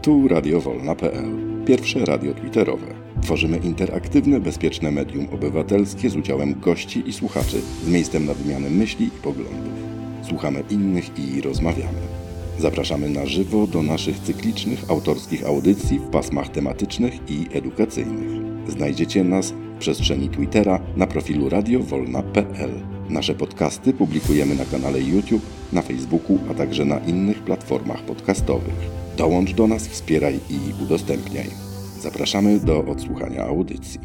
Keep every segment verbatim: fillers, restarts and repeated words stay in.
Tu Radio Wolna kropka pe el, pierwsze radio twitterowe. Tworzymy interaktywne, bezpieczne medium obywatelskie z udziałem gości i słuchaczy, z miejscem na wymianę myśli i poglądów. Słuchamy innych i rozmawiamy. Zapraszamy na żywo do naszych cyklicznych, autorskich audycji w pasmach tematycznych i edukacyjnych. Znajdziecie nas w przestrzeni Twittera na profilu Radio Wolna kropka pe el. Nasze podcasty publikujemy na kanale YouTube, na Facebooku, a także na innych platformach podcastowych. Dołącz do nas, wspieraj i udostępniaj. Zapraszamy do odsłuchania audycji.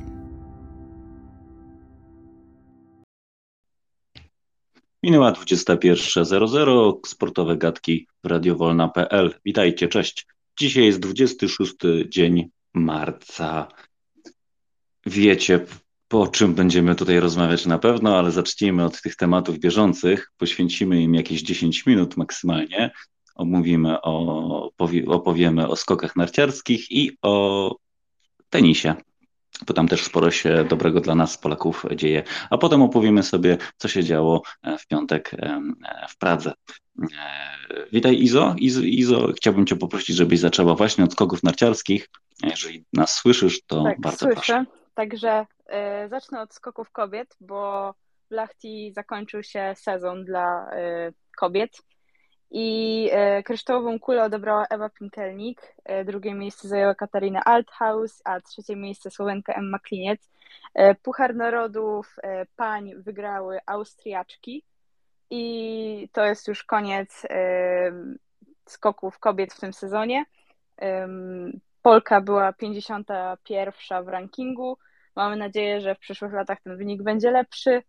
Minęła dwudziesta pierwsza zero zero, sportowe gadki w Radio Wolna kropka pe el. Witajcie, cześć. Dzisiaj jest dwudziesty szósty dzień marca. Wiecie, po czym będziemy tutaj rozmawiać na pewno, ale zacznijmy od tych tematów bieżących. Poświęcimy im jakieś dziesięć minut maksymalnie. Omówimy, o, opowiemy o skokach narciarskich i o tenisie, bo tam też sporo się dobrego dla nas, Polaków, dzieje. A potem opowiemy sobie, co się działo w piątek w Pradze. Witaj, Izo. Izo, Izo chciałbym Cię poprosić, żebyś zaczęła właśnie od skoków narciarskich. Jeżeli nas słyszysz, to tak, bardzo słyszę. proszę. Także y, zacznę od skoków kobiet, bo w Lahti zakończył się sezon dla y, kobiet i y, kryształową kulę odebrała Ewa Pinkelnik, y, drugie miejsce zajęła Katarina Althaus, a trzecie miejsce Słowenka Emma Kliniec. Y, Puchar Narodów y, pań wygrały Austriaczki i to jest już koniec y, skoków kobiet w tym sezonie. Y, Polka była pięćdziesiąta pierwsza w rankingu. Mamy nadzieję, że w przyszłych latach ten wynik będzie lepszy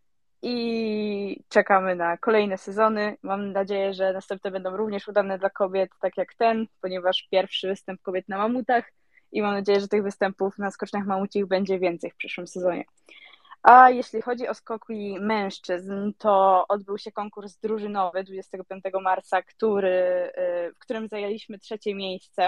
i czekamy na kolejne sezony. Mam nadzieję, że następne będą również udane dla kobiet, tak jak ten, ponieważ pierwszy występ kobiet na mamutach i mam nadzieję, że tych występów na skoczniach mamucich będzie więcej w przyszłym sezonie. A jeśli chodzi o skoki mężczyzn, to odbył się konkurs drużynowy dwudziestego piątego marca, który, w którym zajęliśmy trzecie miejsce.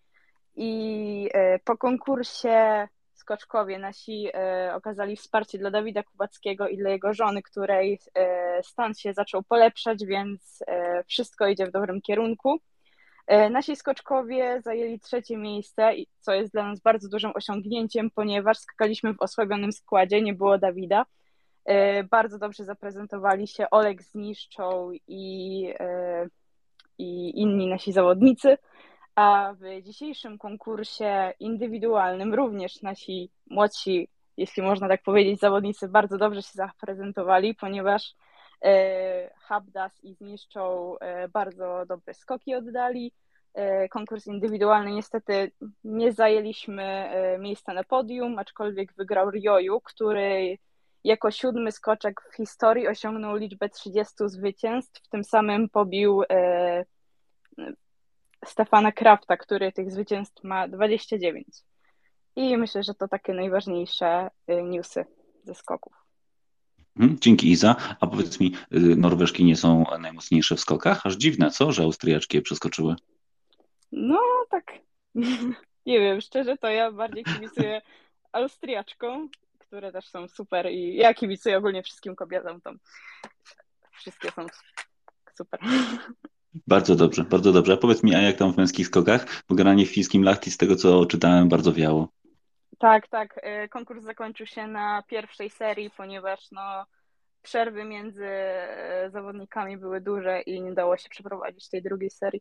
I po konkursie skoczkowie nasi okazali wsparcie dla Dawida Kubackiego i dla jego żony, której stan się zaczął polepszać, więc wszystko idzie w dobrym kierunku. Nasi skoczkowie zajęli trzecie miejsce, co jest dla nas bardzo dużym osiągnięciem, ponieważ skakaliśmy w osłabionym składzie, nie było Dawida. Bardzo dobrze zaprezentowali się Oleg z Niszczą i, i inni nasi zawodnicy. A w dzisiejszym konkursie indywidualnym również nasi młodsi, jeśli można tak powiedzieć, zawodnicy bardzo dobrze się zaprezentowali, ponieważ e, Habdas i Zniszczą e, bardzo dobre skoki oddali. E, konkurs indywidualny niestety nie zajęliśmy e, miejsca na podium, aczkolwiek wygrał Rioju, który jako siódmy skoczek w historii osiągnął liczbę trzydziestu zwycięstw, tym samym pobił e, Stefana Krafta, który tych zwycięstw ma dwadzieścia dziewięć. I myślę, że to takie najważniejsze newsy ze skoków. Dzięki, Iza. A powiedz mi, Norweżki nie są najmocniejsze w skokach? Aż dziwne, co, że Austriaczki je przeskoczyły? No tak, nie wiem, szczerze to ja bardziej kibicuję Austriaczkom, które też są super i ja kibicuję ogólnie wszystkim kobietom tam. Wszystkie są super. Bardzo dobrze, bardzo dobrze. A powiedz mi, a jak tam w męskich skokach? Bo generalnie w fińskim Lahti, z tego co czytałem, bardzo wiało. Tak, tak. Konkurs zakończył się na pierwszej serii, ponieważ no, przerwy między zawodnikami były duże i nie dało się przeprowadzić tej drugiej serii.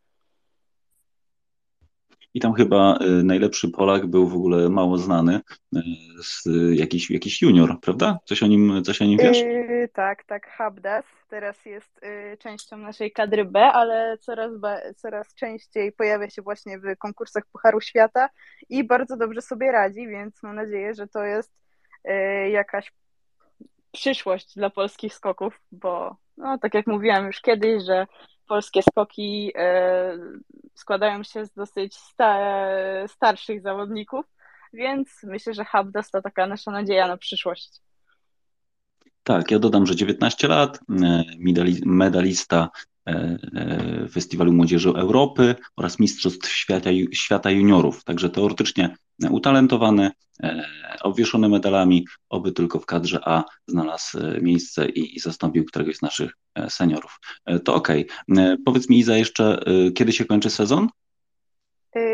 I tam chyba najlepszy Polak był w ogóle mało znany, jakiś, jakiś junior, prawda? Coś o nim, coś o nim wiesz? Yy, tak, tak, Habdas teraz jest yy, częścią naszej kadry B, ale coraz, coraz częściej pojawia się właśnie w konkursach Pucharu Świata i bardzo dobrze sobie radzi, więc mam nadzieję, że to jest yy, jakaś przyszłość dla polskich skoków, bo no, tak jak mówiłam już kiedyś, że polskie skoki e, składają się z dosyć sta, starszych zawodników, więc myślę, że Habdas to taka nasza nadzieja na przyszłość. Tak, ja dodam, że dziewiętnaście lat, medalista Festiwalu Młodzieży Europy oraz Mistrzostw Świata, Świata Juniorów, także teoretycznie utalentowany, obwieszony medalami, oby tylko w kadrze A znalazł miejsce i, i zastąpił któregoś z naszych seniorów. To okej. Okay. Powiedz mi, Iza, jeszcze kiedy się kończy sezon?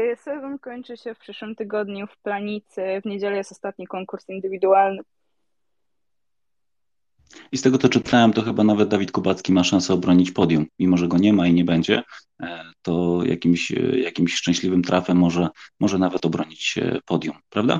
kończy się w przyszłym tygodniu w Planicy. W niedzielę jest ostatni konkurs indywidualny. I z tego, co czytałem, to chyba nawet Dawid Kubacki ma szansę obronić podium. Mimo że go nie ma i nie będzie, e, to jakimś, e, jakimś szczęśliwym trafem może, może nawet obronić e, podium, prawda?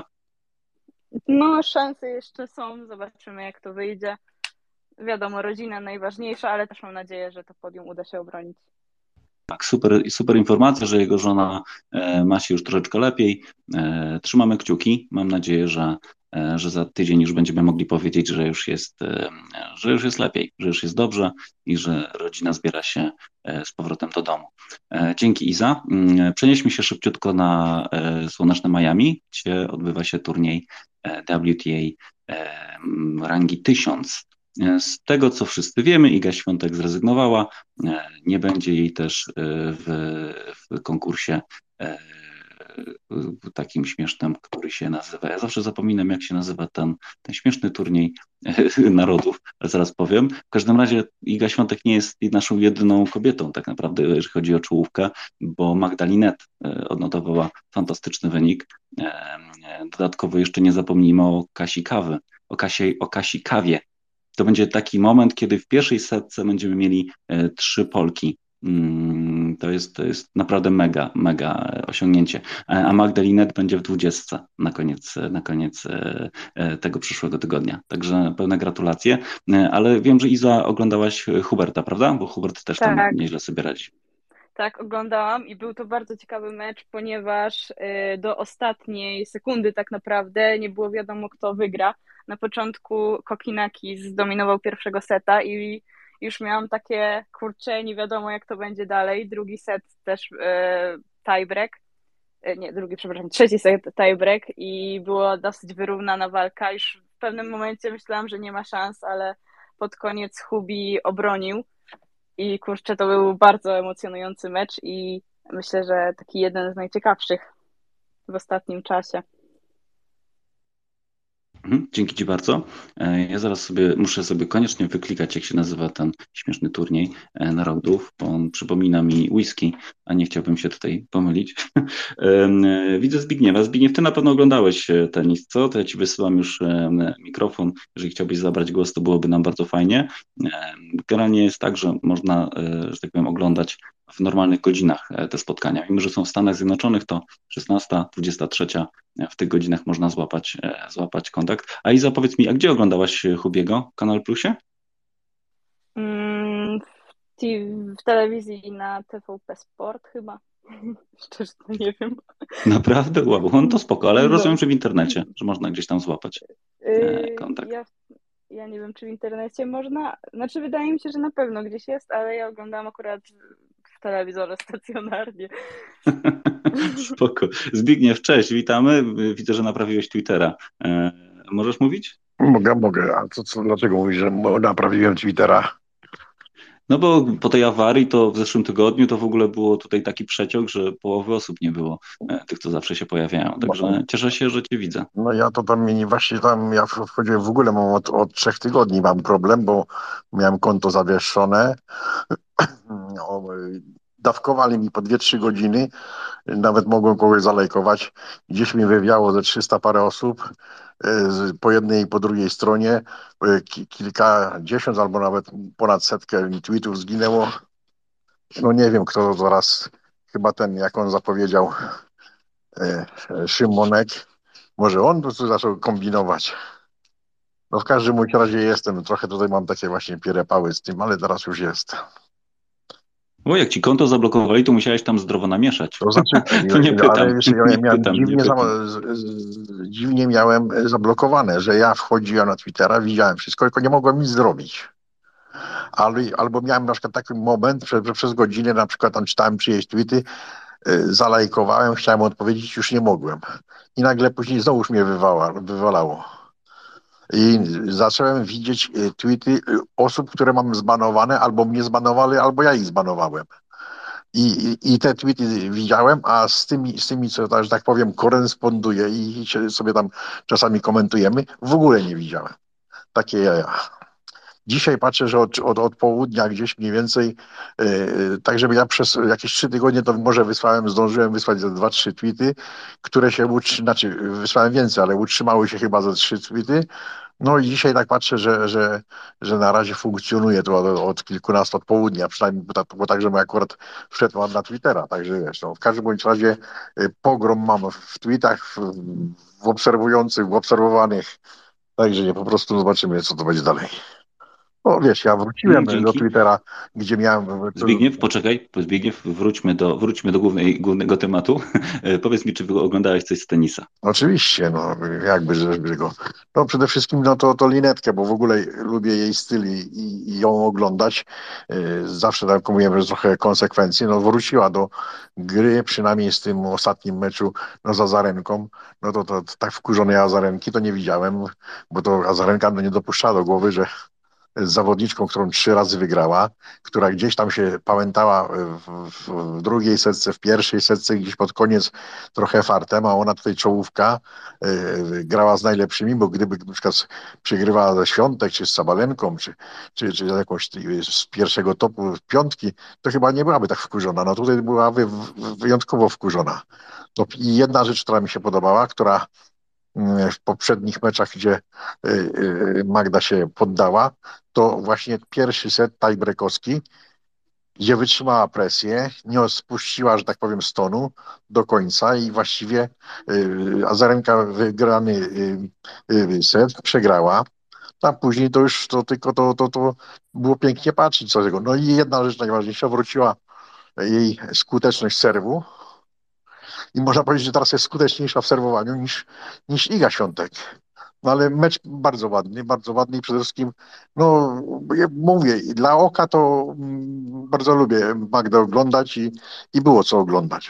No, szanse jeszcze są. Zobaczymy, jak to wyjdzie. Wiadomo, rodzina najważniejsza, ale też mam nadzieję, że to podium uda się obronić. Tak, super, super informacja, że jego żona e, ma się już troszeczkę lepiej. E, Trzymamy kciuki. Mam nadzieję, że, e, że za tydzień już będziemy mogli powiedzieć, że już jest, e, że już jest lepiej, że już jest dobrze i że rodzina zbiera się e, z powrotem do domu. E, Dzięki, Iza. Mm, Przenieśmy się szybciutko na e, słoneczne Miami, gdzie odbywa się turniej e, W T A e, rangi tysiąc. E, Z tego, co wszyscy wiemy, Iga Świątek zrezygnowała. E, Nie będzie jej też e, w, w konkursie e, w takim śmiesznym, który się nazywa. Ja zawsze zapominam, jak się nazywa ten, ten śmieszny turniej e, narodów, ale zaraz powiem. W każdym razie Iga Świątek nie jest naszą jedyną kobietą, tak naprawdę, jeżeli chodzi o czołówkę, bo Magdalinet e, odnotowała fantastyczny wynik. E, e, Dodatkowo jeszcze nie zapomnijmy o Kasi Kawy, o Kasi, o Kasi Kawie. To będzie taki moment, kiedy w pierwszej setce będziemy mieli e, trzy Polki. Mm, To jest, to jest naprawdę mega, mega osiągnięcie. E, A Magdalinet będzie w dwudziestce na koniec, na koniec e, e, tego przyszłego tygodnia. Także pełne gratulacje. E, Ale wiem, że Iza oglądałaś Huberta, prawda? Bo Hubert też tam Tak, nieźle sobie radzi. tak, oglądałam i był to bardzo ciekawy mecz, ponieważ y, do ostatniej sekundy tak naprawdę nie było wiadomo, kto wygra. Na początku Kokinaki zdominował pierwszego seta i już miałam takie, kurczę, nie wiadomo jak to będzie dalej. Drugi set też y, tiebreak, Y, nie, drugi, przepraszam, trzeci set tiebreak i była dosyć wyrównana walka. Już w pewnym momencie myślałam, że nie ma szans, ale pod koniec Hubi obronił. I kurczę, to był bardzo emocjonujący mecz i myślę, że taki jeden z najciekawszych w ostatnim czasie. Mhm, Dzięki Ci bardzo. E, Ja zaraz sobie muszę sobie koniecznie wyklikać, jak się nazywa ten śmieszny turniej e, narodów, bo on przypomina mi whisky, a nie chciałbym się tutaj pomylić. Em, e, Widzę Zbigniewa. Zbigniew, Ty na pewno oglądałeś e, tenis, co? To ja Ci wysyłam już e, mikrofon. Jeżeli chciałbyś zabrać głos, to byłoby nam bardzo fajnie. Em, Generalnie jest tak, że można, e, że tak powiem, oglądać w normalnych godzinach e, te spotkania. Mimo że są w Stanach Zjednoczonych, to szesnasta, dwudziesta trzecia w tych godzinach można złapać, e, złapać kontakt. A Iza, powiedz mi, a gdzie oglądałaś e, Hubiego? W Kanal Plusie? Mm, w, ti- w telewizji na T V P Sport chyba. Szczerze to nie wiem. Naprawdę? Wow, on to spoko, ale rozumiem, No. że w internecie, że można gdzieś tam złapać e, Yy, kontakt. ja, ja nie wiem, czy w internecie można. Znaczy, wydaje mi się, że na pewno gdzieś jest, ale ja oglądam akurat w telewizorze stacjonarnie. Spoko. Zbigniew, cześć, witamy. Widzę, że naprawiłeś Twittera. E, Możesz mówić? Mogę, mogę. A co, co, dlaczego mówisz, że mo- naprawiłem Twittera? No bo po tej awarii to w zeszłym tygodniu to w ogóle było tutaj taki przeciąg, że połowy osób nie było, e, tych, co zawsze się pojawiają. No, Także cieszę się, że Cię widzę. no ja to tam mi właśnie tam, ja w- wchodziłem w ogóle mam od, od trzech tygodni mam problem, bo miałem konto zawieszone. No, y, dawkowali mi po dwie trzy godziny, nawet mogłem kogoś zalajkować. Gdzieś mi wywiało ze trzysta parę osób, y, z- po jednej i po drugiej stronie. Y, ki- Kilkadziesiąt albo nawet ponad setkę mi tweetów zginęło. No nie wiem, kto to zaraz, chyba ten, jak on zapowiedział, e, e, Szymonek. Może on po prostu zaczął kombinować. No w każdym bądź razie jestem, trochę tutaj mam takie właśnie pierepały z tym, ale teraz już jest. Bo jak Ci konto zablokowali, to musiałeś tam zdrowo namieszać. To znaczy, To nie ale pytam, wiesz, ja nie miałem pytam, nie dziwnie, za, pytam. z, z, dziwnie miałem zablokowane, że ja wchodziłem na Twittera, widziałem wszystko, tylko nie mogłem nic zrobić. Ale, albo miałem na przykład taki moment, że, że przez godzinę na przykład tam czytałem czyjeś tweety, y, zalajkowałem, chciałem odpowiedzieć, już nie mogłem. I nagle później znowuż mnie wywala, wywalało. I zacząłem widzieć y, tweety y, osób, które mam zbanowane, albo mnie zbanowali, albo ja ich zbanowałem. I, i, i te tweety widziałem, a z tymi, z tymi, co tak, że tak powiem, koresponduję i się sobie tam czasami komentujemy, w ogóle nie widziałem. Takie jaja. Dzisiaj patrzę, że od, od, od południa gdzieś mniej więcej, yy, tak żeby ja przez jakieś trzy tygodnie to może wysłałem, zdążyłem wysłać ze dwa, trzy tweety, które się utrzymały, znaczy wysłałem więcej, ale utrzymały się chyba ze trzy tweety. No i dzisiaj tak patrzę, że, że, że na razie funkcjonuje to od, od kilkunastu od południa, przynajmniej bo, tak, bo tak, że akurat wszedłem na Twittera, także wiesz, no, w każdym bądź razie y, pogrom mam w tweetach, w, w obserwujących, w obserwowanych, także nie, po prostu zobaczymy, co to będzie dalej. No wiesz, ja Mm, wróciłem do Dzięki. Twittera, gdzie miałem... Zbigniew, poczekaj, Zbigniew, wróćmy do, wróćmy do głównej, głównego tematu. Powiedz mi, czy wy oglądałeś coś z tenisa? Oczywiście, no jakby, żeby go. No przede wszystkim no to, to Linetkę, bo w ogóle lubię jej styl i, i, i ją oglądać. Yy, Zawsze tak jak mówiłem, że trochę konsekwencji. No wróciła do gry, przynajmniej z tym ostatnim meczu no, z Azarenką. No to, to tak wkurzonej Azarenki to nie widziałem, bo to Azarenka no, nie dopuszczała do głowy, że z zawodniczką, którą trzy razy wygrała, która gdzieś tam się pamiętała w, w, w drugiej setce, w pierwszej setce, gdzieś pod koniec trochę fartem, a ona tutaj czołówka y, grała z najlepszymi, bo gdyby na przykład przegrywała ze Świątek, czy z Sabalenką, czy, czy, czy z jakąś z pierwszego topu piątki, to chyba nie byłaby tak wkurzona. No tutaj była wy, wyjątkowo wkurzona. No i jedna rzecz, która mi się podobała, która w poprzednich meczach, gdzie y, y, Magda się poddała, to właśnie pierwszy set tiebreakowski, gdzie wytrzymała presję, nie spuściła, że tak powiem, stonu do końca i właściwie y, Azarenka wygrany y, y, set przegrała. A później to już to tylko to, to, to było pięknie patrzeć co tego. No i jedna rzecz najważniejsza, wróciła jej skuteczność serwu i można powiedzieć, że teraz jest skuteczniejsza w serwowaniu niż, niż Iga Świątek. No ale mecz bardzo ładny, bardzo ładny i przede wszystkim, no ja mówię, dla oka to mm, bardzo lubię Magdę oglądać i, i było co oglądać.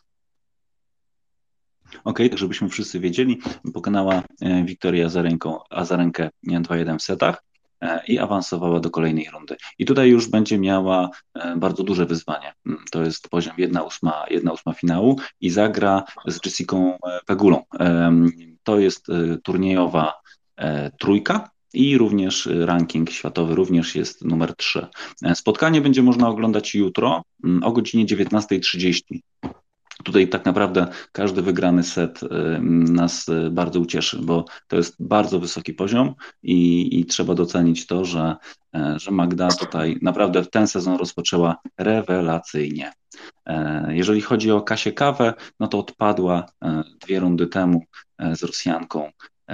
Okej, tak żebyśmy wszyscy wiedzieli, pokonała e, Wiktorię Azarenką, Azarenkę dwa jeden w setach e, i awansowała do kolejnej rundy. I tutaj już będzie miała e, bardzo duże wyzwanie. Mm, To jest poziom jedna ósma, jedna ósma finału i zagra z Jessicą e, Pegulą. Em, To jest e, turniejowa e, trójka. I również e, ranking światowy również jest numer trzy. E, Spotkanie będzie można oglądać jutro mm, o godzinie dziewiętnasta trzydzieści. Tutaj tak naprawdę każdy wygrany set y, nas y, bardzo ucieszy, bo to jest bardzo wysoki poziom i, i trzeba docenić to, że, e, że Magda tutaj naprawdę ten sezon rozpoczęła rewelacyjnie. E, Jeżeli chodzi o Kasię Kawę, no to odpadła e, dwie rundy temu e, z Rosjanką.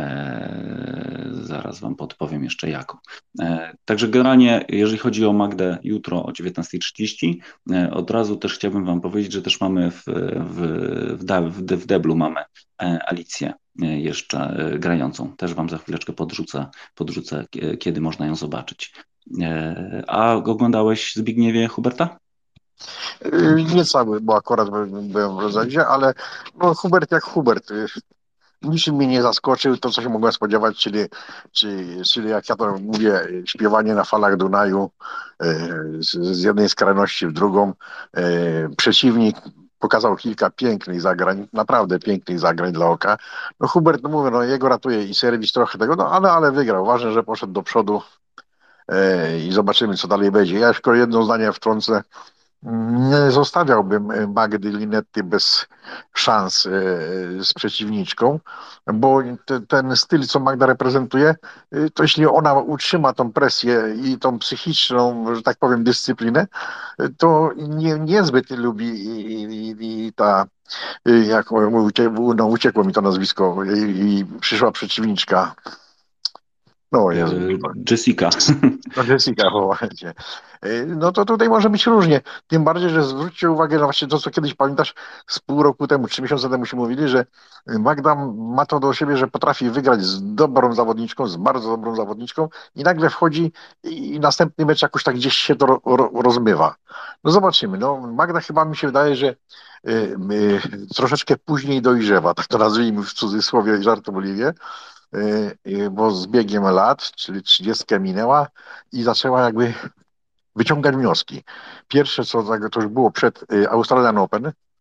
E, Zaraz Wam podpowiem jeszcze jaką. E, Także generalnie, jeżeli chodzi o Magdę jutro o dziewiętnasta trzydzieści, e, od razu też chciałbym Wam powiedzieć, że też mamy w, w, w, da- w, w deblu mamy e, Alicję e, jeszcze e, grającą. Też Wam za chwileczkę podrzucę, podrzucę kie- kiedy można ją zobaczyć. E, A oglądałeś Zbigniewie Huberta? Yy, Nie cały, bo akurat by- byłem w rozadzie, ale no, Hubert jak Hubert. Yy, Niczym mnie nie zaskoczył to, co się mogłem spodziewać, czyli, czyli, czyli jak ja to mówię, śpiewanie na falach Dunaju yy, z, z jednej skrajności w drugą. Yy, Przeciwnik pokazał kilka pięknych zagrań, naprawdę pięknych zagrań dla oka. No Hubert, no mówię, no jego ratuje i serwis trochę tego, no ale, ale wygrał. Ważne, że poszedł do przodu yy, i zobaczymy, co dalej będzie. Ja tylko jedno zdanie wtrącę. Nie zostawiałbym e, Magdy Linetty bez szans e, z przeciwniczką, bo te, ten styl, co Magda reprezentuje, e, to jeśli ona utrzyma tą presję i tą psychiczną, że tak powiem, dyscyplinę, e, to nie, niezbyt lubi i, i, i ta, e, jak mówię, no, uciekło mi to nazwisko, i, i przyszła przeciwniczka. No E, Jezu. Jessica. No Jessica, wołajcie. No to tutaj może być różnie. Tym bardziej, że zwróćcie uwagę na właśnie to, co kiedyś pamiętasz z pół roku temu, trzy miesiące temu się mówili, że Magda ma to do siebie, że potrafi wygrać z dobrą zawodniczką, z bardzo dobrą zawodniczką i nagle wchodzi i następny mecz jakoś tak gdzieś się to ro, ro, rozmywa. No zobaczymy. No, Magda chyba mi się wydaje, że y, y, troszeczkę później dojrzewa, tak to nazwijmy w cudzysłowie i żartobliwie, y, y, bo z biegiem lat, czyli trzydziestka minęła i zaczęła jakby wyciągać wnioski. Pierwsze, co tak, to już było przed y, Australian Open,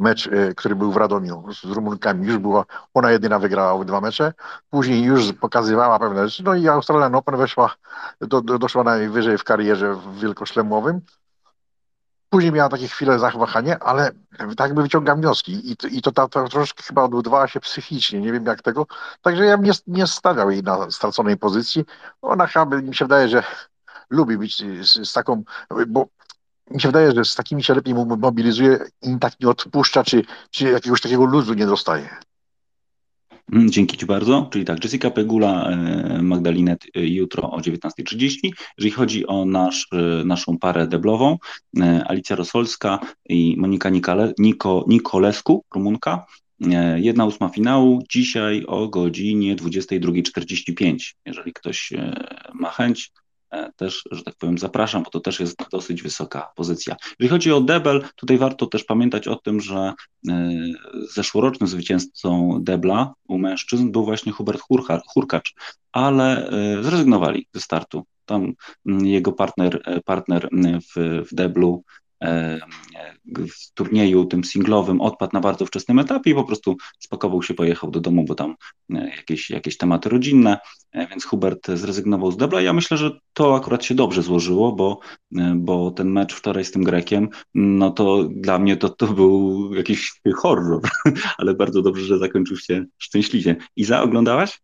mecz, e, który był w Radomiu z Rumunkami, już była, ona jedyna wygrała dwa mecze, później już pokazywała pewne rzeczy, no i Australian Open weszła, do, do, doszła najwyżej w karierze w wielkoszlemowym. Później miała takie chwile zawahania, ale tak jakby wyciągam wnioski i, to- i to, to, to troszkę chyba odbudowała się psychicznie, nie wiem jak tego. Także ja bym nie, nie stawiał jej na straconej pozycji. Ona chyba, mi się wydaje, że lubi być z, z taką, bo mi się wydaje, że z takimi się lepiej mo- mobilizuje i tak nie odpuszcza, czy, czy jakiegoś takiego luzu nie dostaje. Mm, Dzięki Ci bardzo. Czyli tak, Jessica Pegula, e, Magdalinet e, jutro o dziewiętnasta trzydzieści. Jeżeli chodzi o nasz, e, naszą parę deblową, e, Alicja Rosolska i Monika Nikale, Niko, Nikolescu, Rumunka, e, jedna ósma finału, dzisiaj o godzinie dwudziesta druga czterdzieści pięć. Jeżeli ktoś e, ma chęć, e, też, że tak powiem, zapraszam, bo to też jest dosyć wysoka pozycja. Jeżeli chodzi o debel, tutaj warto też pamiętać o tym, że e, zeszłorocznym zwycięzcą debla u mężczyzn był właśnie Hubert Hurka- Hurkacz, ale e, zrezygnowali ze startu. Tam mm, jego partner, e, partner mm, w, w deblu e, w turnieju tym singlowym odpadł na bardzo wczesnym etapie i po prostu spakował się, pojechał do domu, bo tam e, jakieś, jakieś tematy rodzinne, e, więc Hubert zrezygnował z debla. Ja myślę, że to akurat się dobrze złożyło, bo, e, bo ten mecz wczoraj z tym Grekiem, no to dla mnie to, to był jakiś horror, ale bardzo dobrze, że zakończył się szczęśliwie. Iza, oglądałaś?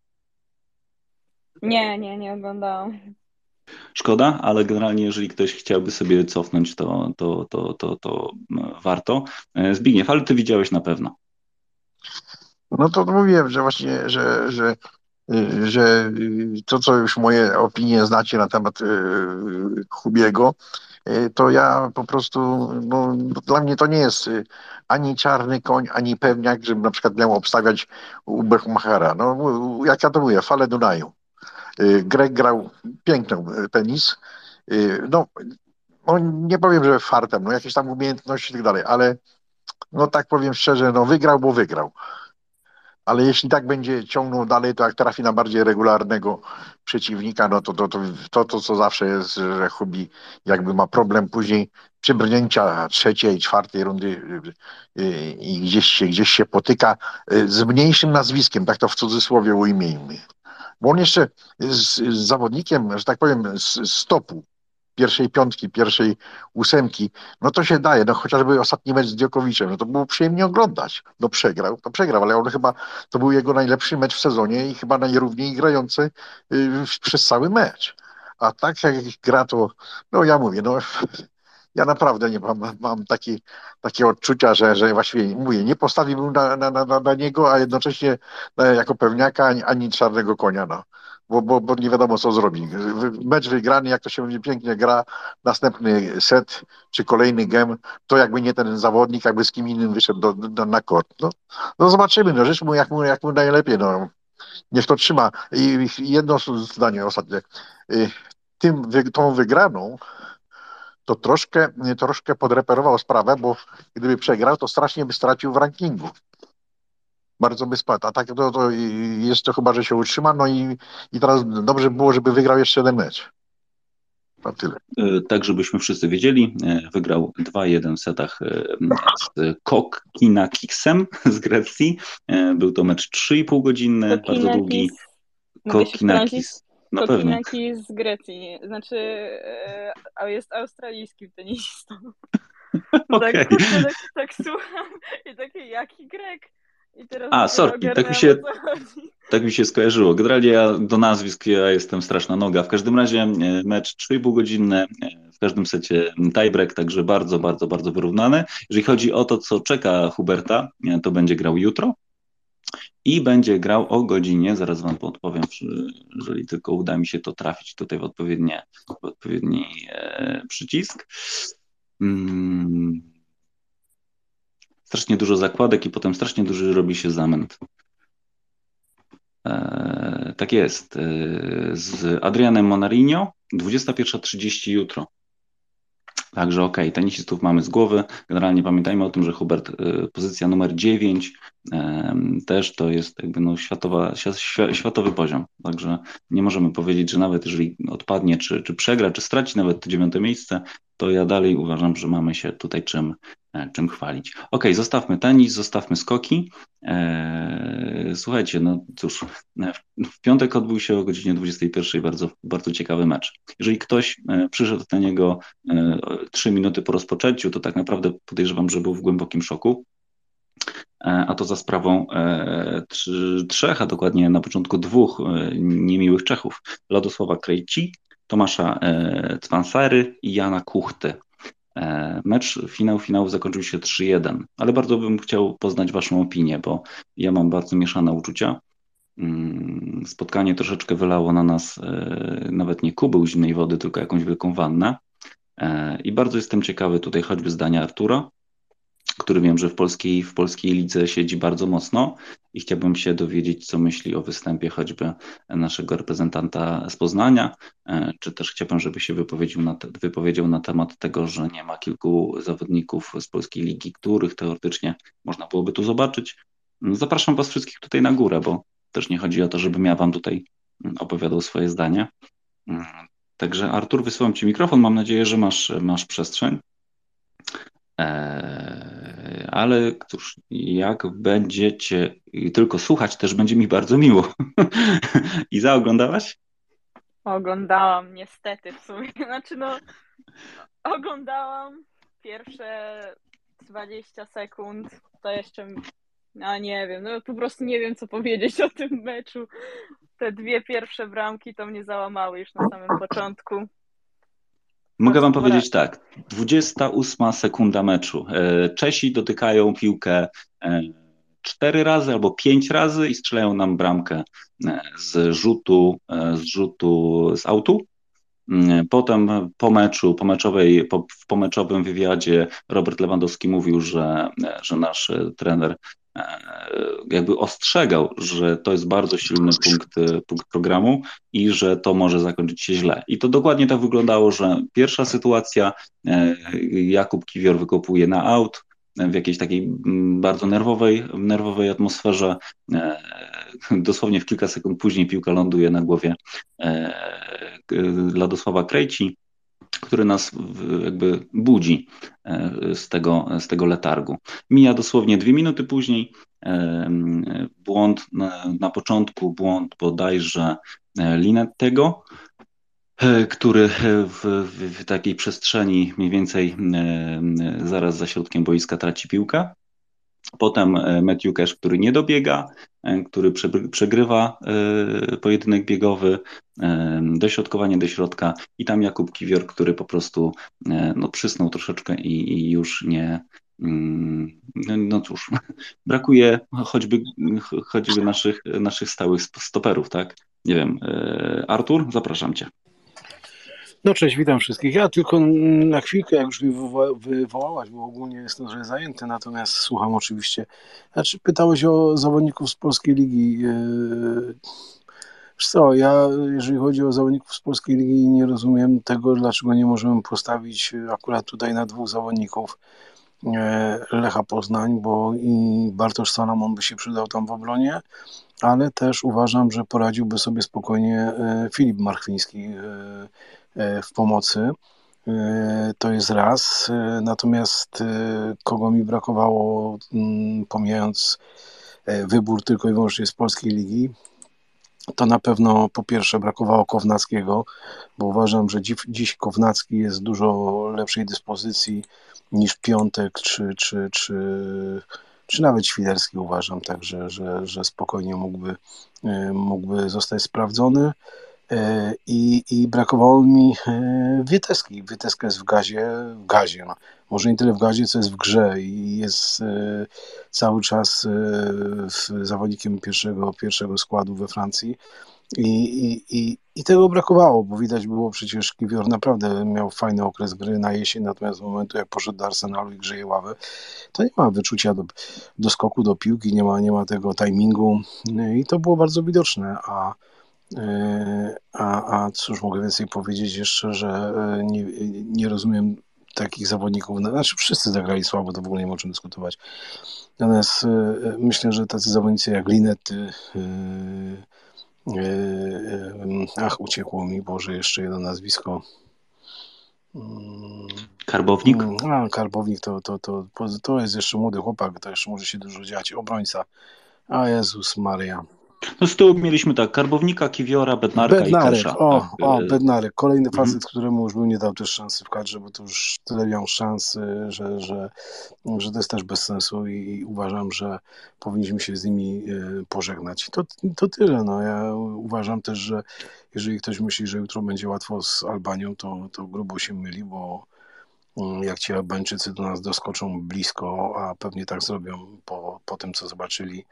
Nie, nie, nie oglądałam. Szkoda, ale generalnie jeżeli ktoś chciałby sobie cofnąć, to, to, to, to, to mm, warto. E, Zbigniew, ale ty widziałeś na pewno. No to mówiłem, że właśnie, że, że, y, że y, to, co już moje opinie znacie na temat y, Hubiego, y, to ja po prostu, no, dla mnie to nie jest y, ani czarny koń, ani pewniak, żebym na przykład miał obstawiać u Bechmachera. No, u- jak ja to mówię, fale Dunaju. Y, Greg grał piękny y, tenis. Y, No, no, nie powiem, że fartem, no jakieś tam umiejętności i tak dalej, ale no tak powiem szczerze, no wygrał, bo wygrał. Ale jeśli tak będzie ciągnął dalej, to jak trafi na bardziej regularnego przeciwnika, no to to, to, to, to co zawsze jest, że Hubi jakby ma problem później przybrnięcia trzeciej, czwartej rundy y, y, i gdzieś się, gdzieś się potyka y, z mniejszym nazwiskiem, tak to w cudzysłowie ujmijmy. Bo on jeszcze z, z zawodnikiem, że tak powiem, z, z topu pierwszej piątki, pierwszej ósemki, no to się daje, no chociażby ostatni mecz z Djokoviczem, no to było przyjemnie oglądać. No przegrał, to przegrał, ale on chyba, to był jego najlepszy mecz w sezonie i chyba najrówniej grający y, przez cały mecz. A tak jak gra to, no ja mówię, no ja naprawdę nie mam, mam taki, takie odczucia, że, że właściwie mówię, nie postawiłbym na, na, na, na niego, a jednocześnie e, jako pewniaka ani, ani czarnego konia, no. Bo, bo, bo nie wiadomo, co zrobi. Wy- Mecz wygrany, jak to się mówi, pięknie gra, następny set czy kolejny gem, to jakby nie ten zawodnik, jakby z kim innym wyszedł do, do, na kort. No, no zobaczymy, no życz mu jak mu, jak mu najlepiej, no. Niech to trzyma. I i jedno zdanie ostatnie. Y, Tym, wy- tą wygraną to troszkę, troszkę podreperował sprawę, bo gdyby przegrał, to strasznie by stracił w rankingu. Bardzo by spadł. A tak to, to jest to chyba, że się utrzyma. No i, i teraz dobrze by było, żeby wygrał jeszcze jeden mecz. Na tyle. E, Tak, żebyśmy wszyscy wiedzieli, e, wygrał dwa jeden w setach e, z Kokkinakisem z Grecji. E, Był to mecz trzy i pół godzinny, bardzo długi. Kokinakis. Mogę się wtrącić? Kokkinakis, no pewnie. Kokinakis z Grecji, nie? Znaczy e, a jest australijskim tenisistą. Okej. Tak, kurczę, tak, tak słucham i takie, jaki Grek? I teraz A, dopiero sorki, tak mi ogarnęłam, się, o co chodzi. tak mi się skojarzyło. Generalnie ja do nazwisk ja jestem straszna noga. W każdym razie e, mecz trzy i pół godzinny, e, w każdym secie tiebreak, także bardzo, bardzo, bardzo wyrównany. Jeżeli chodzi o to, co czeka Huberta, e, to będzie grał jutro i będzie grał o godzinie, zaraz wam podpowiem, przy- jeżeli tylko uda mi się to trafić tutaj w odpowiednie, w odpowiedni e, przycisk. Mm. Strasznie dużo zakładek i potem strasznie duży robi się zamęt. E, tak jest. E, z Adrianem Monarinho dwudziesta pierwsza trzydzieści jutro. Także okej, tenisistów mamy z głowy. Generalnie pamiętajmy o tym, że Hubert, e, pozycja numer dziewięć, e, też to jest jakby no światowa, świ- światowy poziom. Także nie możemy powiedzieć, że nawet jeżeli odpadnie, czy, czy przegra, czy straci nawet to dziewiąte miejsce, to ja dalej uważam, że mamy się tutaj czym, czym chwalić. Ok, zostawmy tenis, zostawmy skoki. Słuchajcie, no cóż, w piątek odbył się o godzinie dwudziestej pierwszej bardzo, bardzo ciekawy mecz. Jeżeli ktoś przyszedł na niego trzy minuty po rozpoczęciu, to tak naprawdę podejrzewam, że był w głębokim szoku. A to za sprawą trzech, a dokładnie na początku dwóch niemiłych Czechów. Władysława Krejci, Tomasza Cwansery i Jana Kuchty. Mecz, finał finału zakończył się trzy jeden, ale bardzo bym chciał poznać waszą opinię, bo ja mam bardzo mieszane uczucia. Spotkanie troszeczkę wylało na nas nawet nie kubeł zimnej wody, tylko jakąś wielką wannę. I bardzo jestem ciekawy tutaj choćby zdania Artura, który wiem, że w polskiej, w polskiej lidze siedzi bardzo mocno i chciałbym się dowiedzieć, co myśli o występie choćby naszego reprezentanta z Poznania, czy też chciałbym, żeby się wypowiedział na, te, wypowiedział na temat tego, że nie ma kilku zawodników z polskiej ligi, których teoretycznie można byłoby tu zobaczyć. Zapraszam was wszystkich tutaj na górę, bo też nie chodzi o to, żebym ja wam tutaj opowiadał swoje zdanie. Także Artur, wysyłam ci mikrofon, mam nadzieję, że masz, masz przestrzeń. Eee, ale cóż, jak będziecie tylko słuchać, też będzie mi bardzo miło. Iza, oglądałaś? Oglądałam, niestety w sumie. Znaczy no, oglądałam pierwsze dwadzieścia sekund, to jeszcze, no nie wiem, no po prostu nie wiem, co powiedzieć o tym meczu. Te dwie pierwsze bramki to mnie załamały już na samym początku. Mogę wam powiedzieć tak, dwudziesta ósma sekunda meczu. Czesi dotykają piłkę cztery razy albo pięć razy i strzelają nam bramkę z rzutu, z rzutu z autu. Potem po meczu, po meczowej, po, w pomeczowym wywiadzie Robert Lewandowski mówił, że, że nasz trener jakby ostrzegał, że to jest bardzo silny punkt, punkt programu i że to może zakończyć się źle. I to dokładnie tak wyglądało, że pierwsza sytuacja, Jakub Kiwior wykopuje na aut w jakiejś takiej bardzo nerwowej, nerwowej atmosferze. Dosłownie w kilka sekund później piłka ląduje na głowie Władysława Krejci, który nas jakby budzi z tego, z tego letargu. Mija dosłownie dwie minuty później, błąd na, na początku, błąd bodajże Linettego, który w, w takiej przestrzeni mniej więcej zaraz za środkiem boiska traci piłkę. Potem Matthew Cash, który nie dobiega, który przegrywa pojedynek biegowy, dośrodkowanie do środka i tam Jakub Kiwior, który po prostu no, przysnął troszeczkę i, i już nie, no cóż, brakuje choćby, choćby naszych, naszych stałych stoperów, tak? Nie wiem, Artur, zapraszam cię. No cześć, witam wszystkich. Ja tylko na chwilkę, jak już mnie wywoła, wywołałaś, bo ogólnie jestem trochę zajęty, natomiast słucham oczywiście. Znaczy, pytałeś o zawodników z polskiej ligi. Wiesz co, ja jeżeli chodzi o zawodników z polskiej ligi, nie rozumiem tego, dlaczego nie możemy postawić akurat tutaj na dwóch zawodników Lecha Poznań, bo i Bartosz Salamon by się przydał tam w obronie, ale też uważam, że poradziłby sobie spokojnie Filip Marchwiński w pomocy. To jest raz. Natomiast kogo mi brakowało, pomijając wybór tylko i wyłącznie z polskiej ligi, to na pewno po pierwsze brakowało Kownackiego, bo uważam, że dziś, dziś Kownacki jest w dużo lepszej dyspozycji niż Piątek czy, czy, czy, czy nawet Świderski, uważam, także że, że spokojnie mógłby, mógłby zostać sprawdzony. I, i brakowało mi Wieteski. Wieteska jest w gazie, w gazie. No. Może nie tyle w gazie, co jest w grze i jest e, cały czas e, zawodnikiem pierwszego, pierwszego składu we Francji. I, i, i, I tego brakowało, bo widać było przecież Kiwior naprawdę miał fajny okres gry na jesień, natomiast w momentu jak poszedł do Arsenalu i grzeje ławę, to nie ma wyczucia do, do skoku, do piłki, nie ma, nie ma tego timingu i to było bardzo widoczne, a A, a cóż mogę więcej powiedzieć jeszcze, że nie, nie rozumiem takich zawodników, znaczy wszyscy zagrali słabo, to w ogóle nie ma o czym dyskutować. Natomiast myślę, że tacy zawodnicy jak Linetty, ach uciekło mi, Boże, jeszcze jedno nazwisko, Karbownik? A, Karbownik to, to, to, to jest jeszcze młody chłopak, to jeszcze może się dużo dziać. Obrońca. A Jezus Maria. No z tyłu mieliśmy tak, Karbownika, Kiwiora, Bednarka Bednarek, i Kesza. o, Tak. o, Bednarek. Kolejny Mhm. facet, któremu już bym nie dał też szansy w kadrze, bo to już tyle miał szans, że, że, że to jest też bez sensu i uważam, że powinniśmy się z nimi pożegnać. To, to tyle. No. Ja uważam też, że jeżeli ktoś myśli, że jutro będzie łatwo z Albanią, to, to grubo się myli, bo jak ci Albańczycy do nas doskoczą blisko, a pewnie tak zrobią po, po tym, co zobaczyli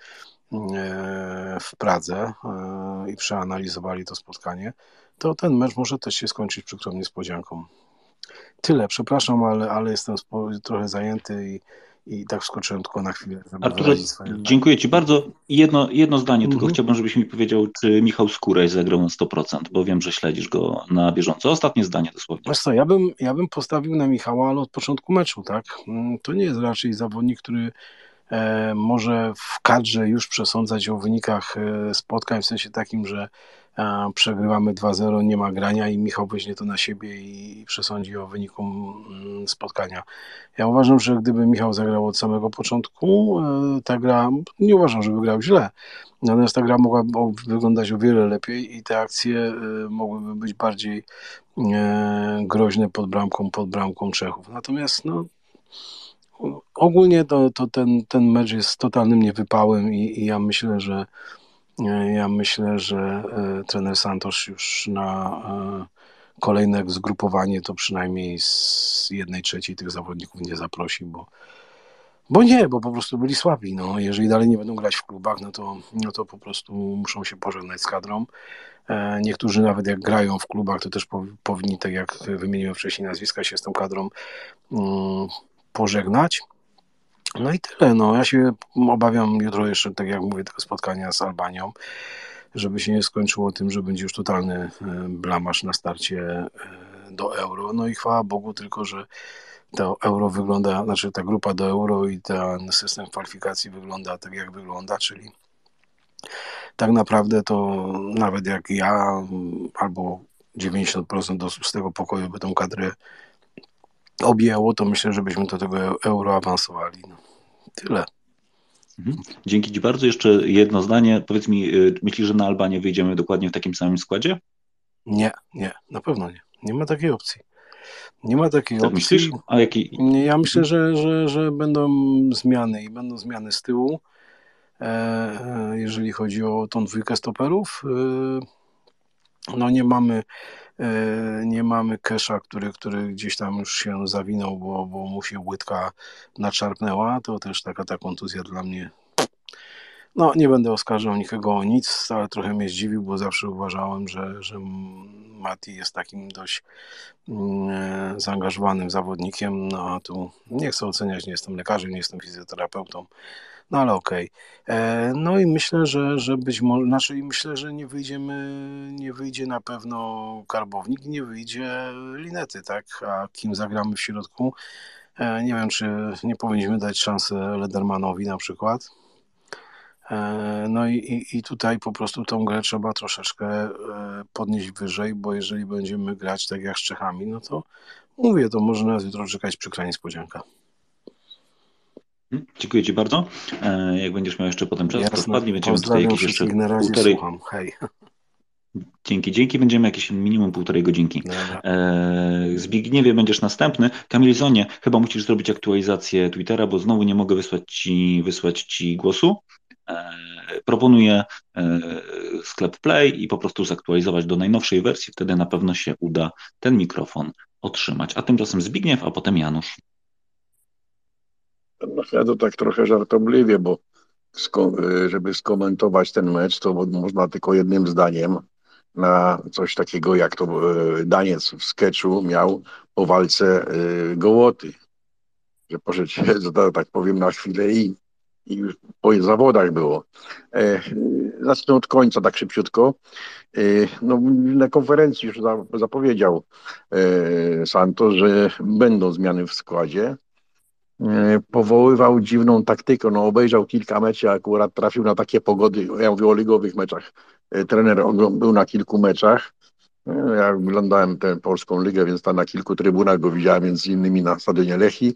w Pradze i przeanalizowali to spotkanie, to ten mecz może też się skończyć przykrą niespodzianką. Tyle, przepraszam, ale, ale jestem spo, trochę zajęty i, i tak wskoczyłem tylko na chwilę, żeby Arturze, wyrazić swoje dziękuję Ci bardzo. Jedno, jedno zdanie, Mhm. tylko chciałbym, żebyś mi powiedział, czy Michał Skóraś zagrał na sto procent, bo wiem, że śledzisz go na bieżąco. Ostatnie zdanie dosłownie. Wiesz co, ja bym, ja bym postawił na Michała, ale od początku meczu, tak? To nie jest raczej zawodnik, który e, może w kadrze już przesądzać o wynikach e, spotkań, w sensie takim, że e, przegrywamy dwa zero, nie ma grania i Michał weźmie to na siebie i, i przesądzi o wyniku m, spotkania. Ja uważam, że gdyby Michał zagrał od samego początku, e, ta gra, nie uważam, żeby grał źle, natomiast ta gra mogłaby wyglądać o wiele lepiej i te akcje e, mogłyby być bardziej e, groźne pod bramką, pod bramką Czechów. Natomiast no, ogólnie to, to ten, ten mecz jest totalnym niewypałem i, i ja myślę, że ja myślę, że e, trener Santos już na e, kolejne zgrupowanie to przynajmniej z jednej trzeciej tych zawodników nie zaprosi, bo, bo nie, bo po prostu byli słabi. No. Jeżeli dalej nie będą grać w klubach, no to, no to po prostu muszą się pożegnać z kadrą. E, niektórzy nawet jak grają w klubach, to też pow, powinni, tak jak wymieniłem wcześniej nazwiska, się z tą kadrą mm, pożegnać. No i tyle. No. Ja się obawiam jutro jeszcze, tak jak mówię, tego spotkania z Albanią, żeby się nie skończyło tym, że będzie już totalny blamaż na starcie do Euro. No i chwała Bogu tylko, że to Euro wygląda, znaczy ta grupa do Euro i ten system kwalifikacji wygląda tak, jak wygląda, czyli tak naprawdę to nawet jak ja albo dziewięćdziesiąt procent osób z tego pokoju by tą kadrę objęło, to myślę, że byśmy do tego Euro awansowali. No. Tyle. Dzięki Ci bardzo. Jeszcze jedno zdanie. Powiedz mi, myślisz, że na Albanię wyjdziemy dokładnie w takim samym składzie? Nie, nie, na pewno nie. Nie ma takiej opcji. Nie ma takiej tak opcji. Myślisz? A jaki? Ja myślę, że, że, że będą zmiany i będą zmiany z tyłu, e, jeżeli chodzi o tą dwójkę stoperów. E, no nie mamy e, nie mamy Kesha, który, który gdzieś tam już się zawinął, bo, bo mu się łydka naczarpnęła. To też taka ta kontuzja dla mnie. No, nie będę oskarżał nikogo o nic, ale trochę mnie zdziwił, bo zawsze uważałem, że, że Mati jest takim dość mm, zaangażowanym zawodnikiem, no a tu nie chcę oceniać, nie jestem lekarzem, nie jestem fizjoterapeutą, no ale okej. Okay. No i myślę, że, że być może, znaczy myślę, że nie wyjdziemy, nie wyjdzie na pewno Karbownik, nie wyjdzie Linety, tak, a kim zagramy w środku, e, nie wiem, czy nie powinniśmy dać szansę Ledermanowi na przykład. No i, i, i tutaj po prostu tą grę trzeba troszeczkę podnieść wyżej, bo jeżeli będziemy grać tak jak z Czechami, no to mówię, to może nas jutro czekać przykra niespodzianka. Dziękuję Ci bardzo. Jak będziesz miał jeszcze potem czas, Jasne. to wpadnij. Będziemy tutaj jakieś jeszcze na razie półtorej... słucham. Hej. Dzięki, dzięki. Będziemy jakieś minimum półtorej godzinki. E, Zbigniewie będziesz następny. Kamilizonie, chyba musisz zrobić aktualizację Twittera, bo znowu nie mogę wysłać Ci, wysłać ci głosu. E, proponuję e, sklep Play i po prostu zaktualizować do najnowszej wersji, wtedy na pewno się uda ten mikrofon otrzymać. A tymczasem Zbigniew, a potem Janusz. No ja to tak trochę żartobliwie, bo sko- żeby skomentować ten mecz, to można tylko jednym zdaniem na coś takiego, jak to Daniec w sketchu miał po walce Gołoty. Że poszedł się, że tak powiem, na chwilę i i już po zawodach było. E, zacznę od końca tak szybciutko. E, no, na konferencji już za, zapowiedział e, Santos, że będą zmiany w składzie. E, powoływał dziwną taktykę. No, obejrzał kilka meczów, akurat trafił na takie pogody. Ja mówię o ligowych meczach. E, trener był na kilku meczach No, ja oglądałem tę polską ligę, więc tam na kilku trybunach go widziałem, między innymi na stadionie Lechii.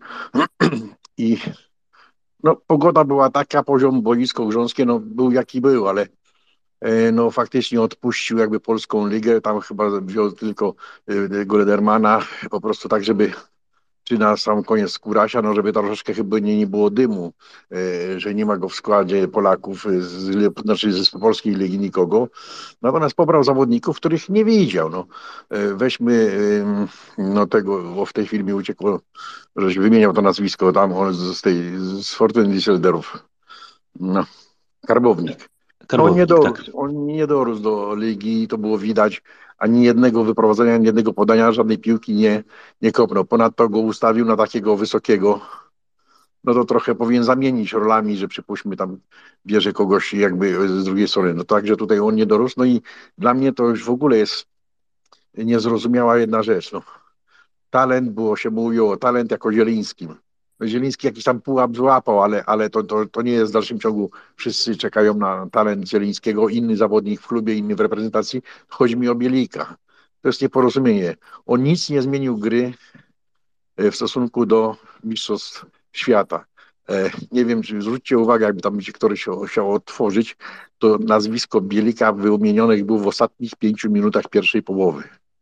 I no, pogoda była taka, poziom boisko grząskie no, był jaki był, ale e, no, faktycznie odpuścił jakby polską ligę. Tam chyba wziął tylko e, Goledermana po prostu tak, żeby czy na sam koniec Kurasia, no żeby troszeczkę chyba nie, nie było dymu, e, że nie ma go w składzie Polaków, z, z- znaczy z polskiej ligi nikogo. Natomiast pobrał zawodników, których nie widział. No, E, weźmy e, no tego, bo w tej chwili mi uciekło, żeś wymieniał to nazwisko tam on z z tej z Fortuny Düsseldorf. No, Karbownik. On nie Karbownik, tak. dorósł, on nie dorósł do ligi, to było widać. Ani jednego wyprowadzenia, ani jednego podania, żadnej piłki nie, nie kopnął. Ponadto go ustawił na takiego wysokiego, no to trochę powinien zamienić rolami, że przypuśćmy tam bierze kogoś jakby z drugiej strony. No także tutaj on nie dorósł. No i dla mnie to już w ogóle jest niezrozumiała jedna rzecz. No, talent, było się mówiło, talent jako Zielińskim. No Zieliński jakiś tam pułap złapał, ale, ale to, to, to nie jest w dalszym ciągu. Wszyscy czekają na talent Zielińskiego, inny zawodnik w klubie, inny w reprezentacji. Chodzi mi o Bielika. To jest nieporozumienie. On nic nie zmienił gry e, w stosunku do Mistrzostw Świata. E, Nie wiem, czy zwróćcie uwagę, jakby tam się któryś się chciał otworzyć, to nazwisko Bielika wymienione było w ostatnich pięciu minutach pierwszej połowy.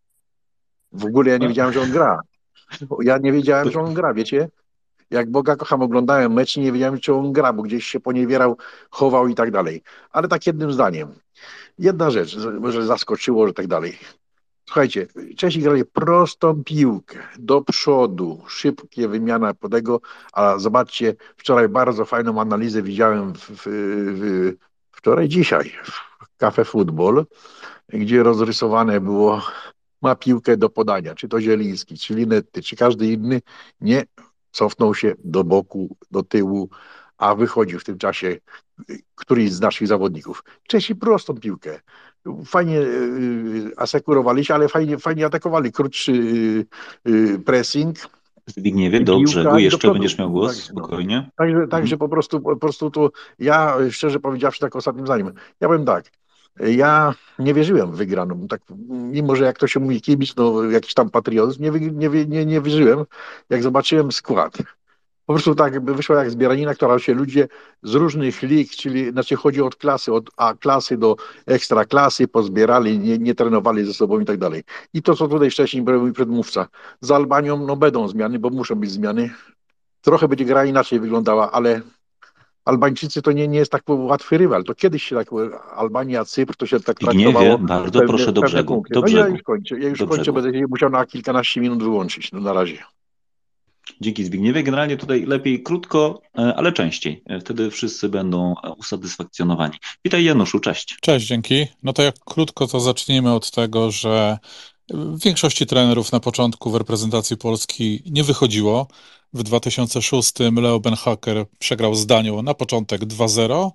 W ogóle ja nie No, wiedziałem, że on gra. Ja nie wiedziałem, że on gra, wiecie? Jak Boga kocham, oglądałem mecz i nie wiedziałem, czy on gra, bo gdzieś się poniewierał, chował i tak dalej. Ale tak jednym zdaniem. Jedna rzecz, że że zaskoczyło, że tak dalej. Słuchajcie, Czesi grali prostą piłkę, do przodu, szybkie wymiana podego, a zobaczcie, wczoraj bardzo fajną analizę widziałem w, w, w, wczoraj, dzisiaj w Cafe Football, gdzie rozrysowane było, ma piłkę do podania, czy to Zieliński, czy Linetty, czy każdy inny, nie cofnął się do boku, do tyłu, a wychodził w tym czasie y, któryś z naszych zawodników. Czesi prostą piłkę. Fajnie y, asekurowali się, ale fajnie, fajnie atakowali. Krótszy y, y, pressing Zbigniewie, i dobrze, bo piłka i do jeszcze przodu. będziesz miał głos, Tak, no. spokojnie. Także, także Mhm. po prostu, po prostu tu ja szczerze powiedziawszy tak ostatnim zdaniem, ja powiem tak, ja nie wierzyłem w wygraną, tak, mimo że jak to się mówi kibic, no jakiś tam patriotyzm, nie, wy- nie, wy- nie, nie wierzyłem, jak zobaczyłem skład. Po prostu tak jakby wyszła jak zbieranina, która się ludzie z różnych lig, czyli znaczy chodzi od klasy, od A klasy do ekstra klasy, pozbierali, nie, nie trenowali ze sobą i tak dalej. I to, co tutaj wcześniej był mój przedmówca, z Albanią no będą zmiany, bo muszą być zmiany. Trochę będzie gra inaczej wyglądała, ale Albańczycy to nie, nie jest tak łatwy rywal. To kiedyś się tak, Albania, Cypr, to się tak Zbigniewie, traktowało bardzo pewne, proszę do pewne brzegu, punkty. do No i ja brzegu, już kończę, ja już do kończę, brzegu. będę się musiał na kilkanaście minut wyłączyć. No na razie. Dzięki Zbigniewie. Generalnie tutaj lepiej krótko, e, ale częściej. E, Wtedy wszyscy będą e, usatysfakcjonowani. Witaj Januszu, cześć. Cześć, dzięki. No to jak krótko, to zacznijmy od tego, że w większości trenerów na początku w reprezentacji Polski nie wychodziło. W dwa tysiące szóstym Leo Benhaker przegrał z Danią na początek dwa zero,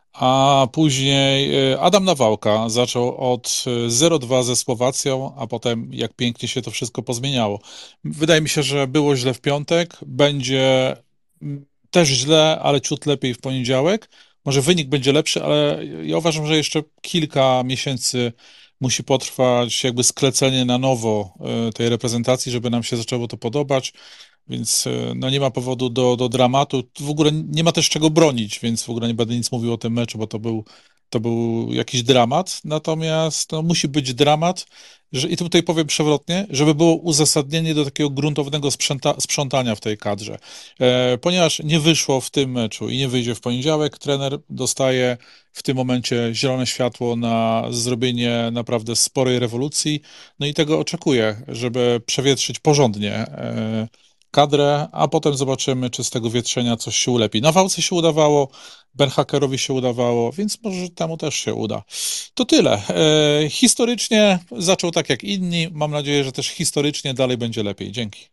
a później e, Adam Nawałka zaczął od e, zero dwa ze Słowacją, a potem jak pięknie się to wszystko pozmieniało. Wydaje mi się, że było źle w piątek, będzie mm, też źle, ale ciut lepiej w poniedziałek. Może wynik będzie lepszy, ale ja uważam, że jeszcze kilka miesięcy musi potrwać jakby sklecenie na nowo e, tej reprezentacji, żeby nam się zaczęło to podobać, więc e, no nie ma powodu do, do dramatu. W ogóle nie ma też czego bronić, więc w ogóle nie będę nic mówił o tym meczu, bo to był, to był jakiś dramat. Natomiast no, musi być dramat, że, i tutaj powiem przewrotnie, żeby było uzasadnienie do takiego gruntownego sprzęta, sprzątania w tej kadrze. E, ponieważ nie wyszło w tym meczu i nie wyjdzie w poniedziałek, trener dostaje w tym momencie zielone światło na zrobienie naprawdę sporej rewolucji. No i tego oczekuję, żeby przewietrzyć porządnie e, kadrę, a potem zobaczymy, czy z tego wietrzenia coś się ulepi. Nawałce się udawało, Benhakerowi się udawało, więc może temu też się uda. To tyle. E, historycznie zaczął tak jak inni. Mam nadzieję, że też historycznie dalej będzie lepiej. Dzięki.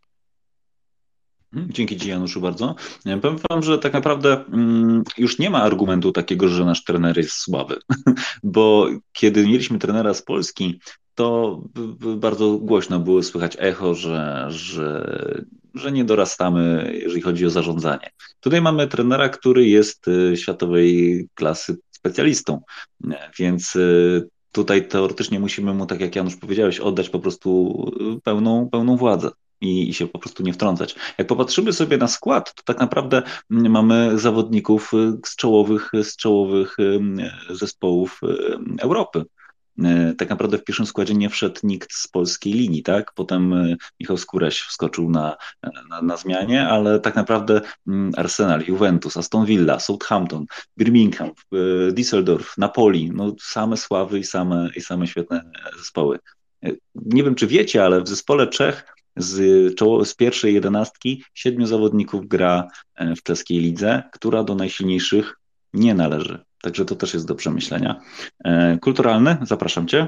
Mhm. Dzięki Ci Januszu bardzo. E, Powiem Wam, że tak naprawdę mm, już nie ma argumentu takiego, że nasz trener jest słaby, bo kiedy mieliśmy trenera z Polski, to b- b- bardzo głośno było słychać echo, że, że, że nie dorastamy, jeżeli chodzi o zarządzanie. Tutaj mamy trenera, który jest y, światowej klasy specjalistą, E, więc y, Tutaj teoretycznie musimy mu, tak jak Janusz powiedziałeś, oddać po prostu pełną, pełną władzę i, i się po prostu nie wtrącać. Jak popatrzymy sobie na skład, to tak naprawdę mamy zawodników z czołowych, z czołowych zespołów Europy. Tak naprawdę w pierwszym składzie nie wszedł nikt z polskiej linii, tak? Potem Michał Skóraś wskoczył na, na, na zmianie, ale tak naprawdę Arsenal, Juventus, Aston Villa, Southampton, Birmingham, Düsseldorf, Napoli, no same sławy i same, i same świetne zespoły. Nie wiem, czy wiecie, ale w zespole Czech z, czoło, z pierwszej jedenastki siedmiu zawodników gra w czeskiej lidze, która do najsilniejszych nie należy. Także to też jest do przemyślenia. Kulturalny, zapraszam Cię.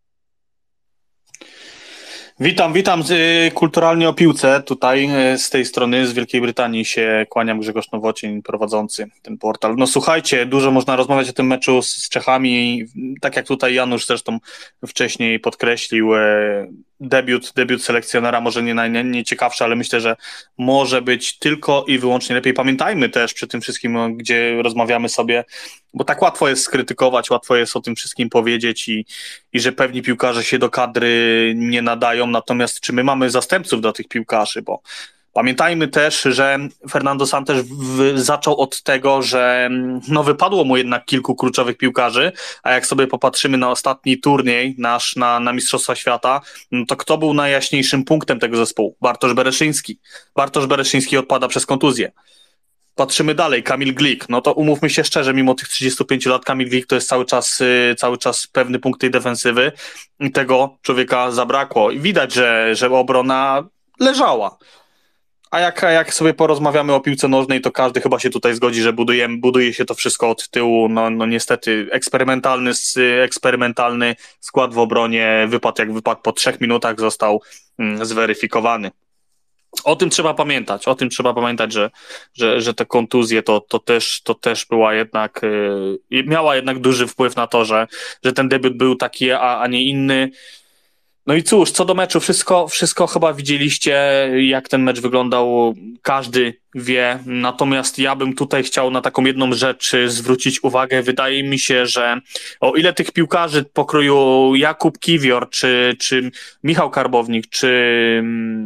Witam, witam kulturalnie o piłce. Tutaj z tej strony, z Wielkiej Brytanii się kłaniam, Grzegorz Nowocień, prowadzący ten portal. No słuchajcie, dużo można rozmawiać o tym meczu z, z Czechami. Tak jak tutaj Janusz zresztą wcześniej podkreślił, debiut, debiut selekcjonera może nie najciekawszy, ale myślę, że może być tylko i wyłącznie lepiej. Pamiętajmy też przy tym wszystkim, gdzie rozmawiamy sobie, bo tak łatwo jest skrytykować, łatwo jest o tym wszystkim powiedzieć i, i że pewni piłkarze się do kadry nie nadają, natomiast czy my mamy zastępców dla tych piłkarzy, bo pamiętajmy też, że Fernando Santos w, zaczął od tego, że no, wypadło mu jednak kilku kluczowych piłkarzy, a jak sobie popatrzymy na ostatni turniej nasz na, na Mistrzostwa Świata, no to kto był najjaśniejszym punktem tego zespołu? Bartosz Bereszyński. Bartosz Bereszyński odpada przez kontuzję. Patrzymy dalej, Kamil Glik, no to umówmy się szczerze, mimo tych trzydziestu pięciu lat Kamil Glik to jest cały czas, cały czas pewny punkt tej defensywy i tego człowieka zabrakło. I widać, że, że obrona leżała. A jak, a jak sobie porozmawiamy o piłce nożnej, to każdy chyba się tutaj zgodzi, że budujemy, buduje się to wszystko od tyłu. No, no niestety eksperymentalny, eksperymentalny skład w obronie, wypadł jak wypadł po trzech minutach, został mm, zweryfikowany. O tym trzeba pamiętać, o tym trzeba pamiętać, że, że, że te kontuzje to, to, też, to też była jednak, yy, miała jednak duży wpływ na to, że, że ten debiut był taki, a, a nie inny. No i cóż, co do meczu, wszystko, wszystko chyba widzieliście, jak ten mecz wyglądał, każdy wie, natomiast ja bym tutaj chciał na taką jedną rzecz zwrócić uwagę. Wydaje mi się, że o ile tych piłkarzy pokroju Jakub Kiwior, czy, czy Michał Karbownik, czy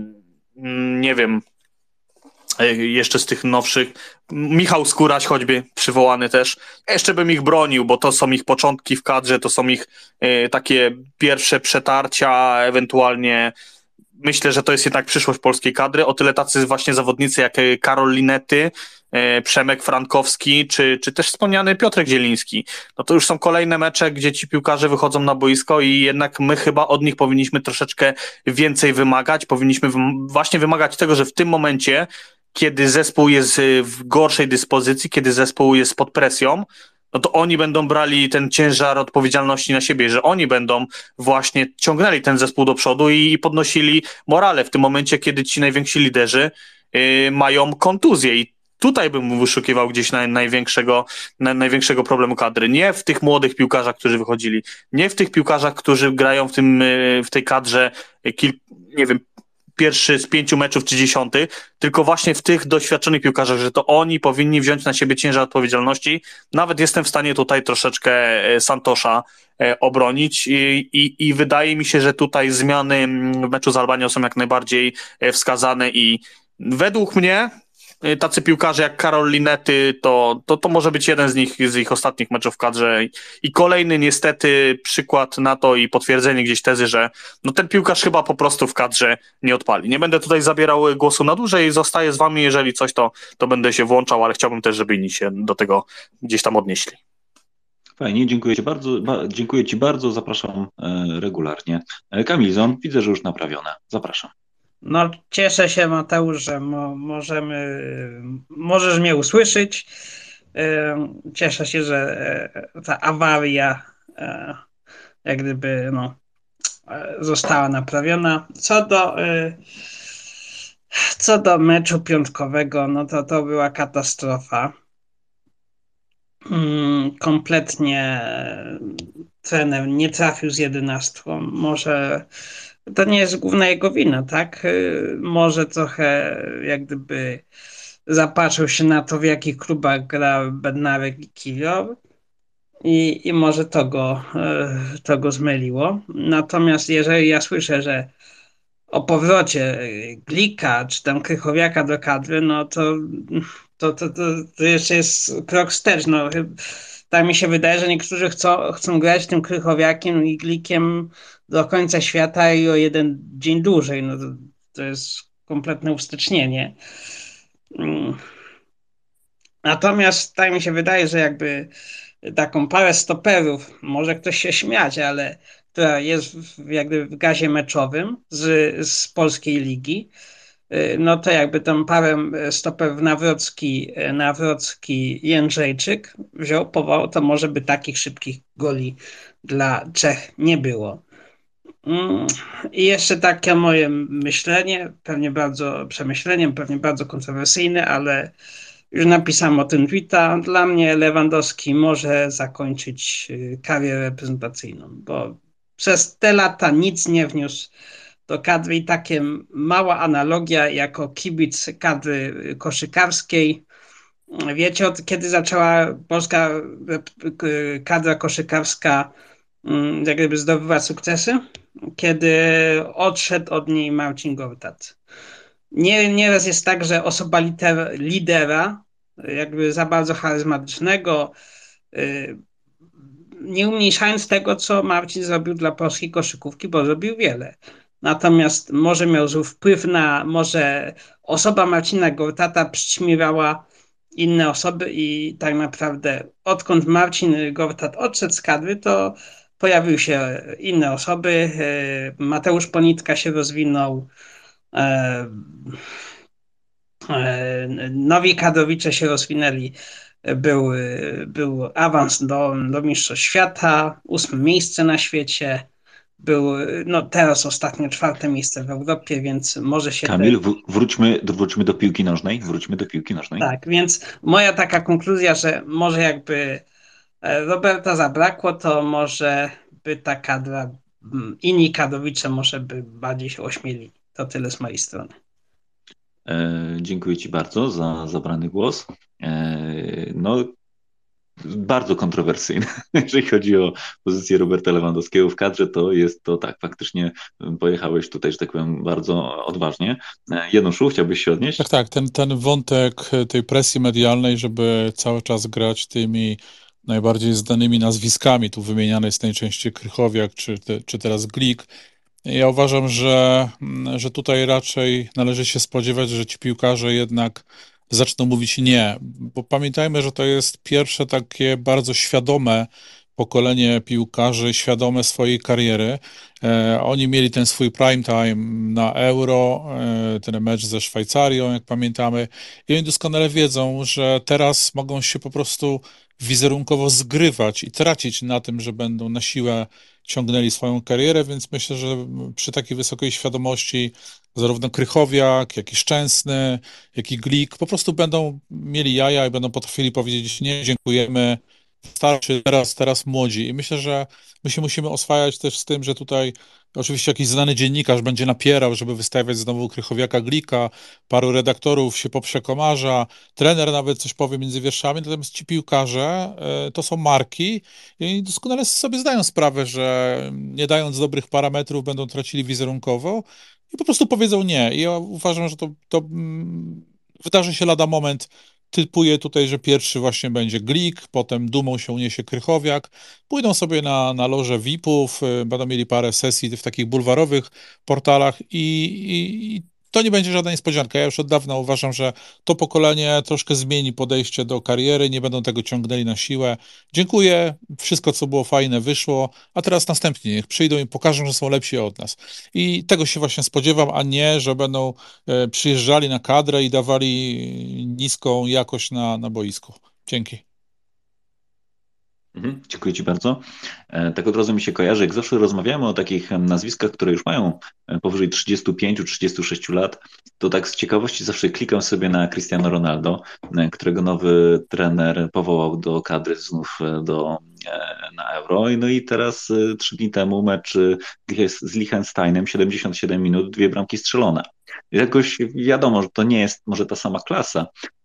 nie wiem, jeszcze z tych nowszych, Michał Skóraś choćby przywołany też, jeszcze bym ich bronił, bo to są ich początki w kadrze, to są ich y, takie pierwsze przetarcia, ewentualnie myślę, że to jest jednak przyszłość polskiej kadry, o tyle tacy właśnie zawodnicy jak Karol Linety, y, Przemek Frankowski, czy, czy też wspomniany Piotrek Zieliński, no to już są kolejne mecze, gdzie ci piłkarze wychodzą na boisko i jednak my chyba od nich powinniśmy troszeczkę więcej wymagać, powinniśmy wym- właśnie wymagać tego, że w tym momencie, kiedy zespół jest w gorszej dyspozycji, kiedy zespół jest pod presją, no to oni będą brali ten ciężar odpowiedzialności na siebie, że oni będą właśnie ciągnęli ten zespół do przodu i podnosili morale w tym momencie, kiedy ci najwięksi liderzy yy, mają kontuzję. I tutaj bym wyszukiwał gdzieś naj, największego, na, największego problemu kadry. Nie w tych młodych piłkarzach, którzy wychodzili, nie w tych piłkarzach, którzy grają w, tym, yy, w tej kadrze kilk, nie wiem, pierwszy z pięciu meczów czy dziesiąty, tylko właśnie w tych doświadczonych piłkarzach, że to oni powinni wziąć na siebie ciężar odpowiedzialności. Nawet jestem w stanie tutaj troszeczkę Santosza obronić i, i, i wydaje mi się, że tutaj zmiany w meczu z Albanią są jak najbardziej wskazane i według mnie tacy piłkarze jak Karol Linety, to, to, to może być jeden z nich, z ich ostatnich meczów w kadrze i kolejny niestety przykład na to i potwierdzenie gdzieś tezy, że no ten piłkarz chyba po prostu w kadrze nie odpali. Nie będę tutaj zabierał głosu na dłużej, zostaję z wami, jeżeli coś, to, to będę się włączał, ale chciałbym też, żeby inni się do tego gdzieś tam odnieśli. Fajnie, dziękuję ci bardzo, ba, dziękuję ci bardzo, zapraszam e, regularnie. E, Kamilzon, widzę, że już naprawione. Zapraszam. No, cieszę się, Mateusz, że mo, możemy, możesz mnie usłyszeć. Cieszę się, że ta awaria jak gdyby no, została naprawiona. Co do, co do meczu piątkowego, no to to była katastrofa. Kompletnie trener nie trafił z jedenastką. Może to nie jest główna jego wina, tak? Może trochę jak gdyby zapatrzył się na to, w jakich klubach gra Bednarek i Kiwior. i, i może to go, to go zmyliło. Natomiast jeżeli ja słyszę, że o powrocie Glika czy tam Krychowiaka do kadry, no to, to, to, to, to jeszcze jest krok wstecz. No, tak mi się wydaje, że niektórzy chcą, chcą grać tym Krychowiakiem i Glikiem do końca świata i o jeden dzień dłużej. No to, to jest kompletne uwstecznienie. Natomiast tak mi się wydaje, że jakby taką parę stoperów, może ktoś się śmiać, ale która jest w, jakby w gazie meczowym z, z polskiej ligi, no to jakby tam parę stoperów Nawrocki, Nawrocki, Jędrzejczyk wziął, powołał, to może by takich szybkich goli dla Czech nie było. I jeszcze takie moje myślenie, pewnie bardzo przemyśleniem, pewnie bardzo kontrowersyjne, ale już napisałem o tym tweeta. Dla mnie Lewandowski może zakończyć karierę reprezentacyjną, bo przez te lata nic nie wniósł do kadry i takie mała analogia jako kibic kadry koszykarskiej. Wiecie, od kiedy zaczęła polska kadra koszykarska jak gdyby zdobywać sukcesy? Kiedy odszedł od niej Marcin Gortat. Nie, nieraz jest tak, że osoba liter, lidera, jakby za bardzo charyzmatycznego, yy, nie umniejszając tego, co Marcin zrobił dla polskiej koszykówki, bo zrobił wiele. Natomiast może miał zły wpływ na, może osoba Marcina Gortata przyćmiewała inne osoby i tak naprawdę odkąd Marcin Gortat odszedł z kadry, to pojawiły się inne osoby. Mateusz Ponitka się rozwinął, nowi kadrowicze się rozwinęli. Był, był awans do, do Mistrzostw Świata, ósme miejsce na świecie. Był, no teraz ostatnio czwarte miejsce w Europie, więc może się... Kamil, te... wróćmy, wróćmy do piłki nożnej, wróćmy do piłki nożnej. Tak, więc moja taka konkluzja, że może jakby Roberta zabrakło, to może by ta kadra, inni kadrowicze może by bardziej się ośmielili. To tyle z mojej strony. E, dziękuję Ci bardzo za zabrany głos. E, no, bardzo kontrowersyjne. Jeżeli chodzi o pozycję Roberta Lewandowskiego w kadrze, to jest to tak, faktycznie pojechałeś tutaj, że tak powiem, bardzo odważnie. Januszu, chciałbyś się odnieść? Tak, tak, ten, ten wątek tej presji medialnej, żeby cały czas grać tymi najbardziej znanymi nazwiskami, tu wymieniane jest najczęściej Krychowiak, czy, te, czy teraz Glik. Ja uważam, że, że tutaj raczej należy się spodziewać, że ci piłkarze jednak zaczną mówić nie, bo pamiętajmy, że to jest pierwsze takie bardzo świadome pokolenie piłkarzy, świadome swojej kariery. E, oni mieli ten swój prime time na Euro, e, ten mecz ze Szwajcarią, jak pamiętamy, i oni doskonale wiedzą, że teraz mogą się po prostu wizerunkowo zgrywać i tracić na tym, że będą na siłę ciągnęli swoją karierę, więc myślę, że przy takiej wysokiej świadomości zarówno Krychowiak, jak i Szczęsny, jak i Glik po prostu będą mieli jaja i będą potrafili powiedzieć nie, dziękujemy, starczy, teraz, teraz młodzi. I myślę, że my się musimy oswajać też z tym, że tutaj oczywiście jakiś znany dziennikarz będzie napierał, żeby wystawiać znowu Krychowiaka, Glika, paru redaktorów się poprzekomarza, trener nawet coś powie między wierszami, natomiast ci piłkarze y, to są marki i oni doskonale sobie zdają sprawę, że nie dając dobrych parametrów będą tracili wizerunkowo i po prostu powiedzą nie. I ja uważam, że to, to mm, wydarzy się lada moment. Typuję tutaj, że pierwszy właśnie będzie Glik, potem dumą się uniesie Krychowiak, pójdą sobie na, na loże V I P-ów, y, będą mieli parę sesji w takich bulwarowych portalach i, i, i to nie będzie żadna niespodzianka. Ja już od dawna uważam, że to pokolenie troszkę zmieni podejście do kariery, nie będą tego ciągnęli na siłę. Dziękuję, wszystko co było fajne wyszło, a teraz następni niech przyjdą i pokażą, że są lepsi od nas. I tego się właśnie spodziewam, a nie, że będą e, przyjeżdżali na kadrę i dawali niską jakość na, na boisku. Dzięki. Mhm, dziękuję Ci bardzo. E, tak od razu mi się kojarzy, jak zawsze rozmawiamy o takich nazwiskach, które już mają powyżej trzydziestu pięciu trzydziestu sześciu lat, to tak z ciekawości zawsze klikam sobie na Cristiano Ronaldo, e, którego nowy trener powołał do kadry znów do, e, na Euro. No i teraz e, trzy dni temu mecz z Liechtensteinem, siedemdziesiąt siedem minut, dwie bramki strzelone. Jakoś wiadomo, że to nie jest może ta sama klasa,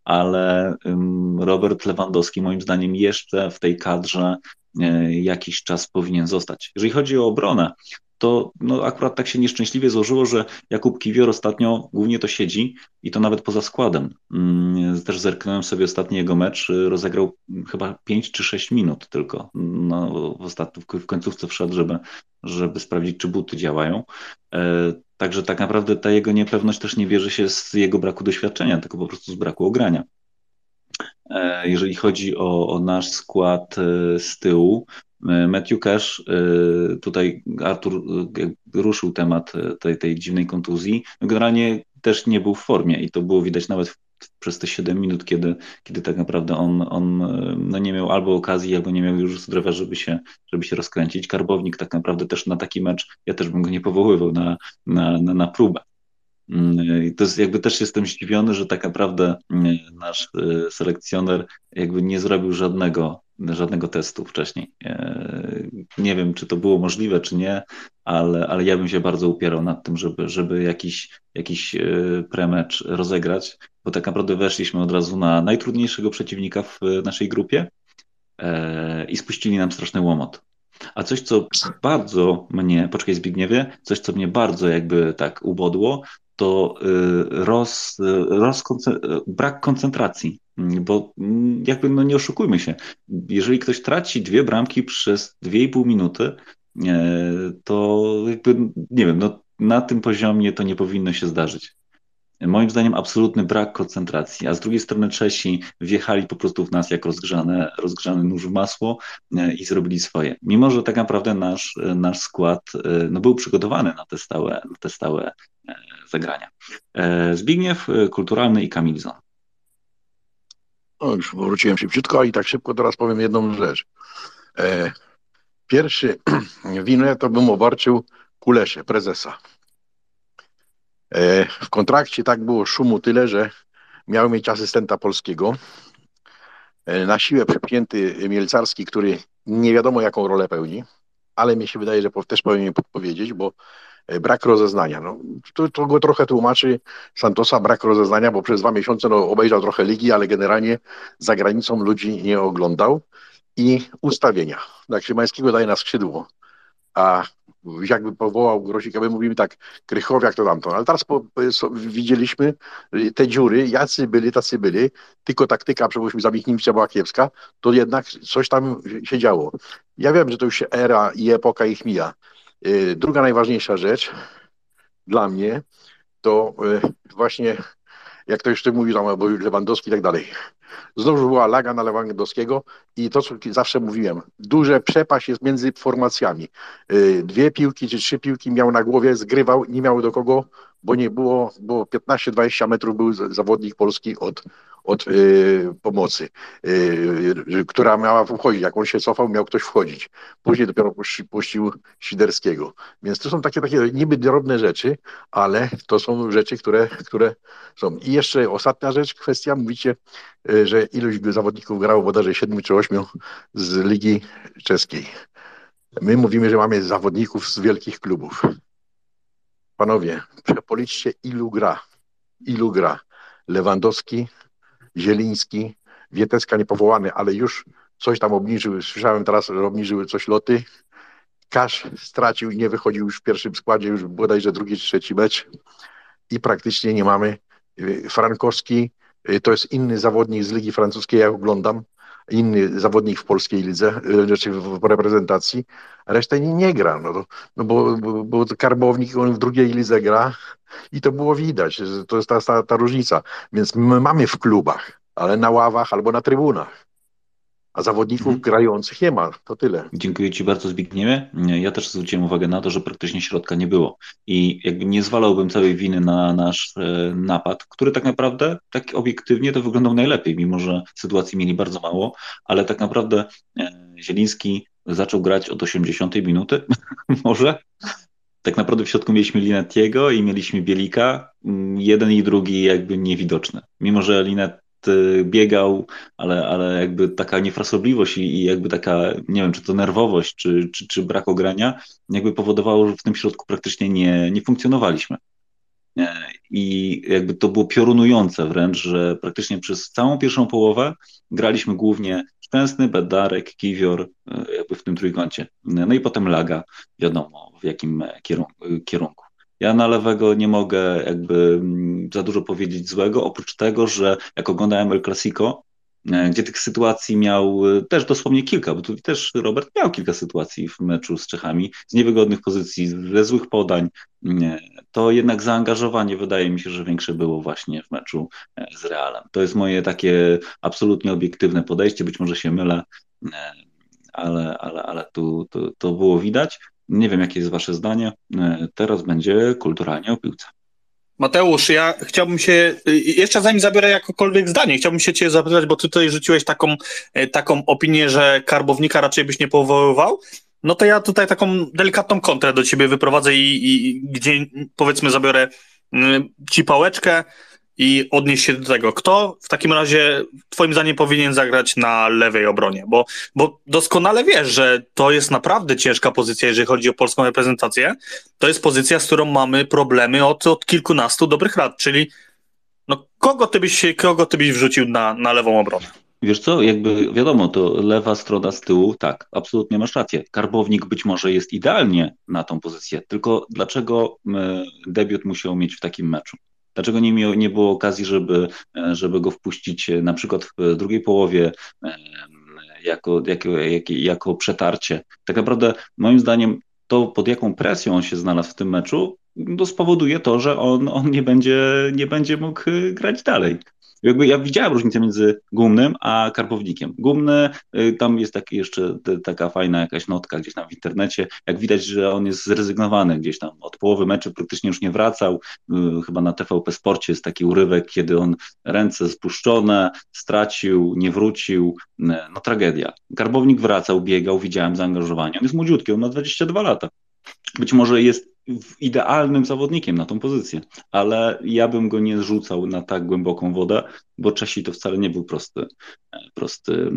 ale Robert Lewandowski moim zdaniem jeszcze w tej kadrze jakiś czas powinien zostać. Jeżeli chodzi o obronę, to no akurat tak się nieszczęśliwie złożyło, że Jakub Kiwior ostatnio głównie to siedzi i to nawet poza składem. Też zerknąłem sobie ostatni jego mecz, rozegrał chyba pięć czy sześć minut tylko. No, w, ostatnim, w końcówce wszedł, żeby, żeby sprawdzić, czy buty działają. Także tak naprawdę ta jego niepewność też nie bierze się z jego braku doświadczenia, tylko po prostu z braku ogrania. Jeżeli chodzi o, o nasz skład z tyłu, Matthew Cash, tutaj Artur ruszył temat tej, tej dziwnej kontuzji, generalnie też nie był w formie i to było widać nawet przez te siedem minut, kiedy, kiedy tak naprawdę on, on no nie miał albo okazji, albo nie miał już zdrowia, żeby się, żeby się rozkręcić. Karbownik tak naprawdę też na taki mecz, ja też bym go nie powoływał na, na, na, na próbę. I to jest jakby też jestem zdziwiony, że tak naprawdę nasz selekcjoner jakby nie zrobił żadnego, żadnego testu wcześniej. Nie wiem, czy to było możliwe, czy nie, ale, ale ja bym się bardzo upierał nad tym, żeby, żeby jakiś, jakiś premecz rozegrać, bo tak naprawdę weszliśmy od razu na najtrudniejszego przeciwnika w naszej grupie i spuścili nam straszny łomot. A coś, co bardzo mnie, poczekaj Zbigniewie, coś, co mnie bardzo jakby tak ubodło, to roz, roz, brak koncentracji, bo jakby no nie oszukujmy się, jeżeli ktoś traci dwie bramki przez dwie i pół minuty, to jakby, nie wiem, no na tym poziomie to nie powinno się zdarzyć. Moim zdaniem absolutny brak koncentracji, a z drugiej strony Czesi wjechali po prostu w nas jak rozgrzane, rozgrzany nóż w masło i zrobili swoje. Mimo że tak naprawdę nasz, nasz skład no, był przygotowany na te stałe, na te stałe zagrania. Zbigniew, Kulturalny i Kamilzon. No już wróciłem szybciutko i tak szybko teraz powiem jedną rzecz. Pierwszy winę to bym obarczył Kuleszę, prezesa. W kontrakcie tak było szumu tyle, że miał mieć asystenta polskiego. Na siłę przepchnięty Mielcarski, który nie wiadomo jaką rolę pełni, ale mi się wydaje, że też powinien podpowiedzieć, bo brak rozeznania. No, to, to go trochę tłumaczy Santosa, brak rozeznania, bo przez dwa miesiące no, obejrzał trochę ligi, ale generalnie za granicą ludzi nie oglądał. I ustawienia. Tak, Szymańskiego daje na skrzydło, a jakby powołał Grosika, my mówimy tak, Krychowiak to tamto, ale teraz po, so, widzieliśmy te dziury, jacy byli, tacy byli, tylko taktyka, przepraszam, za ich Niemca była kiepska, to jednak coś tam się działo. Ja wiem, że to już era i epoka ich mija. Druga najważniejsza rzecz dla mnie to właśnie, jak to jeszcze mówi tam, bo Lewandowski i tak dalej. Znowu była laga na Lewandowskiego i to, co zawsze mówiłem, duże przepaść jest między formacjami. Dwie piłki czy trzy piłki miał na głowie, zgrywał, nie miał do kogo, bo nie było, bo piętnaście dwadzieścia metrów był zawodnik polski od, od yy, pomocy, yy, która miała wchodzić. Jak on się cofał, miał ktoś wchodzić. Później dopiero puści, puścił Siderskiego. Więc to są takie, takie niby drobne rzeczy, ale to są rzeczy, które, które są. I jeszcze ostatnia rzecz, kwestia, mówicie, yy, że iluś zawodników grało bodajże siedmiu czy ośmiu z Ligi Czeskiej. My mówimy, że mamy zawodników z wielkich klubów. Panowie, policzcie ilu gra, ilu gra Lewandowski, Zieliński, Wieteska niepowołany, ale już coś tam obniżył, słyszałem teraz, że obniżyły coś loty. Kasz stracił i nie wychodził już w pierwszym składzie, już bodajże drugi czy trzeci mecz i praktycznie nie mamy. Frankowski to jest inny zawodnik z Ligi Francuskiej, ja oglądam, inny zawodnik w polskiej lidze, znaczy w reprezentacji, a reszta nie, nie gra, no, to, no bo, bo, bo Karbownik on w drugiej lidze gra i to było widać, że to jest ta, ta, ta różnica. Więc my mamy w klubach, ale na ławach albo na trybunach, a zawodników mhm. grających nie ma, to tyle. Dziękuję Ci bardzo, Zbigniewie. Ja też zwróciłem uwagę na to, że praktycznie środka nie było i jakby nie zwalałbym całej winy na nasz e, napad, który tak naprawdę, tak obiektywnie to wyglądał najlepiej, mimo że sytuacji mieli bardzo mało, ale tak naprawdę e, Zieliński zaczął grać od osiemdziesiątej minuty, może. Tak naprawdę w środku mieliśmy Linettiego i mieliśmy Bielika, jeden i drugi jakby niewidoczny, mimo że Linet biegał, ale, ale jakby taka niefrasobliwość i, i jakby taka, nie wiem, czy to nerwowość, czy, czy, czy brak ogrania, jakby powodowało, że w tym środku praktycznie nie, nie funkcjonowaliśmy. i jakby to było piorunujące wręcz, że praktycznie przez całą pierwszą połowę graliśmy głównie Szczęsny, Bednarek, Kiwior, jakby w tym trójkącie. No i potem Laga, wiadomo w jakim kierunku. Ja na lewego nie mogę jakby za dużo powiedzieć złego, oprócz tego, że jak oglądałem El Clasico, gdzie tych sytuacji miał też dosłownie kilka, bo tu też Robert miał kilka sytuacji w meczu z Czechami, z niewygodnych pozycji, ze złych podań, to jednak zaangażowanie wydaje mi się, że większe było właśnie w meczu z Realem. To jest moje takie absolutnie obiektywne podejście, być może się mylę, ale, ale, ale tu to, to było widać. Nie wiem, jakie jest wasze zdanie. Teraz będzie kulturalnie o piłce. Mateusz, ja chciałbym się, jeszcze zanim zabiorę jakokolwiek zdanie, chciałbym się cię zapytać, bo ty tutaj rzuciłeś taką, taką opinię, że Karbownika raczej byś nie powoływał. No to ja tutaj taką delikatną kontrę do ciebie wyprowadzę i, i gdzie powiedzmy zabiorę ci pałeczkę i odnieść się do tego, kto w takim razie twoim zdaniem powinien zagrać na lewej obronie, bo, bo doskonale wiesz, że to jest naprawdę ciężka pozycja, jeżeli chodzi o polską reprezentację. To jest pozycja, z którą mamy problemy od, od kilkunastu dobrych lat, czyli no, kogo ty byś, kogo ty byś wrzucił na, na lewą obronę? Wiesz co, jakby wiadomo, to lewa strona z tyłu, tak, absolutnie masz rację. Karbownik być może jest idealnie na tą pozycję, tylko dlaczego debiut musiał mieć w takim meczu? Dlaczego nie, miał, nie było okazji, żeby, żeby go wpuścić na przykład w drugiej połowie jako, jako, jako, jako przetarcie? Tak naprawdę moim zdaniem to, pod jaką presją on się znalazł w tym meczu, to spowoduje to, że on, on nie będzie, nie będzie mógł grać dalej. Jakby ja widziałem różnicę między Gumnym a Karbownikiem. Gumny, tam jest taki jeszcze taka fajna jakaś notka gdzieś tam w internecie, jak widać, że on jest zrezygnowany gdzieś tam od połowy meczu, praktycznie już nie wracał. Chyba na T V P Sporcie jest taki urywek, kiedy on ręce spuszczone, stracił, nie wrócił, no tragedia. Karbownik wracał, biegał, widziałem zaangażowanie. On jest młodziutki, on ma dwadzieścia dwa lata. Być może jest idealnym zawodnikiem na tą pozycję, ale ja bym go nie zrzucał na tak głęboką wodę, bo Czesi to wcale nie był prosty, prosty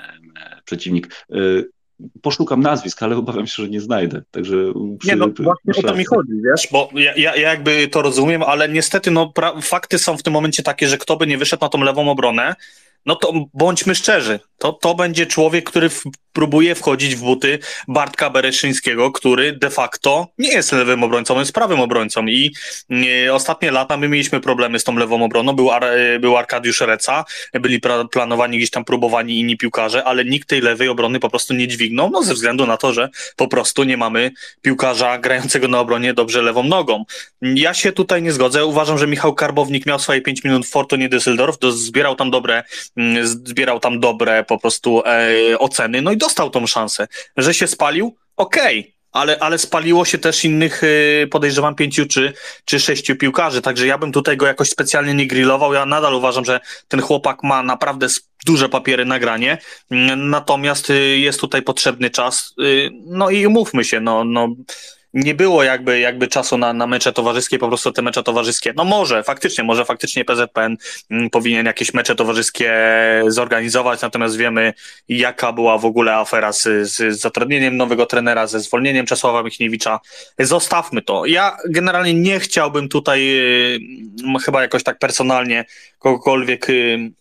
przeciwnik. Poszukam nazwisk, ale obawiam się, że nie znajdę. Także przy, nie, no właśnie o to mi chodzi, wiesz, bo ja, ja jakby to rozumiem, ale niestety no, pra- fakty są w tym momencie takie, że kto by nie wyszedł na tą lewą obronę, no to bądźmy szczerzy, to, to będzie człowiek, który w, próbuje wchodzić w buty Bartka Bereszyńskiego, który de facto nie jest lewym obrońcą, jest prawym obrońcą i e, ostatnie lata my mieliśmy problemy z tą lewą obroną, był, Ar, był Arkadiusz Reca, byli pra, planowani gdzieś tam próbowani inni piłkarze, ale nikt tej lewej obrony po prostu nie dźwignął, no ze względu na to, że po prostu nie mamy piłkarza grającego na obronie dobrze lewą nogą. Ja się tutaj nie zgodzę, uważam, że Michał Karbownik miał swoje pięć minut w Fortunie Düsseldorf, do, zbierał tam dobre zbierał tam dobre po prostu e, oceny, no i dostał tą szansę. Że się spalił? Okej, okay. ale, ale spaliło się też innych, e, podejrzewam, pięciu czy, czy sześciu piłkarzy, także ja bym tutaj go jakoś specjalnie nie grillował, ja nadal uważam, że ten chłopak ma naprawdę duże papiery na granie, natomiast e, jest tutaj potrzebny czas, e, no i umówmy się, no, no nie było jakby, jakby czasu na, na mecze towarzyskie, po prostu te mecze towarzyskie, no może faktycznie, może faktycznie P Z P N m, powinien jakieś mecze towarzyskie zorganizować, natomiast wiemy, jaka była w ogóle afera z, z zatrudnieniem nowego trenera, ze zwolnieniem Czesława Michniewicza. Zostawmy to. Ja generalnie nie chciałbym tutaj y, chyba jakoś tak personalnie kogokolwiek y,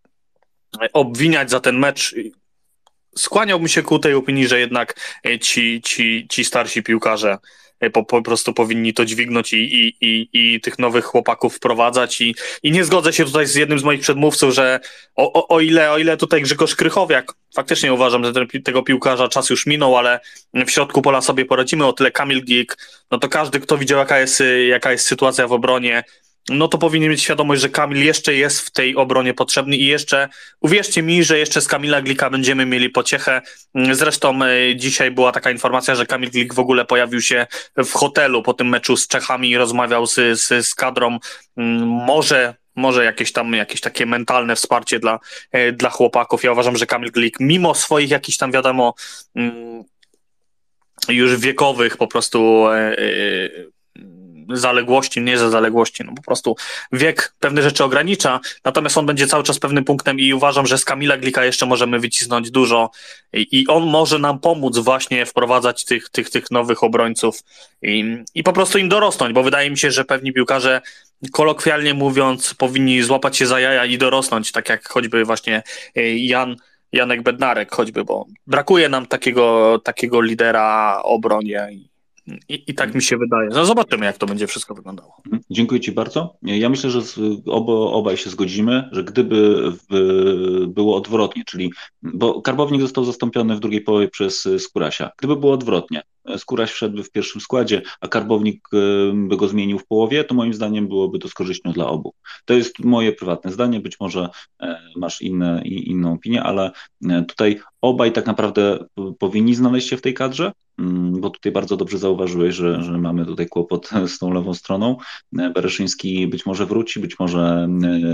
obwiniać za ten mecz. Skłaniałbym się ku tej opinii, że jednak ci, ci, ci starsi piłkarze po, po prostu powinni to dźwignąć i, i, i, i tych nowych chłopaków wprowadzać i, i nie zgodzę się tutaj z jednym z moich przedmówców, że o, o, o, ile, o ile tutaj Grzegorz Krychowiak, faktycznie uważam, że ten, tego piłkarza czas już minął, ale w środku pola sobie poradzimy, o tyle Kamil Glik, no to każdy, kto widział jaka jest, jaka jest sytuacja w obronie, no to powinien mieć świadomość, że Kamil jeszcze jest w tej obronie potrzebny i jeszcze, uwierzcie mi, że jeszcze z Kamila Glika będziemy mieli pociechę. Zresztą dzisiaj była taka informacja, że Kamil Glik w ogóle pojawił się w hotelu po tym meczu z Czechami i rozmawiał z, z, z kadrą. Może Może jakieś tam, jakieś takie mentalne wsparcie dla, dla chłopaków. Ja uważam, że Kamil Glik, mimo swoich jakichś tam, wiadomo, już wiekowych po prostu zaległości, nie za zaległości, no po prostu wiek pewne rzeczy ogranicza, natomiast on będzie cały czas pewnym punktem i uważam, że z Kamila Glika jeszcze możemy wycisnąć dużo i, i on może nam pomóc właśnie wprowadzać tych, tych, tych nowych obrońców i, i po prostu im dorosnąć, bo wydaje mi się, że pewni piłkarze, kolokwialnie mówiąc, powinni złapać się za jaja i dorosnąć, tak jak choćby właśnie Jan Janek Bednarek choćby, bo brakuje nam takiego, takiego lidera obronie i, i, i tak mi się wydaje. No zobaczymy, jak to będzie wszystko wyglądało. Dziękuję Ci bardzo. Ja myślę, że z, obo, obaj się zgodzimy, że gdyby w, było odwrotnie, czyli, bo Karbownik został zastąpiony w drugiej połowie przez Skórasia. Gdyby było odwrotnie, Skóraś wszedłby w pierwszym składzie, a Karbownik by go zmienił w połowie, to moim zdaniem byłoby to z korzyścią dla obu. To jest moje prywatne zdanie, być może masz inne, inną opinię, ale tutaj obaj tak naprawdę powinni znaleźć się w tej kadrze, bo tutaj bardzo dobrze zauważyłeś, że, że mamy tutaj kłopot z tą lewą stroną. Bereszyński być może wróci, być może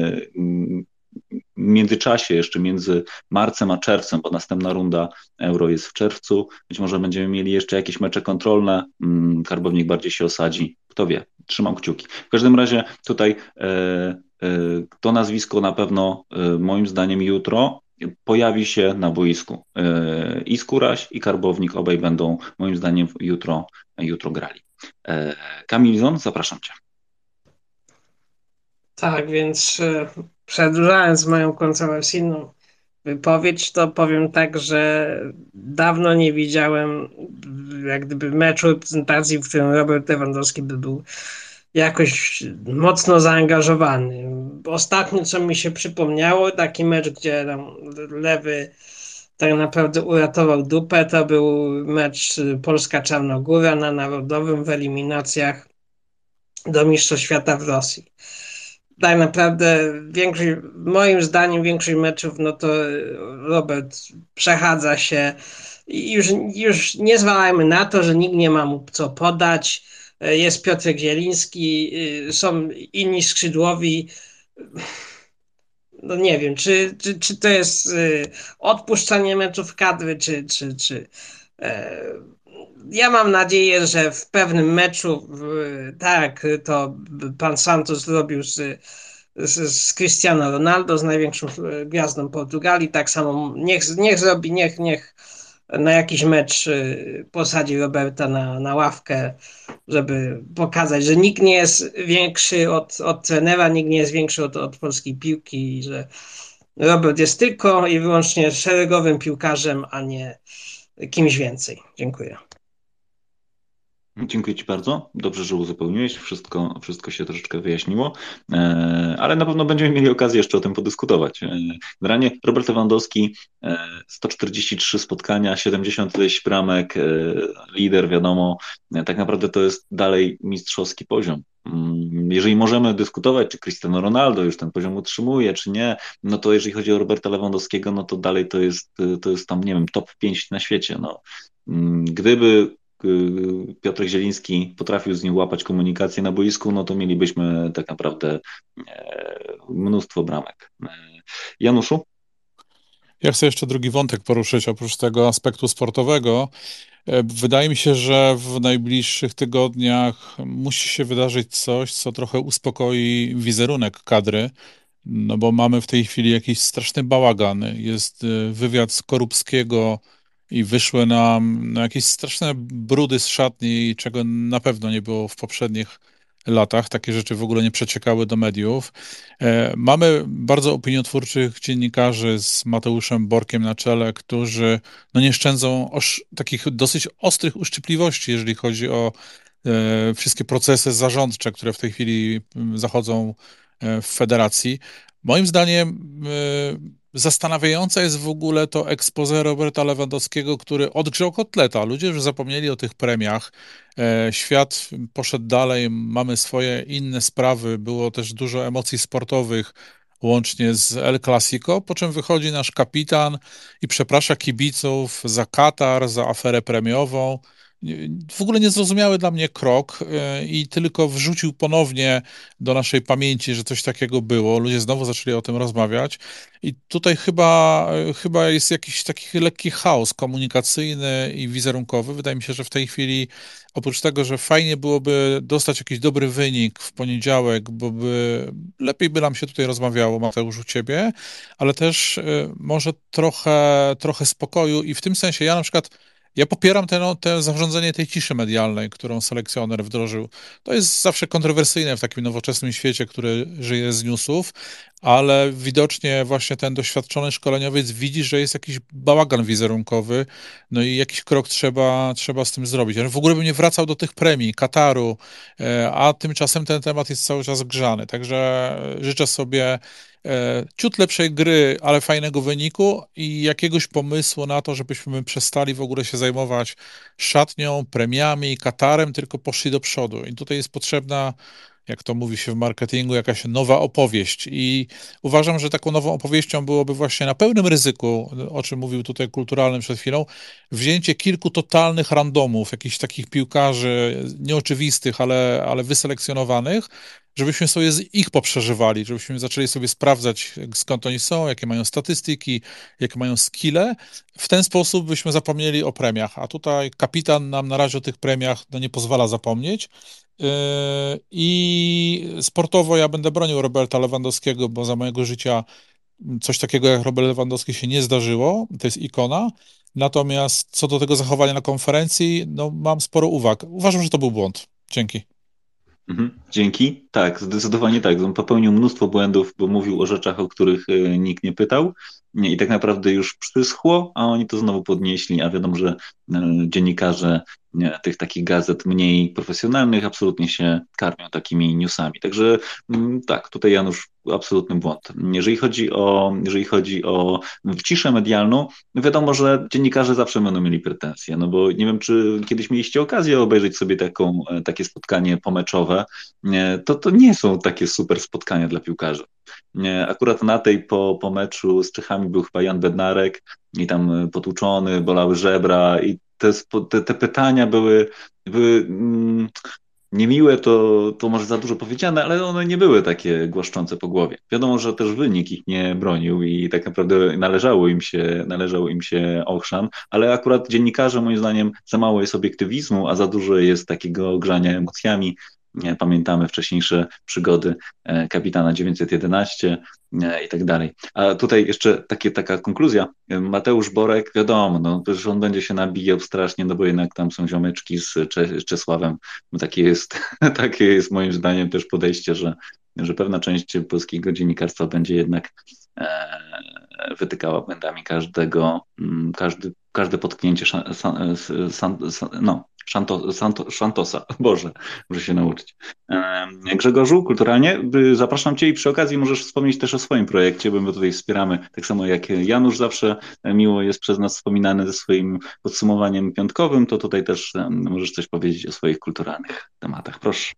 w międzyczasie, jeszcze między marcem a czerwcem, bo następna runda Euro jest w czerwcu, być może będziemy mieli jeszcze jakieś mecze kontrolne, Karbownik bardziej się osadzi, kto wie, trzymam kciuki. W każdym razie tutaj e, e, to nazwisko na pewno e, moim zdaniem jutro pojawi się na boisku. E, I Skóraś, i Karbownik, obaj będą moim zdaniem jutro, jutro grali. E, Kamilzon, zapraszam Cię. Tak, więc e, przedłużając moją kontrowersyjną wypowiedź, to powiem tak, że dawno nie widziałem jak gdyby meczu reprezentacji, w którym Robert Lewandowski by był jakoś mocno zaangażowany. Ostatnio, co mi się przypomniało, taki mecz, gdzie tam lewy tak naprawdę uratował dupę, to był mecz Polska-Czarnogóra na Narodowym w eliminacjach do Mistrzostw Świata w Rosji. Tak naprawdę większość, moim zdaniem większość meczów, no to Robert przechadza się i już, już nie zwalajmy na to, że nikt nie ma mu co podać. Jest Piotrek Zieliński, są inni skrzydłowi. No nie wiem, czy, czy, czy to jest odpuszczanie meczów kadry, czy, czy, czy ja mam nadzieję, że w pewnym meczu, tak to pan Santos zrobił z, z, z Cristiano Ronaldo, z największą gwiazdą Portugalii, tak samo niech, niech zrobi, niech, niech na jakiś mecz posadzi Roberta na, na ławkę, żeby pokazać, że nikt nie jest większy od, od trenera, nikt nie jest większy od, od polskiej piłki i że Robert jest tylko i wyłącznie szeregowym piłkarzem, a nie kimś więcej. Dziękuję. Dziękuję Ci bardzo. Dobrze, że uzupełniłeś. Wszystko, wszystko się troszeczkę wyjaśniło, ale na pewno będziemy mieli okazję jeszcze o tym podyskutować. Generalnie Robert Lewandowski, sto czterdzieści trzy spotkania, siedemdziesiąt bramek, lider, wiadomo, tak naprawdę to jest dalej mistrzowski poziom. Jeżeli możemy dyskutować, czy Cristiano Ronaldo już ten poziom utrzymuje, czy nie, no to jeżeli chodzi o Roberta Lewandowskiego, no to dalej to jest, to jest tam, nie wiem, top pięć na świecie. No. Gdyby Piotrek Zieliński potrafił z nim łapać komunikację na boisku, no to mielibyśmy tak naprawdę mnóstwo bramek. Januszu? Ja chcę jeszcze drugi wątek poruszyć, oprócz tego aspektu sportowego. Wydaje mi się, że w najbliższych tygodniach musi się wydarzyć coś, co trochę uspokoi wizerunek kadry, no bo mamy w tej chwili jakiś straszny bałagan. Jest wywiad Skorupskiego i wyszły nam no, jakieś straszne brudy z szatni, czego na pewno nie było w poprzednich latach. Takie rzeczy w ogóle nie przeciekały do mediów. E, mamy bardzo opiniotwórczych dziennikarzy z Mateuszem Borkiem na czele, którzy no, nie szczędzą osz, takich dosyć ostrych uszczypliwości, jeżeli chodzi o e, wszystkie procesy zarządcze, które w tej chwili zachodzą e, w federacji. Moim zdaniem e, zastanawiające jest w ogóle to expose Roberta Lewandowskiego, który odgrzał kotleta. Ludzie już zapomnieli o tych premiach. E, świat poszedł dalej, mamy swoje inne sprawy, było też dużo emocji sportowych, łącznie z El Clasico, po czym wychodzi nasz kapitan i przeprasza kibiców za Katar, za aferę premiową. w ogóle niezrozumiały dla mnie krok i tylko wrzucił ponownie do naszej pamięci, że coś takiego było. Ludzie znowu zaczęli o tym rozmawiać i tutaj chyba, chyba jest jakiś taki lekki chaos komunikacyjny i wizerunkowy. Wydaje mi się, że w tej chwili oprócz tego, że fajnie byłoby dostać jakiś dobry wynik w poniedziałek, bo by, lepiej by nam się tutaj rozmawiało, Mateusz, u ciebie, ale też może trochę, trochę spokoju i w tym sensie ja na przykład ja popieram te, te zarządzanie tej ciszy medialnej, którą selekcjoner wdrożył. To jest zawsze kontrowersyjne w takim nowoczesnym świecie, który żyje z newsów, ale widocznie właśnie ten doświadczony szkoleniowiec widzi, że jest jakiś bałagan wizerunkowy, no i jakiś krok trzeba, trzeba z tym zrobić. Ja w ogóle bym nie wracał do tych premii, Kataru, a tymczasem ten temat jest cały czas grzany. Także życzę sobie ciut lepszej gry, ale fajnego wyniku i jakiegoś pomysłu na to, żebyśmy przestali w ogóle się zajmować szatnią, premiami, Katarem, tylko poszli do przodu. I tutaj jest potrzebna, jak to mówi się w marketingu, jakaś nowa opowieść. I uważam, że taką nową opowieścią byłoby właśnie na pełnym ryzyku, o czym mówił tutaj Kulturalny przed chwilą, wzięcie kilku totalnych randomów, jakichś takich piłkarzy nieoczywistych, ale, ale wyselekcjonowanych, żebyśmy sobie z ich poprzeżywali, żebyśmy zaczęli sobie sprawdzać, skąd oni są, jakie mają statystyki, jakie mają skille. W ten sposób byśmy zapomnieli o premiach, a tutaj kapitan nam na razie o tych premiach no, nie pozwala zapomnieć. Yy, I sportowo ja będę bronił Roberta Lewandowskiego, bo za mojego życia coś takiego jak Robert Lewandowski się nie zdarzyło, to jest ikona. Natomiast co do tego zachowania na konferencji, no mam sporo uwag. Uważam, że to był błąd. Dzięki. Mhm. Dzięki. Tak, zdecydowanie tak. On popełnił mnóstwo błędów, bo mówił o rzeczach, o których e, nikt nie pytał. Nie, i tak naprawdę już przyschło, a oni to znowu podnieśli, a wiadomo, że e, dziennikarze nie, tych takich gazet mniej profesjonalnych absolutnie się karmią takimi newsami. Także m, tak, tutaj Janusz absolutny błąd. Jeżeli chodzi o, jeżeli chodzi o ciszę medialną, wiadomo, że dziennikarze zawsze będą mieli pretensje, no bo nie wiem, czy kiedyś mieliście okazję obejrzeć sobie taką, takie spotkanie pomeczowe, to to nie są takie super spotkania dla piłkarzy. Akurat na tej po, po meczu z Czechami był chyba Jan Bednarek i tam potłuczony, bolały żebra i te, te, te pytania były, były mm, niemiłe, to, to może za dużo powiedziane, ale one nie były takie głaszczące po głowie. Wiadomo, że też wynik ich nie bronił i tak naprawdę należało im się, należał im się ochrzan, ale akurat dziennikarze moim zdaniem za mało jest obiektywizmu, a za dużo jest takiego grzania emocjami. Pamiętamy wcześniejsze przygody kapitana dziewięćset jedenaście i tak dalej. A tutaj jeszcze takie, taka konkluzja. Mateusz Borek, wiadomo, no, że on będzie się nabijał strasznie, no bo jednak tam są ziomeczki z Cze- Czesławem. No, takie jest, takie jest moim zdaniem też podejście, że, że pewna część polskiego dziennikarstwa będzie jednak e, wytykała błędami każdego, każdy, każde potknięcie szan, san, san, san, no, Szanto, Santo, Szantosa. Boże, muszę się nauczyć. Grzegorzu, kulturalnie, zapraszam Cię i przy okazji możesz wspomnieć też o swoim projekcie, bo my tutaj wspieramy, tak samo jak Janusz zawsze miło jest przez nas wspominany ze swoim podsumowaniem piątkowym, to tutaj też możesz coś powiedzieć o swoich kulturalnych tematach. Proszę.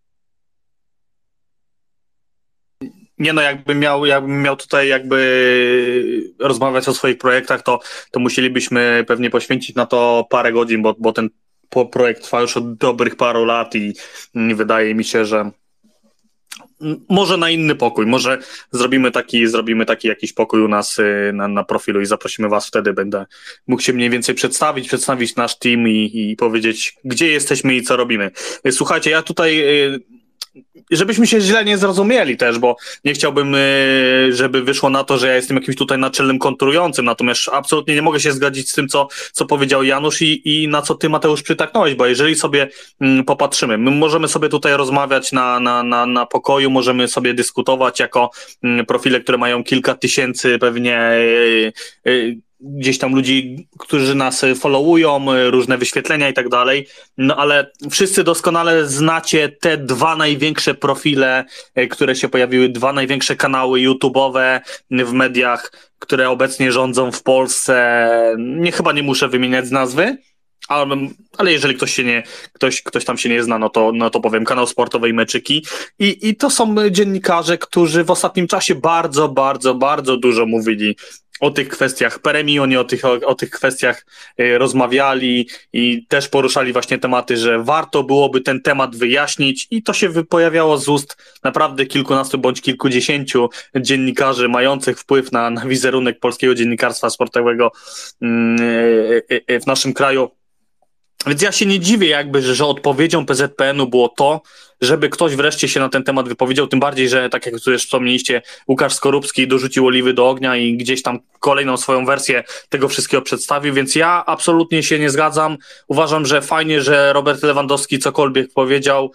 Nie no, jakbym miał, jakbym miał tutaj jakby rozmawiać o swoich projektach, to, to musielibyśmy pewnie poświęcić na to parę godzin, bo, bo ten projekt trwa już od dobrych paru lat i wydaje mi się, że może na inny pokój, może zrobimy taki, zrobimy taki jakiś pokój u nas na, na profilu i zaprosimy was, wtedy będę mógł się mniej więcej przedstawić, przedstawić nasz team i, i powiedzieć, gdzie jesteśmy i co robimy. Słuchajcie, ja tutaj... Żebyśmy się źle nie zrozumieli też, bo nie chciałbym, żeby wyszło na to, że ja jestem jakimś tutaj naczelnym kontrującym, natomiast absolutnie nie mogę się zgodzić z tym, co, co powiedział Janusz i, i na co ty, Mateusz, przytaknąłeś, bo jeżeli sobie popatrzymy, my możemy sobie tutaj rozmawiać na, na, na, na pokoju, możemy sobie dyskutować jako profile, które mają kilka tysięcy pewnie gdzieś tam ludzi, którzy nas followują, różne wyświetlenia i tak dalej, no ale wszyscy doskonale znacie te dwa największe profile, które się pojawiły, dwa największe kanały YouTube'owe w mediach, które obecnie rządzą w Polsce. Nie, chyba nie muszę wymieniać z nazwy, ale, ale jeżeli ktoś się nie, ktoś, ktoś tam się nie zna, no to, no to powiem, kanał sportowy i meczyki. I, I to są dziennikarze, którzy w ostatnim czasie bardzo, bardzo, bardzo dużo mówili o tych kwestiach premii, oni o tych, o, o tych kwestiach y, rozmawiali i też poruszali właśnie tematy, że warto byłoby ten temat wyjaśnić i to się wy- pojawiało z ust naprawdę kilkunastu bądź kilkudziesięciu dziennikarzy mających wpływ na, na wizerunek polskiego dziennikarstwa sportowego y, y, y, w naszym kraju. Więc ja się nie dziwię jakby, że, że odpowiedzią P Z P N u było to, żeby ktoś wreszcie się na ten temat wypowiedział, tym bardziej, że tak jak tu już wspomnieliście, Łukasz Skorupski dorzucił oliwy do ognia i gdzieś tam kolejną swoją wersję tego wszystkiego przedstawił, więc ja absolutnie się nie zgadzam. Uważam, że fajnie, że Robert Lewandowski cokolwiek powiedział,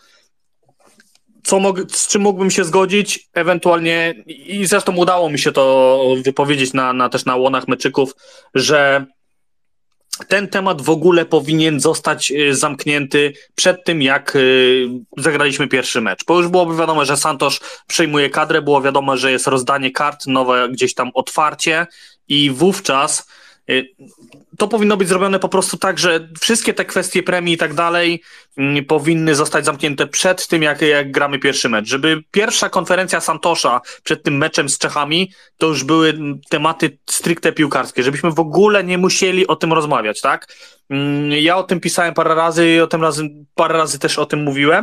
co mog- z czym mógłbym się zgodzić, ewentualnie i zresztą udało mi się to wypowiedzieć na, na też na łonach meczyków, że ten temat w ogóle powinien zostać y, zamknięty przed tym, jak y, zagraliśmy pierwszy mecz. Bo już było wiadomo, że Santos przejmuje kadrę, było wiadomo, że jest rozdanie kart, nowe gdzieś tam otwarcie i wówczas y, to powinno być zrobione po prostu tak, że wszystkie te kwestie premii i tak dalej y, powinny zostać zamknięte przed tym, jak, jak gramy pierwszy mecz. Żeby pierwsza konferencja Santosza przed tym meczem z Czechami to już były tematy stricte piłkarskie, żebyśmy w ogóle nie musieli o tym rozmawiać, tak? Ja o tym pisałem parę razy i o tym razy, parę razy też o tym mówiłem.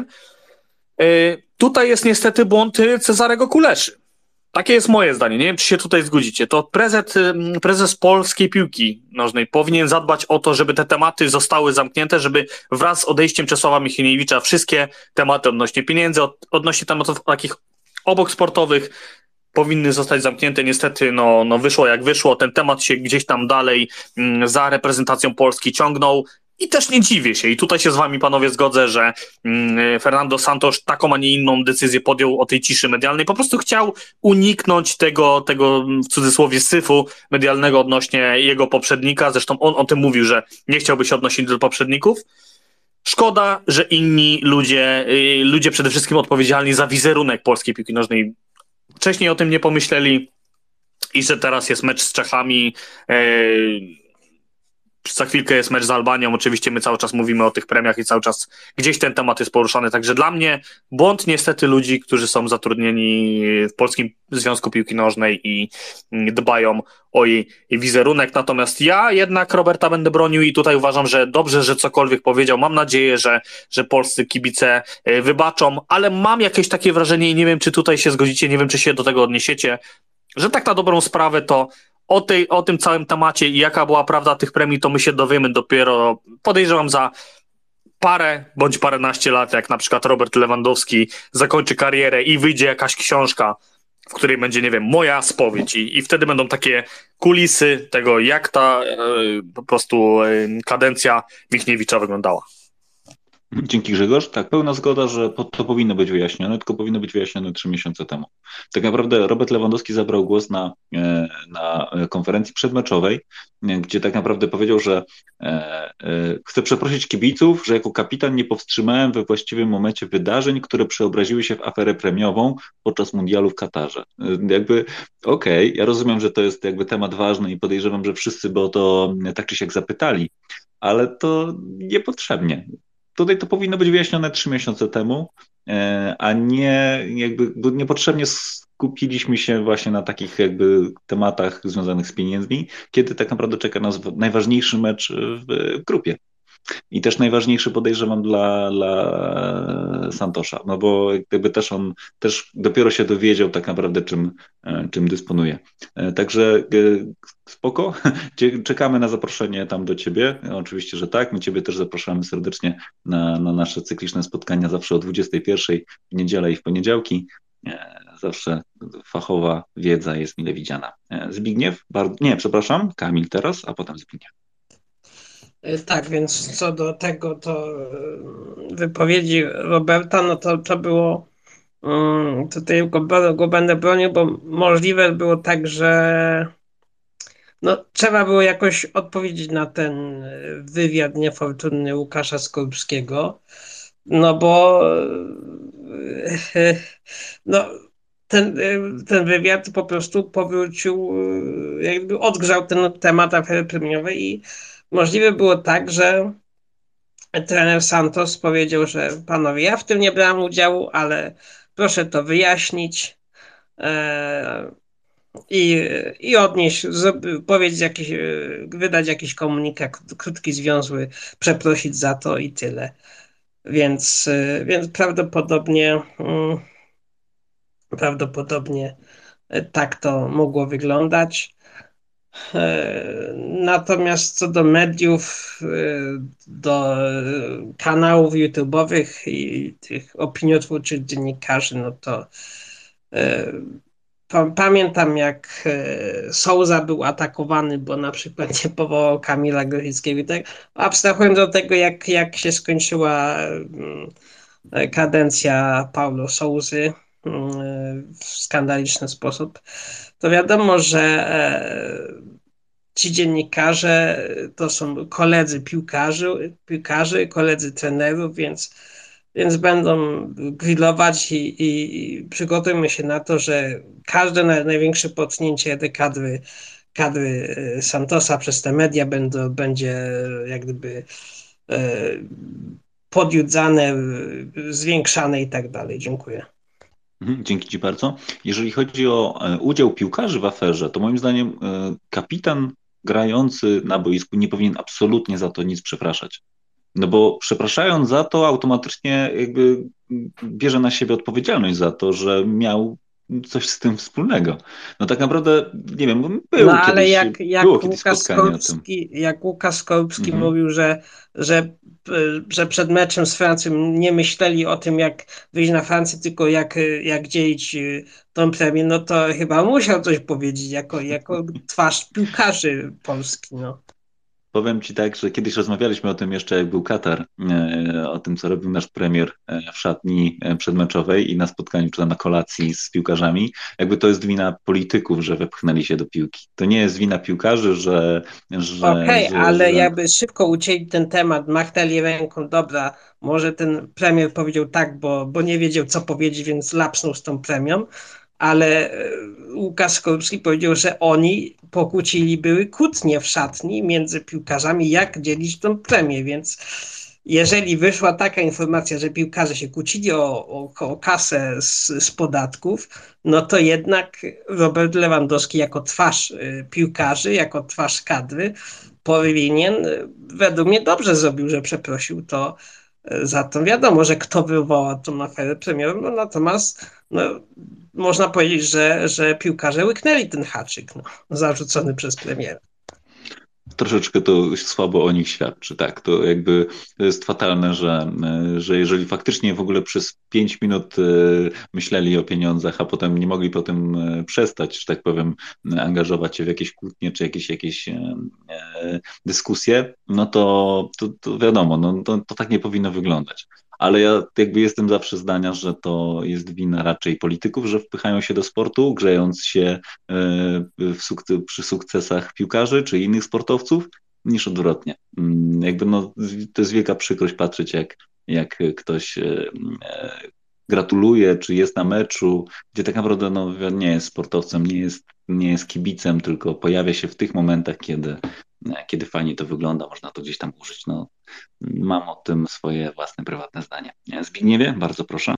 Yy, tutaj jest niestety błąd Cezarego Kuleszy. Takie jest moje zdanie, nie wiem, czy się tutaj zgodzicie. To prezes, prezes polskiej piłki nożnej powinien zadbać o to, żeby te tematy zostały zamknięte, żeby wraz z odejściem Czesława Michniewicza wszystkie tematy odnośnie pieniędzy, od, odnośnie tematów takich obok sportowych powinny zostać zamknięte. Niestety no, no wyszło jak wyszło, ten temat się gdzieś tam dalej mm, za reprezentacją Polski ciągnął i też nie dziwię się i tutaj się z wami panowie zgodzę, że mm, Fernando Santos taką, a nie inną decyzję podjął o tej ciszy medialnej, po prostu chciał uniknąć tego, tego w cudzysłowie syfu medialnego odnośnie jego poprzednika, zresztą on o tym mówił, że nie chciałby się odnosić do poprzedników. Szkoda, że inni ludzie, y, ludzie przede wszystkim odpowiedzialni za wizerunek polskiej piłki nożnej wcześniej o tym nie pomyśleli i że teraz jest mecz z Czechami, yy, za chwilkę jest mecz z Albanią, oczywiście my cały czas mówimy o tych premiach i cały czas gdzieś ten temat jest poruszany, także dla mnie błąd niestety ludzi, którzy są zatrudnieni w Polskim Związku Piłki Nożnej i dbają o jej wizerunek, natomiast ja jednak Roberta będę bronił i tutaj uważam, że dobrze, że cokolwiek powiedział, mam nadzieję, że, że polscy kibice wybaczą, ale mam jakieś takie wrażenie i nie wiem, czy tutaj się zgodzicie, nie wiem, czy się do tego odniesiecie, że tak na dobrą sprawę to O, tej, o tym całym temacie i jaka była prawda tych premii, to my się dowiemy dopiero, podejrzewam, za parę bądź paręnaście lat, jak na przykład Robert Lewandowski zakończy karierę i wyjdzie jakaś książka, w której będzie, nie wiem, moja spowiedź i, i wtedy będą takie kulisy tego, jak ta e, po prostu e, kadencja Michniewicza wyglądała. Dzięki Grzegorz. Tak, pełna zgoda, że to powinno być wyjaśnione, tylko powinno być wyjaśnione trzy miesiące temu. Tak naprawdę Robert Lewandowski zabrał głos na, na konferencji przedmeczowej, gdzie tak naprawdę powiedział, że chce przeprosić kibiców, że jako kapitan nie powstrzymałem we właściwym momencie wydarzeń, które przeobraziły się w aferę premiową podczas mundialu w Katarze. Jakby okej, okay, ja rozumiem, że to jest jakby temat ważny i podejrzewam, że wszyscy by o to tak czy siak zapytali, ale to niepotrzebnie. Tutaj to powinno być wyjaśnione trzy miesiące temu, a nie jakby, bo niepotrzebnie skupiliśmy się właśnie na takich jakby tematach związanych z pieniędzmi, kiedy tak naprawdę czeka nas najważniejszy mecz w grupie. I też najważniejszy podejrzewam dla, dla Santosza, no bo jakby też on też dopiero się dowiedział tak naprawdę czym, czym dysponuje. Także spoko, czekamy na zaproszenie tam do ciebie, oczywiście, że tak, my ciebie też zapraszamy serdecznie na, na nasze cykliczne spotkania zawsze o dwudziestej pierwszej w niedzielę i w poniedziałki. Zawsze fachowa wiedza jest mile widziana. Zbigniew, bardzo, nie, przepraszam, Kamil teraz, a potem Zbigniew. Tak, więc co do tego, to wypowiedzi Roberta, no to to było, tutaj go, go będę bronił, bo możliwe było tak, że no, trzeba było jakoś odpowiedzieć na ten wywiad niefortunny Łukasza Skorupskiego, no bo no, ten, ten wywiad po prostu powrócił, jakby odgrzał ten temat afery premiowej i możliwe było tak, że trener Santos powiedział, że panowie, ja w tym nie brałem udziału, ale proszę to wyjaśnić. i, i odnieść, zro- powiedzieć jakiś, e, wydać jakiś komunikat krótki, związły, przeprosić za to i tyle. Więc, e, więc prawdopodobnie mm, prawdopodobnie e, tak to mogło wyglądać. E, Natomiast co do mediów, e, do e, kanałów YouTube'owych i tych opiniotwórczych dziennikarzy, no to e, pa- pamiętam jak e, Souza był atakowany, bo na przykład nie powołał Kamila Grochickiego. Tak? Abstrahując do tego, jak, jak się skończyła mm, e, kadencja Paulo Souzy mm, w skandaliczny sposób, to wiadomo, że e, ci dziennikarze to są koledzy piłkarzy, piłkarzy koledzy trenerów, więc, więc będą grillować i, i przygotujmy się na to, że każde na- największe potknięcie tej kadry, kadry e, Santosa przez te media będą, będzie jak gdyby e, podjudzane, e, zwiększane i tak dalej. Dziękuję. Mhm, dzięki Ci bardzo. Jeżeli chodzi o e, udział piłkarzy w aferze, to moim zdaniem e, kapitan grający na boisku nie powinien absolutnie za to nic przepraszać. No bo przepraszając za to, automatycznie jakby bierze na siebie odpowiedzialność za to, że miał coś z tym wspólnego. No tak naprawdę, nie wiem, było No ale kiedyś, jak, było jak kiedyś Łukasz spotkanie o tym. Skorupski, jak Łukasz Skorupski Mhm. mówił, że, że, że przed meczem z Francją nie myśleli o tym, jak wyjść na Francję, tylko jak, jak dzielić y, tą premię, no to chyba musiał coś powiedzieć jako, jako twarz piłkarzy Polski. No. Powiem Ci tak, że kiedyś rozmawialiśmy o tym jeszcze, jak był Katar, e, o tym, co robił nasz premier e, w szatni e, przedmeczowej i na spotkaniu, czy tam na kolacji z piłkarzami. Jakby to jest wina polityków, że wepchnęli się do piłki. To nie jest wina piłkarzy, że... że, Okej, że, ale że... jakby szybko ucięli ten temat, machnęli ręką, dobra, może ten premier powiedział tak, bo, bo nie wiedział, co powiedzieć, więc lapsnął z tą premią, ale e, Łukasz Skorupski powiedział, że oni pokłócili, były kłótnie w szatni między piłkarzami, jak dzielić tą premię, więc jeżeli wyszła taka informacja, że piłkarze się kłócili o, o, o kasę z, z podatków, no to jednak Robert Lewandowski jako twarz y, piłkarzy, jako twarz kadry powinien, y, według mnie dobrze zrobił, że przeprosił to y, za to. Wiadomo, że kto wywołał tą aferę premierem, no natomiast no, można powiedzieć, że, że piłkarze łyknęli ten haczyk no, zarzucony przez premiera. Troszeczkę to słabo o nich świadczy, tak. To jakby to jest fatalne, że, że jeżeli faktycznie w ogóle przez pięć minut e, myśleli o pieniądzach, a potem nie mogli potem e, przestać, że tak powiem, angażować się w jakieś kłótnie czy jakieś, jakieś e, e, dyskusje, no to, to, to wiadomo, no, to, to tak nie powinno wyglądać. Ale ja jakby jestem zawsze zdania, że to jest wina raczej polityków, że wpychają się do sportu, grzejąc się w sukce- przy sukcesach piłkarzy czy innych sportowców, niż odwrotnie. Mm, Jakby no, to jest wielka przykrość patrzeć, jak, jak ktoś e, e, gratuluje, czy jest na meczu, gdzie tak naprawdę no, nie jest sportowcem, nie jest, nie jest kibicem, tylko pojawia się w tych momentach, kiedy, kiedy fajnie to wygląda, można to gdzieś tam użyć. No, mam o tym swoje własne, prywatne zdanie. Zbigniewie, bardzo proszę.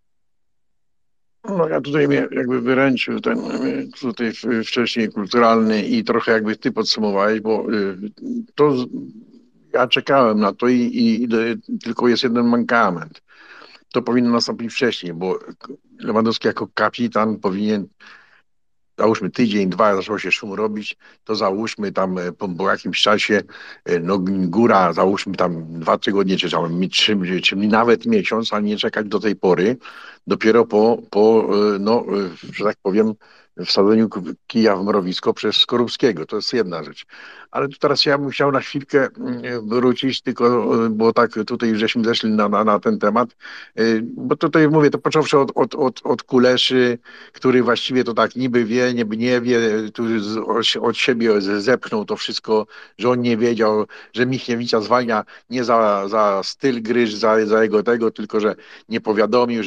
No ja tutaj mnie jakby wyręczył ten y, tutaj w- wcześniej kulturalny i trochę jakby ty podsumowałeś, bo y, to z- ja czekałem na to i, i, i tylko jest jeden mankament. To powinno nastąpić wcześniej, bo Lewandowski jako kapitan powinien, załóżmy tydzień, dwa zaczął się szum robić, to załóżmy tam e, po, po jakimś czasie, e, no góra, załóżmy tam dwa tygodnie, czy tam trzy, czy nawet miesiąc, a nie czekać do tej pory, dopiero po, po e, no, e, że tak powiem, wsadzeniu k- kija w mrowisko przez Skorupskiego. To jest jedna rzecz. Ale tu teraz ja bym chciał na chwilkę mm, wrócić, tylko, e, bo tak tutaj żeśmy zeszli na, na, na ten temat, e, bo tutaj mówię, to począwszy od, od, od, od Kuleszy, który właściwie to tak niby wie, niby nie wie, który z, od, od siebie z- zepchnął to wszystko, że on nie wiedział, że Michniewicza zwalnia nie za, za styl gry, za, za jego tego, tylko że nie powiadomił, że rozmawiał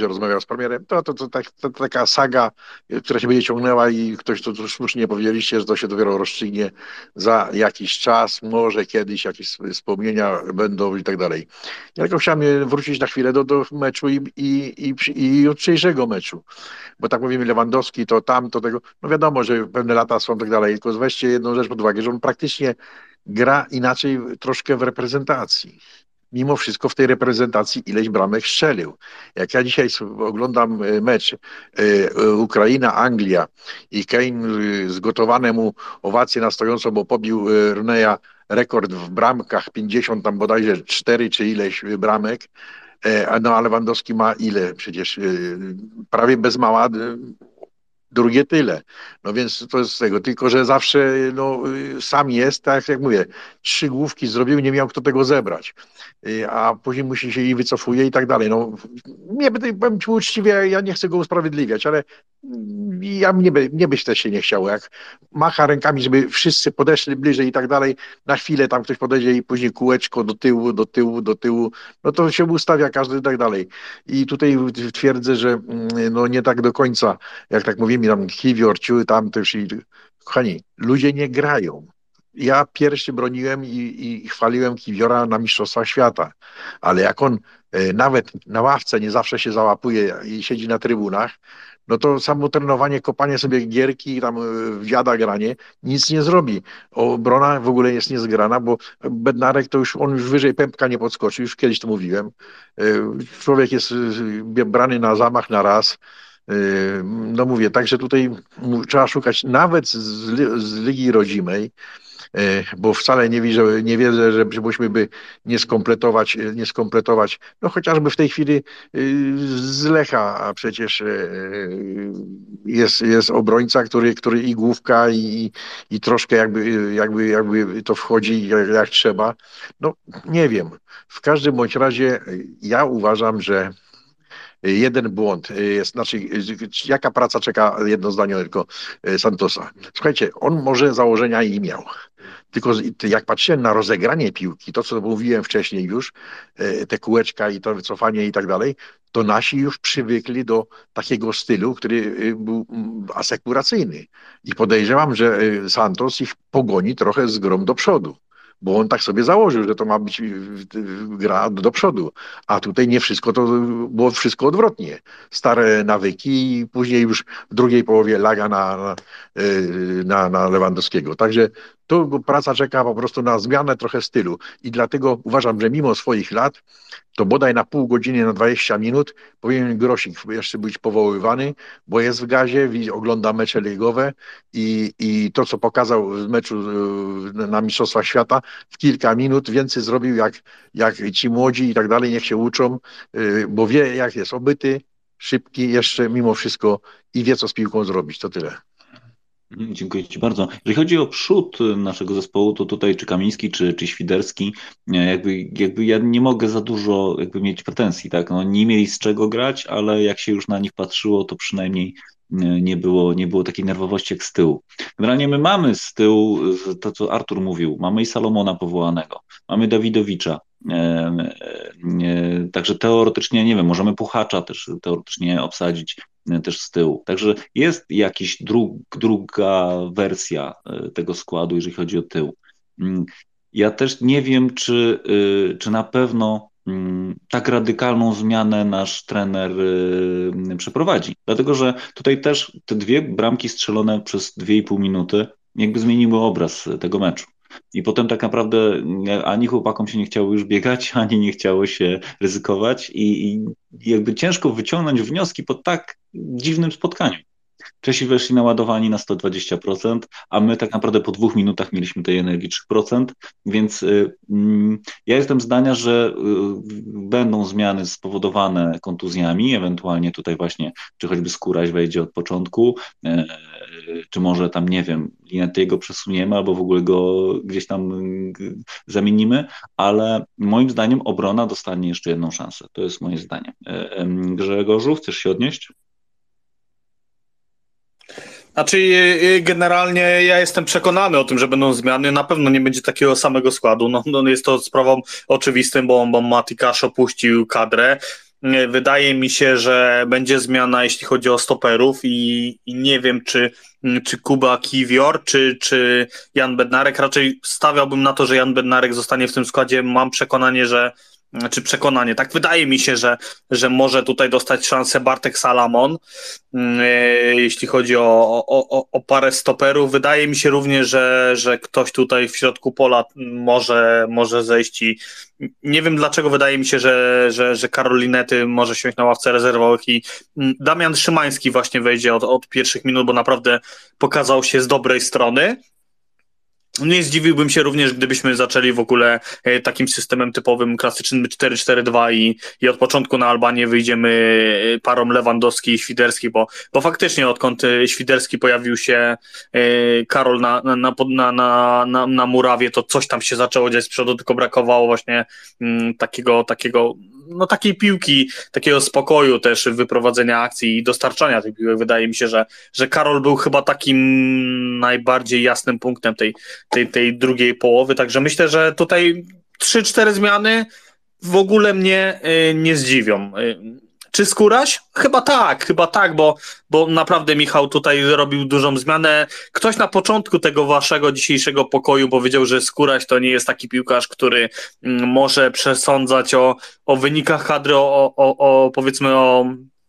z premierem, to, to, to, tak, to, to taka saga, która się będzie ciągnęła i ktoś to, to słusznie powiedzieliście, że to się dopiero rozstrzygnie za jakiś czas, może kiedyś jakieś wspomnienia będą i tak dalej. Ja tylko chciałem wrócić na chwilę do, do meczu i, i, i, i jutrzejszego meczu, bo tak mówimy Lewandowski, to tam, to tego, no wiadomo, że pewne lata są i tak dalej, tylko weźcie jedną rzecz pod uwagę, że on praktycznie gra inaczej troszkę w reprezentacji. Mimo wszystko w tej reprezentacji ileś bramek strzelił. Jak ja dzisiaj oglądam mecz Ukraina-Anglia i Kane zgotowane mu owacje na stojąco, bo pobił Rooney'a rekord w bramkach, pięćdziesiąt tam bodajże cztery czy ileś bramek, no a Lewandowski ma ile? Przecież prawie bez mała drugie tyle. No więc to jest z tego, tylko że zawsze no, sam jest, tak jak mówię, trzy główki zrobił, nie miał kto tego zebrać. A później musi się i wycofuje i tak dalej. No, nie powiem ci uczciwie, ja nie chcę go usprawiedliwiać, ale ja mnie, by, mnie byś też się nie chciało. Jak macha rękami, żeby wszyscy podeszli bliżej i tak dalej, na chwilę tam ktoś podejdzie i później kółeczko do tyłu, do tyłu, do tyłu, no to się ustawia każdy i tak dalej. I tutaj twierdzę, że no nie tak do końca, jak tak mówimy, tam Kiwior, Ciu, tam też i kochani, ludzie nie grają. Ja pierwszy broniłem i, i chwaliłem Kiwiora na Mistrzostwach Świata, ale jak on e, nawet na ławce nie zawsze się załapuje i siedzi na trybunach, no to samo trenowanie, kopanie sobie gierki, tam w wiada granie, nic nie zrobi. Obrona w ogóle jest niezgrana, bo Bednarek to już, on już wyżej pępka nie podskoczy, już kiedyś to mówiłem. E, człowiek jest brany na zamach na raz. No mówię, także tutaj trzeba szukać nawet z, z Ligi Rodzimej, bo wcale nie wierzę, nie wierzę, żebyśmy by nie skompletować, nie skompletować, no chociażby w tej chwili z Lecha, a przecież jest, jest obrońca, który, który i główka i, i troszkę jakby, jakby, jakby to wchodzi jak, jak trzeba. No nie wiem, w każdym bądź razie ja uważam, że jeden błąd, znaczy jaka praca czeka, jedno zdanie tylko, Santosa. Słuchajcie, on może założenia i miał, tylko jak patrzyłem na rozegranie piłki, to co mówiłem wcześniej już, te kółeczka i to wycofanie i tak dalej, to nasi już przywykli do takiego stylu, który był asekuracyjny i podejrzewam, że Santos ich pogoni trochę z grom do przodu. Bo on tak sobie założył, że to ma być gra do przodu, a tutaj nie wszystko, to było wszystko odwrotnie. Stare nawyki i później już w drugiej połowie laga na, na, na Lewandowskiego. Także tu praca czeka po prostu na zmianę trochę stylu i dlatego uważam, że mimo swoich lat, to bodaj na pół godziny, na dwadzieścia minut powinien Grosik jeszcze być powoływany, bo jest w gazie, ogląda mecze ligowe i, i to, co pokazał w meczu na Mistrzostwach Świata, w kilka minut więcej zrobił jak, jak ci młodzi i tak dalej, niech się uczą, bo wie jak jest obyty, szybki jeszcze mimo wszystko i wie co z piłką zrobić, to tyle. Dziękuję Ci bardzo. Jeżeli chodzi o przód naszego zespołu, to tutaj czy Kamiński, czy, czy Świderski, jakby, jakby ja nie mogę za dużo jakby mieć pretensji, tak? No, nie mieli z czego grać, ale jak się już na nich patrzyło, to przynajmniej nie było, nie było takiej nerwowości jak z tyłu. Generalnie my mamy z tyłu to, co Artur mówił, mamy i Salomona powołanego, mamy Dawidowicza, e, e, także teoretycznie, nie wiem, możemy Puchacza też teoretycznie obsadzić też z tyłu. Także jest jakaś dru, druga wersja tego składu, jeżeli chodzi o tył. Ja też nie wiem, czy, czy na pewno tak radykalną zmianę nasz trener przeprowadzi. Dlatego, że tutaj też te dwie bramki strzelone przez dwie i pół minuty jakby zmieniły obraz tego meczu. I potem tak naprawdę ani chłopakom się nie chciało już biegać, ani nie chciało się ryzykować i, i jakby ciężko wyciągnąć wnioski po tak dziwnym spotkaniu. Czesi weszli naładowani na sto dwadzieścia procent, a my tak naprawdę po dwóch minutach mieliśmy tej energii trzy procent, więc y, y, ja jestem zdania, że y, będą zmiany spowodowane kontuzjami, ewentualnie tutaj właśnie, czy choćby Skóraś wejdzie od początku, y, y, czy może tam, nie wiem, Linettiego przesuniemy, albo w ogóle go gdzieś tam y, zamienimy, ale moim zdaniem obrona dostanie jeszcze jedną szansę. To jest moje zdanie. Y, y, Grzegorzu, chcesz się odnieść? Znaczy generalnie ja jestem przekonany o tym, że będą zmiany, na pewno nie będzie takiego samego składu, no, no jest to sprawą oczywistą, bo, bo Mati Cash opuścił kadrę, wydaje mi się, że będzie zmiana, jeśli chodzi o stoperów i, i nie wiem, czy, czy Kuba Kiwior, czy, czy Jan Bednarek. Raczej stawiałbym na to, że Jan Bednarek zostanie w tym składzie. Mam przekonanie, że Znaczy przekonanie, tak wydaje mi się, że, że może tutaj dostać szansę Bartek Salamon, yy, jeśli chodzi o, o, o parę stoperów. Wydaje mi się również, że, że ktoś tutaj w środku pola może, może zejść i nie wiem dlaczego wydaje mi się, że, że, że Karol Linety może siąść na ławce rezerwowych i Damian Szymański właśnie wejdzie od, od pierwszych minut, bo naprawdę pokazał się z dobrej strony. Nie zdziwiłbym się również, gdybyśmy zaczęli w ogóle takim systemem typowym, klasycznym cztery cztery dwa i, i od początku na Albanię wyjdziemy parą Lewandowski i Świderski, bo, bo faktycznie odkąd Świderski pojawił się Karol na, na, na, na, na, na murawie, to coś tam się zaczęło dziać z przodu, tylko brakowało właśnie m, takiego, takiego no takiej piłki, takiego spokoju też, wyprowadzenia akcji i dostarczania tej piłki. Wydaje mi się, że, że Karol był chyba takim najbardziej jasnym punktem tej, tej, tej drugiej połowy, także myślę, że tutaj trzy cztery zmiany w ogóle mnie y, nie zdziwią. Y, czy Skóraś? Chyba tak, chyba tak, bo, bo naprawdę Michał tutaj robił dużą zmianę. Ktoś na początku tego waszego dzisiejszego pokoju powiedział, że Skóraś to nie jest taki piłkarz, który mm, może przesądzać o, o wynikach kadry, o, o, o powiedzmy o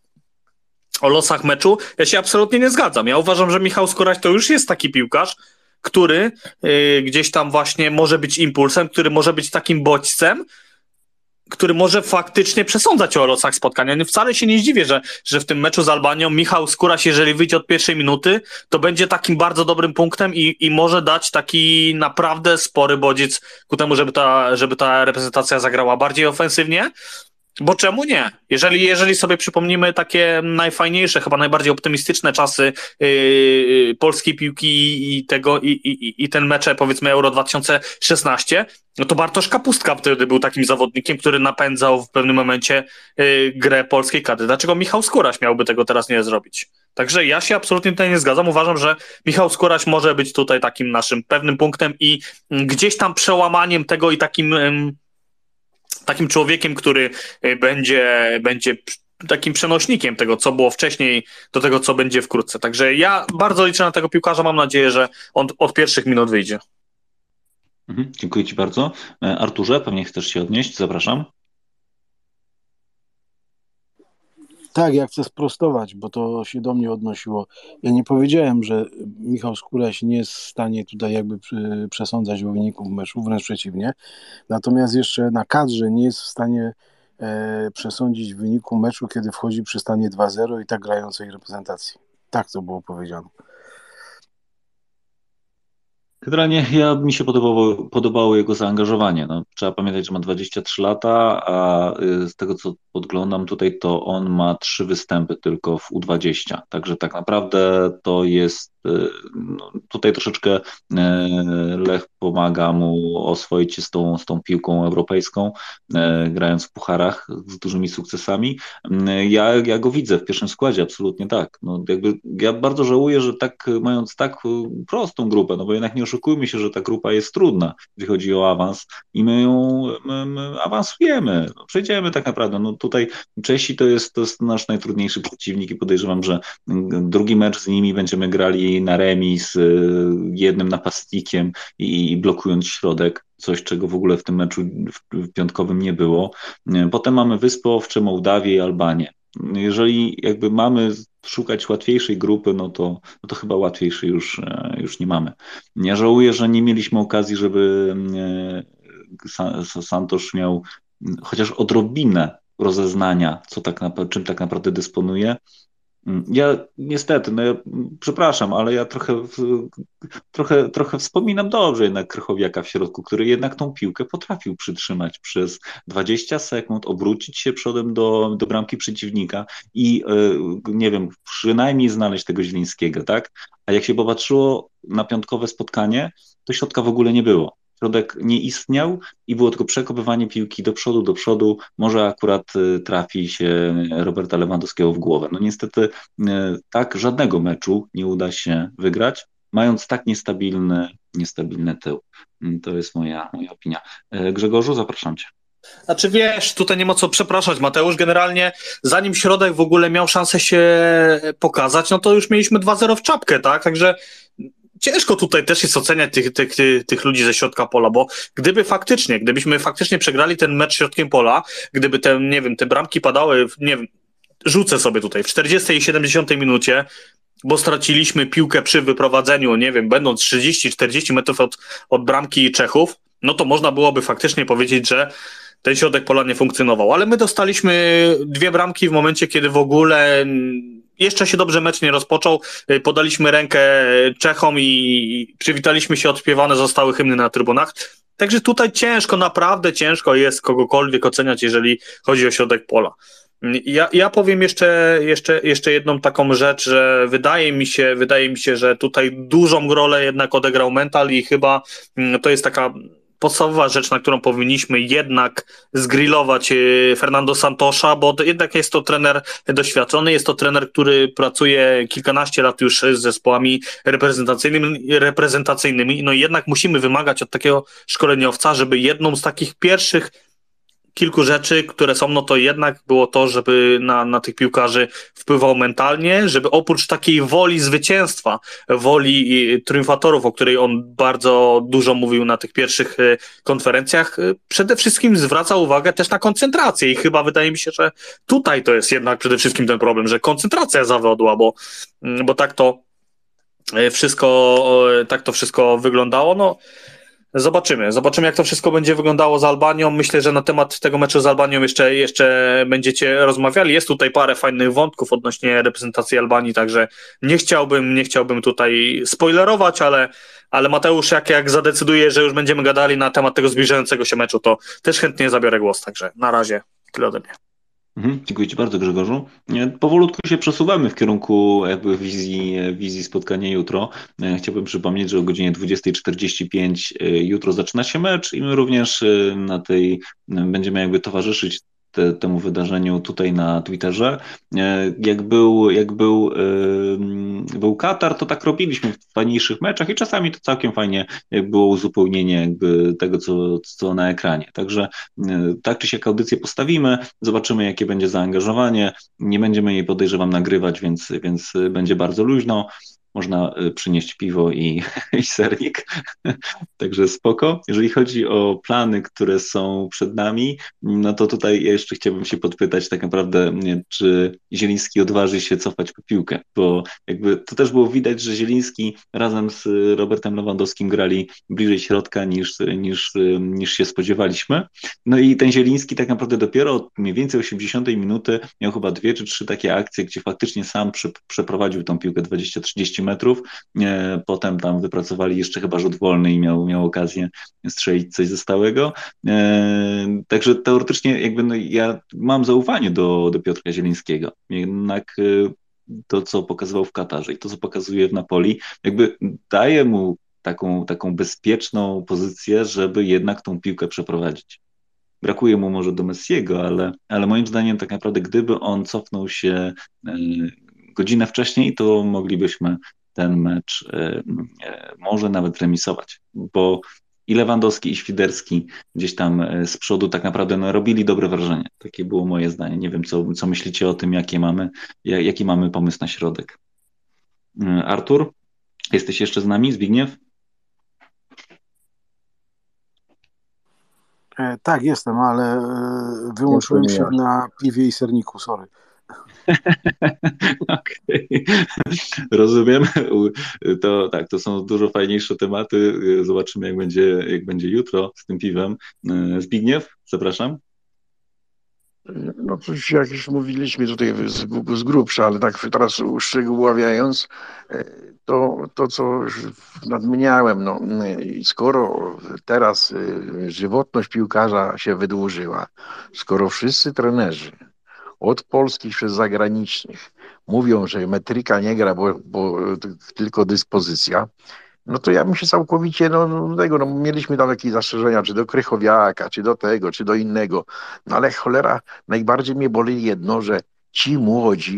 o losach meczu. Ja się absolutnie nie zgadzam. Ja uważam, że Michał Skóraś to już jest taki piłkarz, który y, gdzieś tam właśnie może być impulsem, który może być takim bodźcem, który może faktycznie przesądzać o losach spotkania. Wcale się nie zdziwię, że, że w tym meczu z Albanią Michał Skóraś, jeżeli wyjdzie od pierwszej minuty, to będzie takim bardzo dobrym punktem i, i może dać taki naprawdę spory bodziec ku temu, żeby ta, żeby ta reprezentacja zagrała bardziej ofensywnie. Bo czemu nie? Jeżeli, jeżeli sobie przypomnimy takie najfajniejsze, chyba najbardziej optymistyczne czasy yy, polskiej piłki i tego i, i, i ten mecze powiedzmy Euro dwa tysiące szesnaście, no to Bartosz Kapustka wtedy był takim zawodnikiem, który napędzał w pewnym momencie yy, grę polskiej kadry. Dlaczego Michał Skóraś miałby tego teraz nie zrobić? Także ja się absolutnie tutaj nie zgadzam. Uważam, że Michał Skóraś może być tutaj takim naszym pewnym punktem i gdzieś tam przełamaniem tego i takim... Yy, takim człowiekiem, który będzie, będzie takim przenośnikiem tego, co było wcześniej, do tego, co będzie wkrótce. Także ja bardzo liczę na tego piłkarza, mam nadzieję, że on od pierwszych minut wyjdzie. Mhm, dziękuję ci bardzo. Arturze, pewnie chcesz się odnieść, zapraszam. Tak, ja chcę sprostować, bo to się do mnie odnosiło. Ja nie powiedziałem, że Michał Skóraś nie jest w stanie tutaj jakby przesądzać o wyniku meczu, wręcz przeciwnie. Natomiast jeszcze na kadrze nie jest w stanie e, przesądzić wyniku meczu, kiedy wchodzi przy stanie dwa zero i tak grającej reprezentacji. Tak to było powiedziane. Generalnie ja, mi się podobało, podobało jego zaangażowanie. No, trzeba pamiętać, że ma dwadzieścia trzy lata, a z tego, co podglądam tutaj, to on ma trzy występy tylko w U dwadzieścia. Także tak naprawdę to jest, no, tutaj troszeczkę Lech pomaga mu oswoić się z tą, z tą piłką europejską, grając w pucharach z dużymi sukcesami. Ja, ja go widzę w pierwszym składzie, absolutnie tak. No, jakby ja bardzo żałuję, że tak mając tak prostą grupę, no bo jednak nie oszukujmy się, że ta grupa jest trudna, jeżeli chodzi o awans i my ją my, my awansujemy, no, przejdziemy tak naprawdę. No tutaj Czesi to jest, to jest nasz najtrudniejszy przeciwnik i podejrzewam, że drugi mecz z nimi będziemy grali na remis jednym napastnikiem i, i blokując środek, coś czego w ogóle w tym meczu w piątkowym nie było. Potem mamy Wyspy Owcze, Mołdawię i Albanię. Jeżeli jakby mamy szukać łatwiejszej grupy, no to, no to chyba łatwiejszej już, już nie mamy. Ja żałuję, że nie mieliśmy okazji, żeby Santosz miał chociaż odrobinę rozeznania, co tak na, czym tak naprawdę dysponuje. Ja niestety, no ja, przepraszam, ale ja trochę, trochę, trochę wspominam dobrze jednak Krychowiaka w środku, który jednak tą piłkę potrafił przytrzymać przez dwadzieścia sekund, obrócić się przodem do, do bramki przeciwnika i nie wiem, przynajmniej znaleźć tego Zielińskiego, tak? A jak się popatrzyło na piątkowe spotkanie, to środka w ogóle nie było. Środek nie istniał i było tylko przekopywanie piłki do przodu, do przodu. Może akurat trafi się Roberta Lewandowskiego w głowę. No niestety tak żadnego meczu nie uda się wygrać, mając tak niestabilny, niestabilny tył. To jest moja, moja opinia. Grzegorzu, zapraszam cię. Znaczy wiesz, tutaj nie ma co przepraszać, Mateusz. Generalnie zanim środek w ogóle miał szansę się pokazać, no to już mieliśmy dwa zero w czapkę, tak? Także ciężko tutaj też jest oceniać tych, tych, tych, tych ludzi ze środka pola, bo gdyby faktycznie, gdybyśmy faktycznie przegrali ten mecz środkiem pola, gdyby te, nie wiem, te bramki padały, nie wiem, rzucę sobie tutaj w czterdziestej i siedemdziesiątej minucie, bo straciliśmy piłkę przy wyprowadzeniu, nie wiem, będąc trzydzieści czterdzieści metrów od, od bramki Czechów, no to można byłoby faktycznie powiedzieć, że ten środek pola nie funkcjonował. Ale my dostaliśmy dwie bramki w momencie, kiedy w ogóle jeszcze się dobrze mecz nie rozpoczął. Podaliśmy rękę Czechom i przywitaliśmy się, odśpiewane zostały hymny na trybunach. Także tutaj ciężko, naprawdę ciężko jest kogokolwiek oceniać, jeżeli chodzi o środek pola. Ja, ja powiem jeszcze, jeszcze, jeszcze jedną taką rzecz, że wydaje mi się, wydaje mi się, że tutaj dużą rolę jednak odegrał mental i chyba to jest taka podstawowa rzecz, na którą powinniśmy jednak zgrillować Fernando Santosza, bo jednak jest to trener doświadczony, jest to trener, który pracuje kilkanaście lat już z zespołami reprezentacyjnymi, reprezentacyjnymi. No i jednak musimy wymagać od takiego szkoleniowca, żeby jedną z takich pierwszych kilku rzeczy, które są, no to jednak było to, żeby na, na tych piłkarzy wpływał mentalnie, żeby oprócz takiej woli zwycięstwa, woli triumfatorów, o której on bardzo dużo mówił na tych pierwszych konferencjach, przede wszystkim zwraca uwagę też na koncentrację i chyba wydaje mi się, że tutaj to jest jednak przede wszystkim ten problem, że koncentracja zawiodła, bo, bo tak to wszystko, tak to wszystko wyglądało, no. Zobaczymy, zobaczymy jak to wszystko będzie wyglądało z Albanią. Myślę, że na temat tego meczu z Albanią jeszcze, jeszcze będziecie rozmawiali. Jest tutaj parę fajnych wątków odnośnie reprezentacji Albanii, także nie chciałbym, nie chciałbym tutaj spoilerować, ale, ale Mateusz jak, jak zadecyduje, że już będziemy gadali na temat tego zbliżającego się meczu, to też chętnie zabiorę głos, także na razie tyle ode mnie. Mhm, dziękuję Ci bardzo, Grzegorzu. Powolutku się przesuwamy w kierunku jakby wizji, wizji spotkania jutro. Chciałbym przypomnieć, że o godzinie dwudziestej czterdzieści pięć jutro zaczyna się mecz i my również na tej będziemy jakby towarzyszyć te, temu wydarzeniu tutaj na Twitterze. Jak był, jak był, był Katar, to tak robiliśmy w fajniejszych meczach i czasami to całkiem fajnie jak było uzupełnienie jakby tego, co, co na ekranie. Także tak czy siak audycję postawimy, zobaczymy jakie będzie zaangażowanie. Nie będziemy jej, podejrzewam, nagrywać, więc, więc będzie bardzo luźno. Można przynieść piwo i, i sernik, także spoko. Jeżeli chodzi o plany, które są przed nami, no to tutaj jeszcze chciałbym się podpytać tak naprawdę, czy Zieliński odważy się cofać po piłkę, bo jakby to też było widać, że Zieliński razem z Robertem Lewandowskim grali bliżej środka niż, niż, niż się spodziewaliśmy. No i ten Zieliński tak naprawdę dopiero od mniej więcej osiemdziesiątej minuty miał chyba dwie czy trzy takie akcje, gdzie faktycznie sam przy, przeprowadził tą piłkę dwadzieścia trzydzieści metrów, potem tam wypracowali jeszcze chyba rzut wolny i miał, miał okazję strzelić coś ze stałego. Także teoretycznie jakby no ja mam zaufanie do, do Piotra Zielińskiego. Jednak to, co pokazywał w Katarze i to, co pokazuje w Napoli, jakby daje mu taką, taką bezpieczną pozycję, żeby jednak tą piłkę przeprowadzić. Brakuje mu może do Messiego, ale, ale moim zdaniem tak naprawdę gdyby on cofnął się godzinę wcześniej, to moglibyśmy ten mecz e, e, może nawet remisować, bo i Lewandowski, i Świderski gdzieś tam z przodu tak naprawdę no, robili dobre wrażenie. Takie było moje zdanie. Nie wiem, co, co myślicie o tym, jakie mamy, jaki mamy pomysł na środek. Artur, jesteś jeszcze z nami? Zbigniew? E, tak, jestem, ale e, wyłączyłem się na piwie i serniku, sorry. Okej, rozumiem. To tak, to są dużo fajniejsze tematy. Zobaczymy, jak będzie, jak będzie jutro z tym piwem. Zbigniew, zapraszam. No coś jak już mówiliśmy tutaj z, z grubsza, ale tak teraz uszczegóławiając, to, to co już nadmieniałem, no, skoro teraz żywotność piłkarza się wydłużyła, skoro wszyscy trenerzy od polskich przez zagranicznych mówią, że metryka nie gra, bo, bo tylko dyspozycja, no to ja bym się całkowicie, no, do tego, no mieliśmy tam jakieś zastrzeżenia, czy do Krychowiaka, czy do tego, czy do innego, no ale cholera, najbardziej mnie boli jedno, że ci młodzi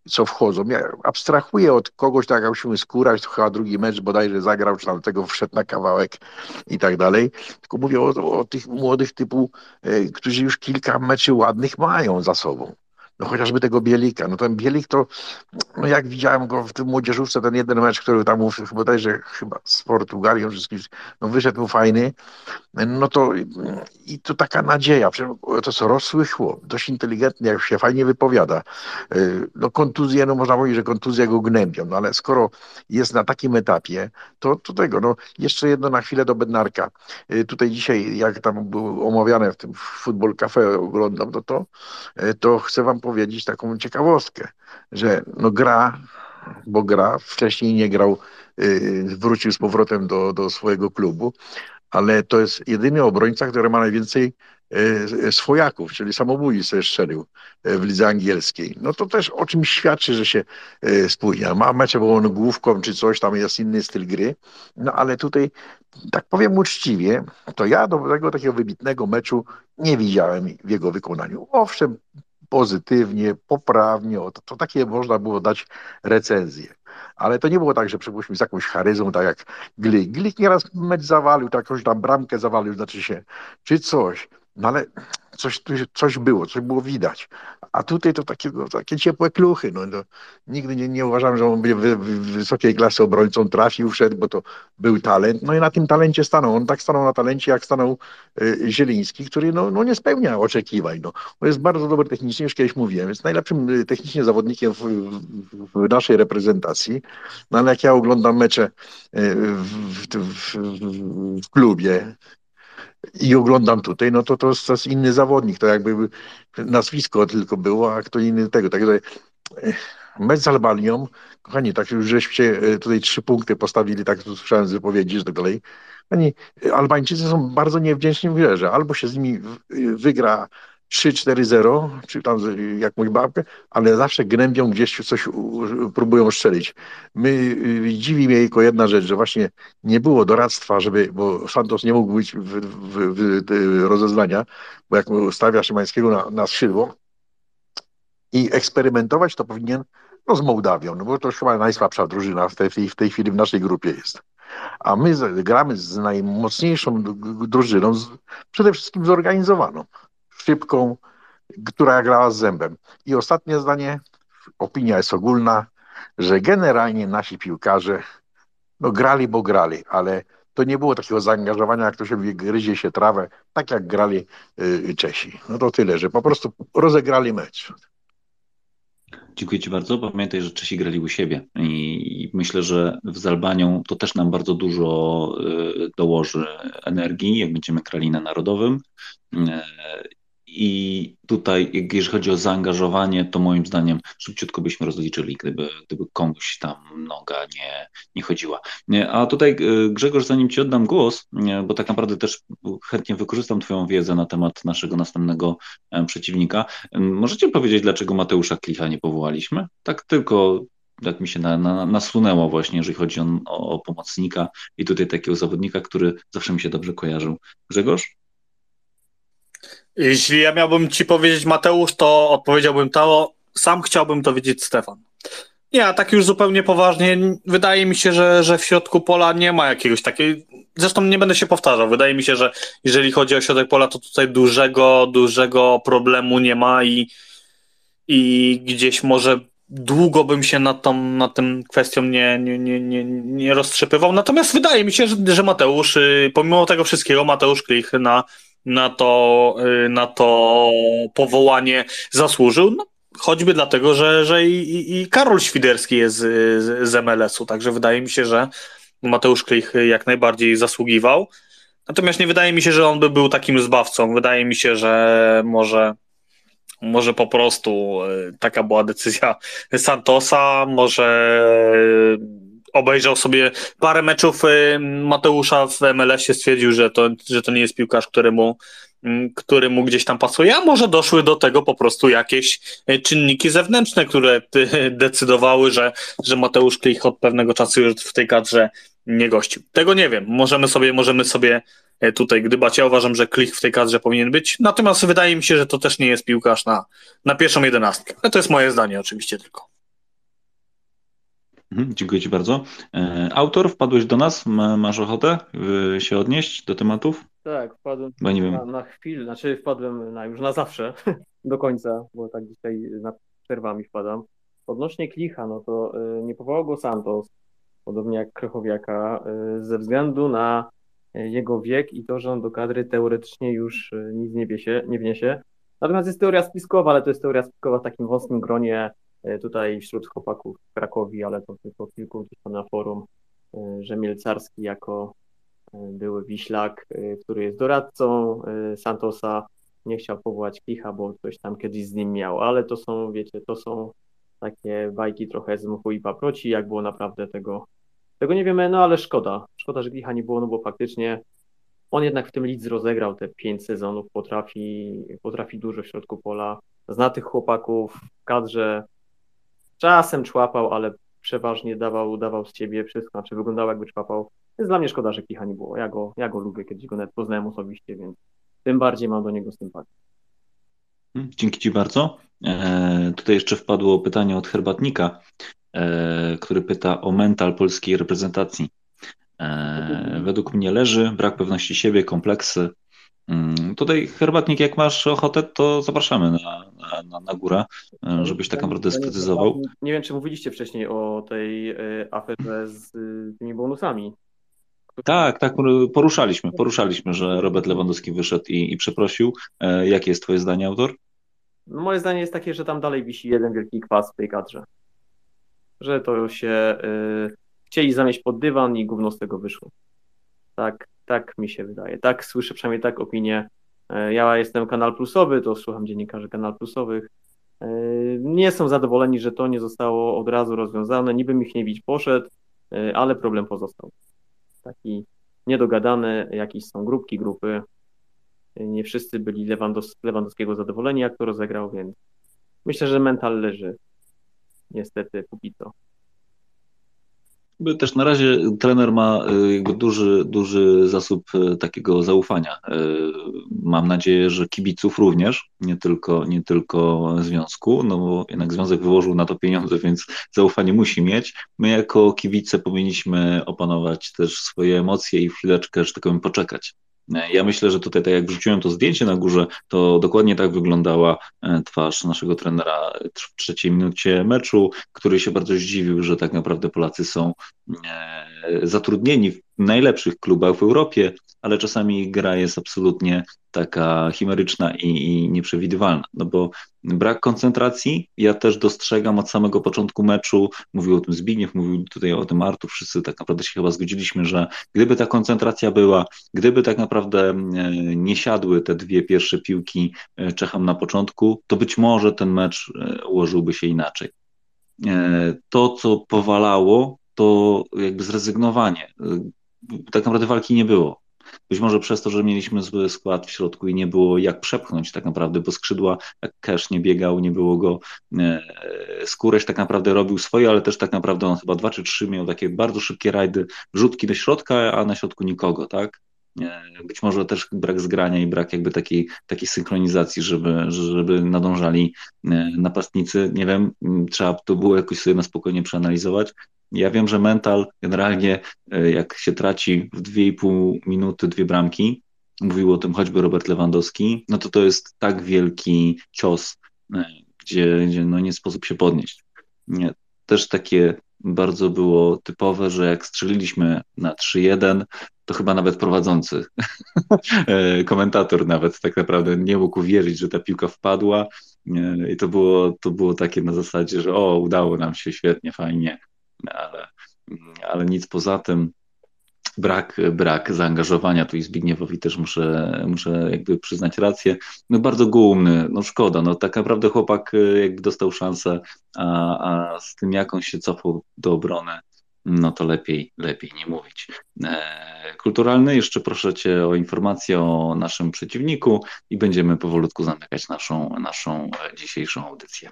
co wchodzą. Ja abstrahuję od kogoś, tak jak musimy skórać, to chyba drugi mecz bodajże zagrał, czy tam tego wszedł na kawałek i tak dalej. Tylko mówię o, o tych młodych typu, e, którzy już kilka meczy ładnych mają za sobą. No chociażby tego Bielika. No ten Bielik to, no jak widziałem go w tym młodzieżówce, ten jeden mecz, który tam mówił, bodajże chyba z Portugalią, czy z kimś, no wyszedł mu fajny, no to i to taka nadzieja, przecież to jest rosły chłop, dość inteligentny, jak się fajnie wypowiada. No kontuzje, no można powiedzieć, że kontuzje go gnębią, no ale skoro jest na takim etapie, to, to tego, no jeszcze jedno na chwilę do Bednarka. Tutaj dzisiaj, jak tam było omawiane w tym Football Cafe, oglądam to, to, to chcę wam powiedzieć taką ciekawostkę, że no gra, bo gra, wcześniej nie grał, wrócił z powrotem do, do swojego klubu, ale to jest jedyny obrońca, który ma najwięcej e, swojaków, czyli samobójstw sobie strzelił e, w lidze angielskiej. No to też o czymś świadczy, że się e, spóźnia. Ma mecze, bo on główką czy coś, tam jest inny styl gry, no ale tutaj, tak powiem uczciwie, to ja do tego takiego wybitnego meczu nie widziałem w jego wykonaniu. Owszem, pozytywnie, poprawnie, o, to, to takie można było dać recenzję. Ale to nie było tak, że przypuśćmy z jakąś charyzmą, tak jak Glik. Glik nieraz mecz zawalił, tak jakąś tam bramkę zawalił, znaczy się, czy coś. No ale coś, tu- coś było, coś było widać. A tutaj to takie, no, takie ciepłe kluchy. No, no, nigdy nie, nie uważam, że on będzie wy, wy, wysokiej klasy obrońcą, trafił, wszedł, bo to był talent. No i na tym talencie stanął. On tak stanął na talencie, jak stanął y, Zieliński, który no, no nie spełnia oczekiwań. No. On jest bardzo dobry technicznie, już kiedyś mówiłem. Jest najlepszym y, technicznie zawodnikiem w, w, w naszej reprezentacji. No ale jak ja oglądam mecze y, w, w, w, w, w klubie i oglądam tutaj, no to to jest, to jest inny zawodnik. To jakby nazwisko tylko było, a kto inny tego. Także e, mecz z Albanią, kochani, tak już żeście e, tutaj trzy punkty postawili, tak tu słyszałem z wypowiedzi, że tak dalej. Kochani, e, Albańczycy są bardzo niewdzięczni w grze. Albo się z nimi w- wygra trzy cztery zero, czy tam z- jakąś babkę, ale zawsze gnębią gdzieś coś, u- u- próbują strzelić. My, y, dziwi mnie tylko jedna rzecz, że właśnie nie było doradztwa, żeby, bo Santos nie mógł być w, w, w, w rozeznania, bo jak stawia Szymańskiego na, na skrzydło i eksperymentować, to powinien no, z Mołdawią, no bo to już chyba najsłabsza drużyna w tej, w tej w tej chwili w naszej grupie jest. A my z, gramy z najmocniejszą d- g- drużyną, z, przede wszystkim zorganizowaną, szybką, która grała z zębem. I ostatnie zdanie, opinia jest ogólna, że generalnie nasi piłkarze no grali, bo grali, ale to nie było takiego zaangażowania, jak to się mówi, gryzie się trawę, tak jak grali y, Czesi. No to tyle, że po prostu rozegrali mecz. Dziękuję Ci bardzo. Pamiętaj, że Czesi grali u siebie i i myślę, że z Albanią to też nam bardzo dużo y, dołoży energii, jak będziemy grali na Narodowym. Y, I tutaj, jak- jeżeli chodzi o zaangażowanie, to moim zdaniem szybciutko byśmy rozliczyli, gdyby, gdyby komuś tam noga nie, nie chodziła. Nie, A tutaj, y, Grzegorz, zanim Ci oddam głos, nie, bo tak naprawdę też chętnie wykorzystam Twoją wiedzę na temat naszego następnego e, przeciwnika. Ym, Możecie powiedzieć, dlaczego Mateusza Klicha nie powołaliśmy? Tak tylko jak mi się na, na, nasunęło właśnie, jeżeli chodzi o, o pomocnika i tutaj takiego zawodnika, który zawsze mi się dobrze kojarzył. Grzegorz? Jeśli ja miałbym ci powiedzieć Mateusz, to odpowiedziałbym to, sam chciałbym to wiedzieć Stefan. Nie, a tak już zupełnie poważnie, wydaje mi się, że, że w środku pola nie ma jakiegoś takiej, zresztą nie będę się powtarzał, wydaje mi się, że jeżeli chodzi o środek pola, to tutaj dużego, dużego problemu nie ma i, i gdzieś może długo bym się nad tą, nad tym kwestią nie, nie, nie, nie, nie roztrzepywał, natomiast wydaje mi się, że, że Mateusz, y, pomimo tego wszystkiego, Mateusz Klich na, na, to, y, na to powołanie zasłużył, no, choćby dlatego, że, że i, i- i Karol Świderski jest z, z M L S-u, także wydaje mi się, że Mateusz Klich jak najbardziej zasługiwał. Natomiast nie wydaje mi się, że on by był takim zbawcą. Wydaje mi się, że może, może po prostu e, taka była decyzja Santosa, może e, obejrzał sobie parę meczów e, Mateusza w M L S-ie, stwierdził, że to, że to nie jest piłkarz, któremu, m, który mu gdzieś tam pasuje, a może doszły do tego po prostu jakieś e, czynniki zewnętrzne, które e, decydowały, że, że Mateusz Klich od pewnego czasu już w tej kadrze nie gościł. Tego nie wiem. Możemy sobie, możemy sobie e, tutaj gdybać. Ja uważam, że Klich w tej kadrze powinien być. Natomiast wydaje mi się, że to też nie jest piłkarz na, na pierwszą jedenastkę. Ale to jest moje zdanie oczywiście tylko. Mhm, dziękuję Ci bardzo. E, Autor, wpadłeś do nas? Ma, masz ochotę y, się odnieść do tematów? Tak, wpadłem Bo nie na, wiem. na chwilę, znaczy wpadłem na już na zawsze do końca, bo tak dzisiaj na przerwami wpadam. Odnośnie Klicha, no to y, nie powołał go Santos, podobnie jak Krychowiaka, y, ze względu na y, jego wiek i to, że on do kadry teoretycznie już y, nic nie wniesie, nie wniesie. Natomiast jest teoria spiskowa, ale to jest teoria spiskowa w takim wąskim gronie, y, tutaj wśród chłopaków w Krakowie, ale to tylko kilku gdzieś tam na forum, y, że Mielcarski jako były Wiślak, który jest doradcą Santosa, nie chciał powołać Klicha, bo coś tam kiedyś z nim miał, ale to są, wiecie, to są takie bajki trochę z mchu i paproci, jak było naprawdę tego, tego nie wiemy, no ale szkoda, szkoda, że Klicha nie było, no bo faktycznie on jednak w tym Lidze rozegrał te pięć sezonów, potrafi, potrafi dużo w środku pola, zna tych chłopaków w kadrze, czasem człapał, ale przeważnie dawał, dawał z siebie wszystko, znaczy wyglądał jakby człapał. Jest dla mnie szkoda, że Klicha nie było. Ja go, ja go lubię, kiedyś go nawet poznałem osobiście, więc tym bardziej mam do niego sympatię. Dzięki Ci bardzo. E, tutaj jeszcze wpadło pytanie od Herbatnika, e, który pyta o mental polskiej reprezentacji. E, według mnie leży, brak pewności siebie, kompleksy. Mm, tutaj Herbatnik, jak masz ochotę, to zapraszamy na, na, na górę, e, żebyś tak naprawdę sprecyzował. Nie wiem, czy mówiliście wcześniej o tej aferze z tymi bonusami. Tak, tak, poruszaliśmy, poruszaliśmy, że Robert Lewandowski wyszedł i, i przeprosił. E, jakie jest Twoje zdanie, autor? No, moje zdanie jest takie, że tam dalej wisi jeden wielki kwas w tej kadrze. Że to się y, chcieli zamieść pod dywan i gówno z tego wyszło. Tak, tak mi się wydaje. Tak słyszę, przynajmniej tak opinię. Y, ja jestem Kanal Plusowy, to słucham dziennikarzy Kanal Plusowych. Y, nie są zadowoleni, że to nie zostało od razu rozwiązane. Niby Michniewicz poszedł, y, ale problem pozostał. Taki niedogadany, jakieś są grupki, grupy. Nie wszyscy byli Lewandos- Lewandowskiego zadowoleni, jak to rozegrał, więc myślę, że mental leży. Niestety, póki co. Też na razie trener ma jakby duży, duży zasób takiego zaufania. Mam nadzieję, że kibiców również, nie tylko, nie tylko związku, no bo jednak związek wyłożył na to pieniądze, więc zaufanie musi mieć. My jako kibice powinniśmy opanować też swoje emocje i chwileczkę, że tak powiem, poczekać. Ja myślę, że tutaj, tak jak wrzuciłem to zdjęcie na górze, to dokładnie tak wyglądała twarz naszego trenera w trzeciej minucie meczu, który się bardzo zdziwił, że tak naprawdę Polacy są zatrudnieni w najlepszych klubach w Europie, ale czasami ich gra jest absolutnie taka chimeryczna i, i nieprzewidywalna, no bo brak koncentracji, ja też dostrzegam od samego początku meczu, mówił o tym Zbigniew, mówił tutaj o tym Artur, wszyscy tak naprawdę się chyba zgodziliśmy, że gdyby ta koncentracja była, gdyby tak naprawdę nie siadły te dwie pierwsze piłki Czechom na początku, to być może ten mecz ułożyłby się inaczej. To, co powalało, to jakby zrezygnowanie. Tak naprawdę walki nie było. Być może przez to, że mieliśmy zły skład w środku i nie było jak przepchnąć tak naprawdę, bo skrzydła, jak Kesz nie biegał, nie było go, Skóreś tak naprawdę robił swoje, ale też tak naprawdę on chyba dwa czy trzy miał takie bardzo szybkie rajdy, rzutki do środka, a na środku nikogo, tak? Być może też brak zgrania i brak jakby takiej, takiej synchronizacji, żeby, żeby nadążali napastnicy. Nie wiem, trzeba to było jakoś sobie na spokojnie przeanalizować. Ja wiem, że mental generalnie jak się traci w dwie i pół minuty dwie bramki, mówił o tym choćby Robert Lewandowski, no to to jest tak wielki cios, gdzie, gdzie no nie sposób się podnieść. Nie. Też takie bardzo było typowe, że jak strzeliliśmy na trzy jeden, to chyba nawet prowadzący, komentator nawet tak naprawdę nie mógł uwierzyć, że ta piłka wpadła i to było, to było takie na zasadzie, że o, udało nam się, świetnie, fajnie, ale, ale nic poza tym. Brak, brak zaangażowania, tu i Zbigniewowi też muszę, muszę jakby przyznać rację. No bardzo główny, no szkoda, no tak naprawdę chłopak jakby dostał szansę, a, a z tym jak on się cofał do obrony, no to lepiej, lepiej nie mówić. Kulturalny, jeszcze proszę Cię o informację o naszym przeciwniku i będziemy powolutku zamykać naszą, naszą dzisiejszą audycję.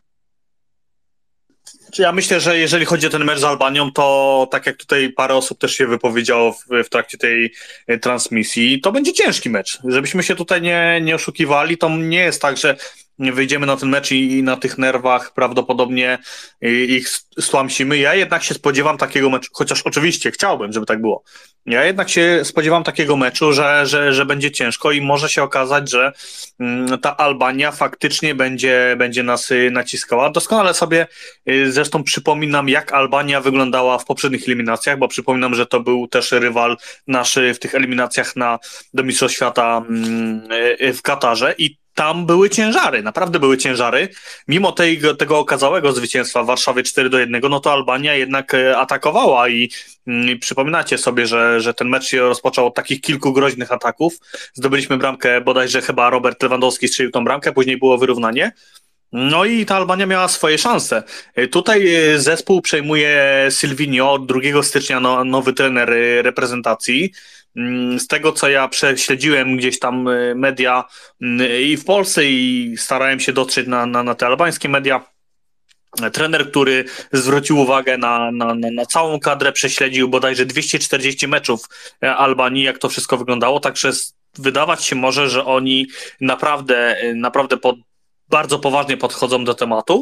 Ja myślę, że jeżeli chodzi o ten mecz z Albanią, to tak jak tutaj parę osób też się wypowiedziało w, w trakcie tej transmisji, to będzie ciężki mecz. Żebyśmy się tutaj nie, nie oszukiwali, to nie jest tak, że wyjdziemy na ten mecz i, i na tych nerwach prawdopodobnie ich stłamsimy. Ja jednak się spodziewam takiego meczu, chociaż oczywiście chciałbym, żeby tak było. Ja jednak się spodziewam takiego meczu, że, że, że będzie ciężko i może się okazać, że mm, ta Albania faktycznie będzie, będzie nas naciskała. Doskonale sobie y, zresztą przypominam, jak Albania wyglądała w poprzednich eliminacjach, bo przypominam, że to był też rywal nasz w tych eliminacjach na, do Mistrzostw Świata y, w Katarze i tam były ciężary, naprawdę były ciężary. Mimo tej, tego okazałego zwycięstwa w Warszawie cztery do jednego, no to Albania jednak atakowała i, i przypominacie sobie, że, że ten mecz się rozpoczął od takich kilku groźnych ataków. Zdobyliśmy bramkę, bodajże chyba Robert Lewandowski strzelił tą bramkę, później było wyrównanie. No i ta Albania miała swoje szanse. Tutaj zespół przejmuje Silvinho, od drugiego stycznia no, nowy trener reprezentacji. Z tego, co ja prześledziłem gdzieś tam media i w Polsce i starałem się dotrzeć na, na, na te albańskie media, trener, który zwrócił uwagę na, na, na, na całą kadrę, prześledził bodajże dwieście czterdzieści meczów Albanii, jak to wszystko wyglądało, także wydawać się może, że oni naprawdę, naprawdę pod, bardzo poważnie podchodzą do tematu.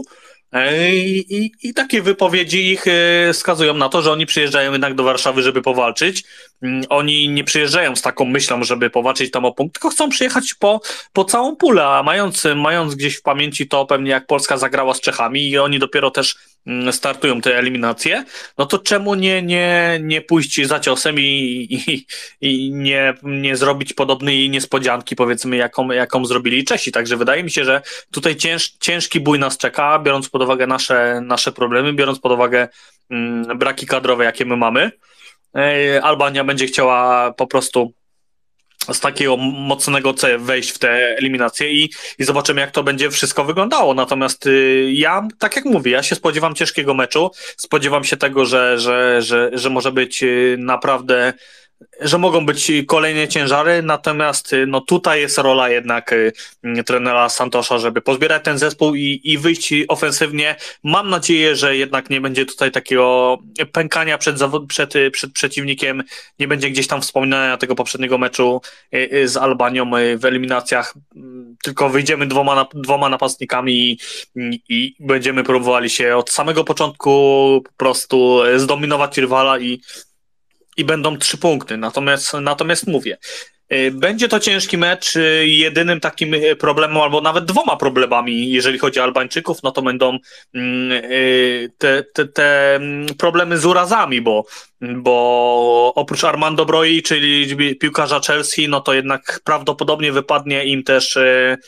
I, i, I takie wypowiedzi ich wskazują na to, że oni przyjeżdżają jednak do Warszawy, żeby powalczyć. Oni nie przyjeżdżają z taką myślą, żeby powalczyć tam o punkt, tylko chcą przyjechać po, po całą pulę, a mając, mając gdzieś w pamięci to pewnie jak Polska zagrała z Czechami i oni dopiero też startują te eliminacje, no to czemu nie, nie, nie pójść za ciosem i, i, i nie, nie zrobić podobnej niespodzianki, powiedzmy, jaką, jaką zrobili Czesi. Także wydaje mi się, że tutaj cięż, ciężki bój nas czeka, biorąc pod uwagę nasze, nasze problemy, biorąc pod uwagę mm, braki kadrowe, jakie my mamy. Albania będzie chciała po prostu z takiego mocnego C wejść w te eliminacje i, i zobaczymy, jak to będzie wszystko wyglądało. Natomiast y, ja, tak jak mówię, ja się spodziewam ciężkiego meczu, spodziewam się tego, że, że, że, że może być y, naprawdę, że mogą być kolejne ciężary, natomiast no tutaj jest rola jednak y, trenera Santosza, żeby pozbierać ten zespół i, i wyjść ofensywnie. Mam nadzieję, że jednak nie będzie tutaj takiego pękania przed, zawod- przed, przed przeciwnikiem, nie będzie gdzieś tam wspominania tego poprzedniego meczu y, y, z Albanią y, w eliminacjach, y, tylko wyjdziemy dwoma, dwoma napastnikami i, i, i będziemy próbowali się od samego początku po prostu zdominować rywala i I będą trzy punkty. Natomiast, natomiast mówię, będzie to ciężki mecz. Jedynym takim problemem, albo nawet dwoma problemami, jeżeli chodzi o Albańczyków, no to będą te, te, te problemy z urazami, bo, bo oprócz Armando Broi, czyli piłkarza Chelsea, no to jednak prawdopodobnie wypadnie im też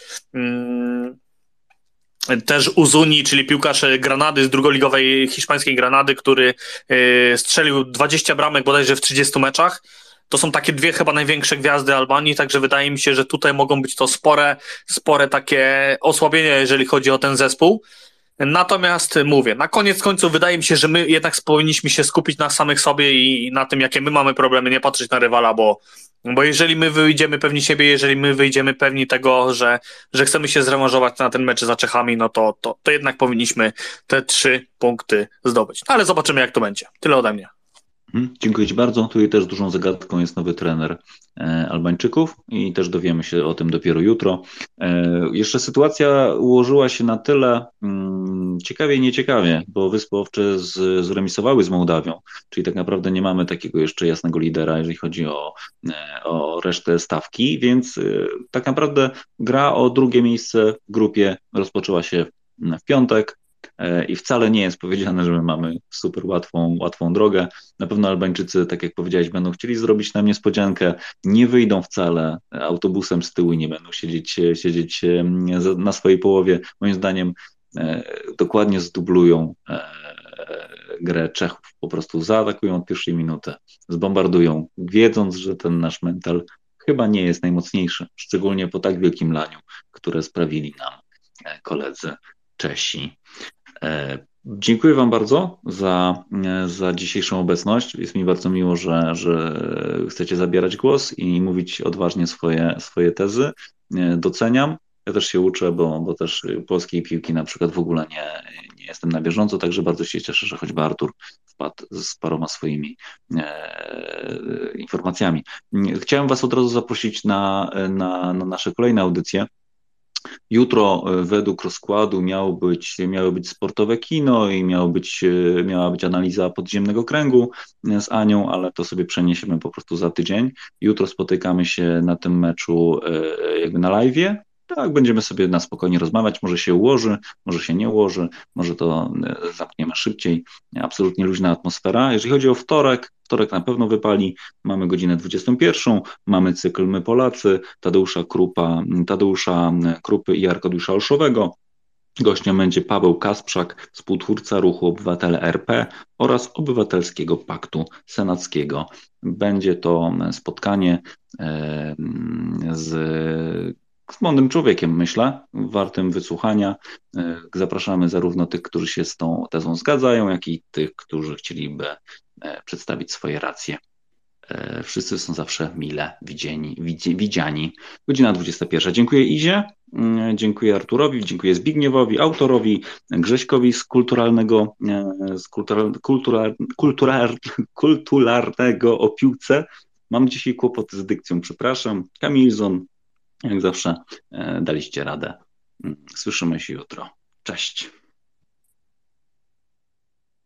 też Uzuni, czyli piłkarz Granady, z drugoligowej hiszpańskiej Granady, który y, strzelił dwadzieścia bramek bodajże w trzydziestu meczach. To są takie dwie chyba największe gwiazdy Albanii, także wydaje mi się, że tutaj mogą być to spore, spore takie osłabienia, jeżeli chodzi o ten zespół. Natomiast mówię, na koniec końców wydaje mi się, że my jednak powinniśmy się skupić na samych sobie i na tym, jakie my mamy problemy, nie patrzeć na rywala, bo, bo jeżeli my wyjdziemy pewni siebie, jeżeli my wyjdziemy pewni tego, że, że chcemy się zrewanżować na ten mecz za Czechami, no to, to, to jednak powinniśmy te trzy punkty zdobyć. Ale zobaczymy, jak to będzie. Tyle ode mnie. Dziękuję Ci bardzo. Tutaj też dużą zagadką jest nowy trener e, Albańczyków i też dowiemy się o tym dopiero jutro. E, jeszcze sytuacja ułożyła się na tyle mm, ciekawie i nieciekawie, bo Wyspy Owcze z, zremisowały z Mołdawią, czyli tak naprawdę nie mamy takiego jeszcze jasnego lidera, jeżeli chodzi o, e, o resztę stawki, więc e, tak naprawdę gra o drugie miejsce w grupie rozpoczęła się w piątek. I wcale nie jest powiedziane, że my mamy super łatwą, łatwą drogę. Na pewno Albańczycy, tak jak powiedziałeś, będą chcieli zrobić nam niespodziankę, nie wyjdą wcale autobusem z tyłu i nie będą siedzieć, siedzieć na swojej połowie. Moim zdaniem dokładnie zdublują grę Czechów. Po prostu zaatakują od pierwszej minuty, zbombardują, wiedząc, że ten nasz mental chyba nie jest najmocniejszy, szczególnie po tak wielkim laniu, które sprawili nam koledzy Czesi. Dziękuję Wam bardzo za, za dzisiejszą obecność. Jest mi bardzo miło, że, że chcecie zabierać głos i mówić odważnie swoje, swoje tezy. Doceniam. Ja też się uczę, bo, bo też polskiej piłki na przykład w ogóle nie, nie jestem na bieżąco, także bardzo się cieszę, że choćby Artur wpadł z paroma swoimi e, informacjami. Chciałem Was od razu zaprosić na, na, na nasze kolejne audycje. Jutro według rozkładu miało być, miało być sportowe kino i miało być, miała być analiza podziemnego kręgu z Anią, ale to sobie przeniesiemy po prostu za tydzień. Jutro spotykamy się na tym meczu jakby na live'ie. Tak, będziemy sobie na spokojnie rozmawiać, może się ułoży, może się nie ułoży, może to zamkniemy szybciej. Absolutnie luźna atmosfera. Jeżeli chodzi o wtorek, wtorek na pewno wypali, mamy godzinę dwudziestą pierwszą, mamy cykl My Polacy, Tadeusza Krupa, Tadeusza Krupy i Arkadiusza Olszowego. Gościem będzie Paweł Kasprzak, współtwórca Ruchu Obywatele R P oraz Obywatelskiego Paktu Senackiego. Będzie to spotkanie z z mądrym człowiekiem, myślę, wartym wysłuchania. Zapraszamy zarówno tych, którzy się z tą tezą zgadzają, jak i tych, którzy chcieliby przedstawić swoje racje. Wszyscy są zawsze mile widziani. widziani. Godzina dwudziesta pierwsza. Dziękuję Izie, dziękuję Arturowi, dziękuję Zbigniewowi, autorowi, Grześkowi z kulturalnego, z kultural, kultural, kultural, kulturalnego o piłce. Mam dzisiaj kłopoty z dykcją, przepraszam. Kamilzon, jak zawsze daliście radę. Słyszymy się jutro. Cześć.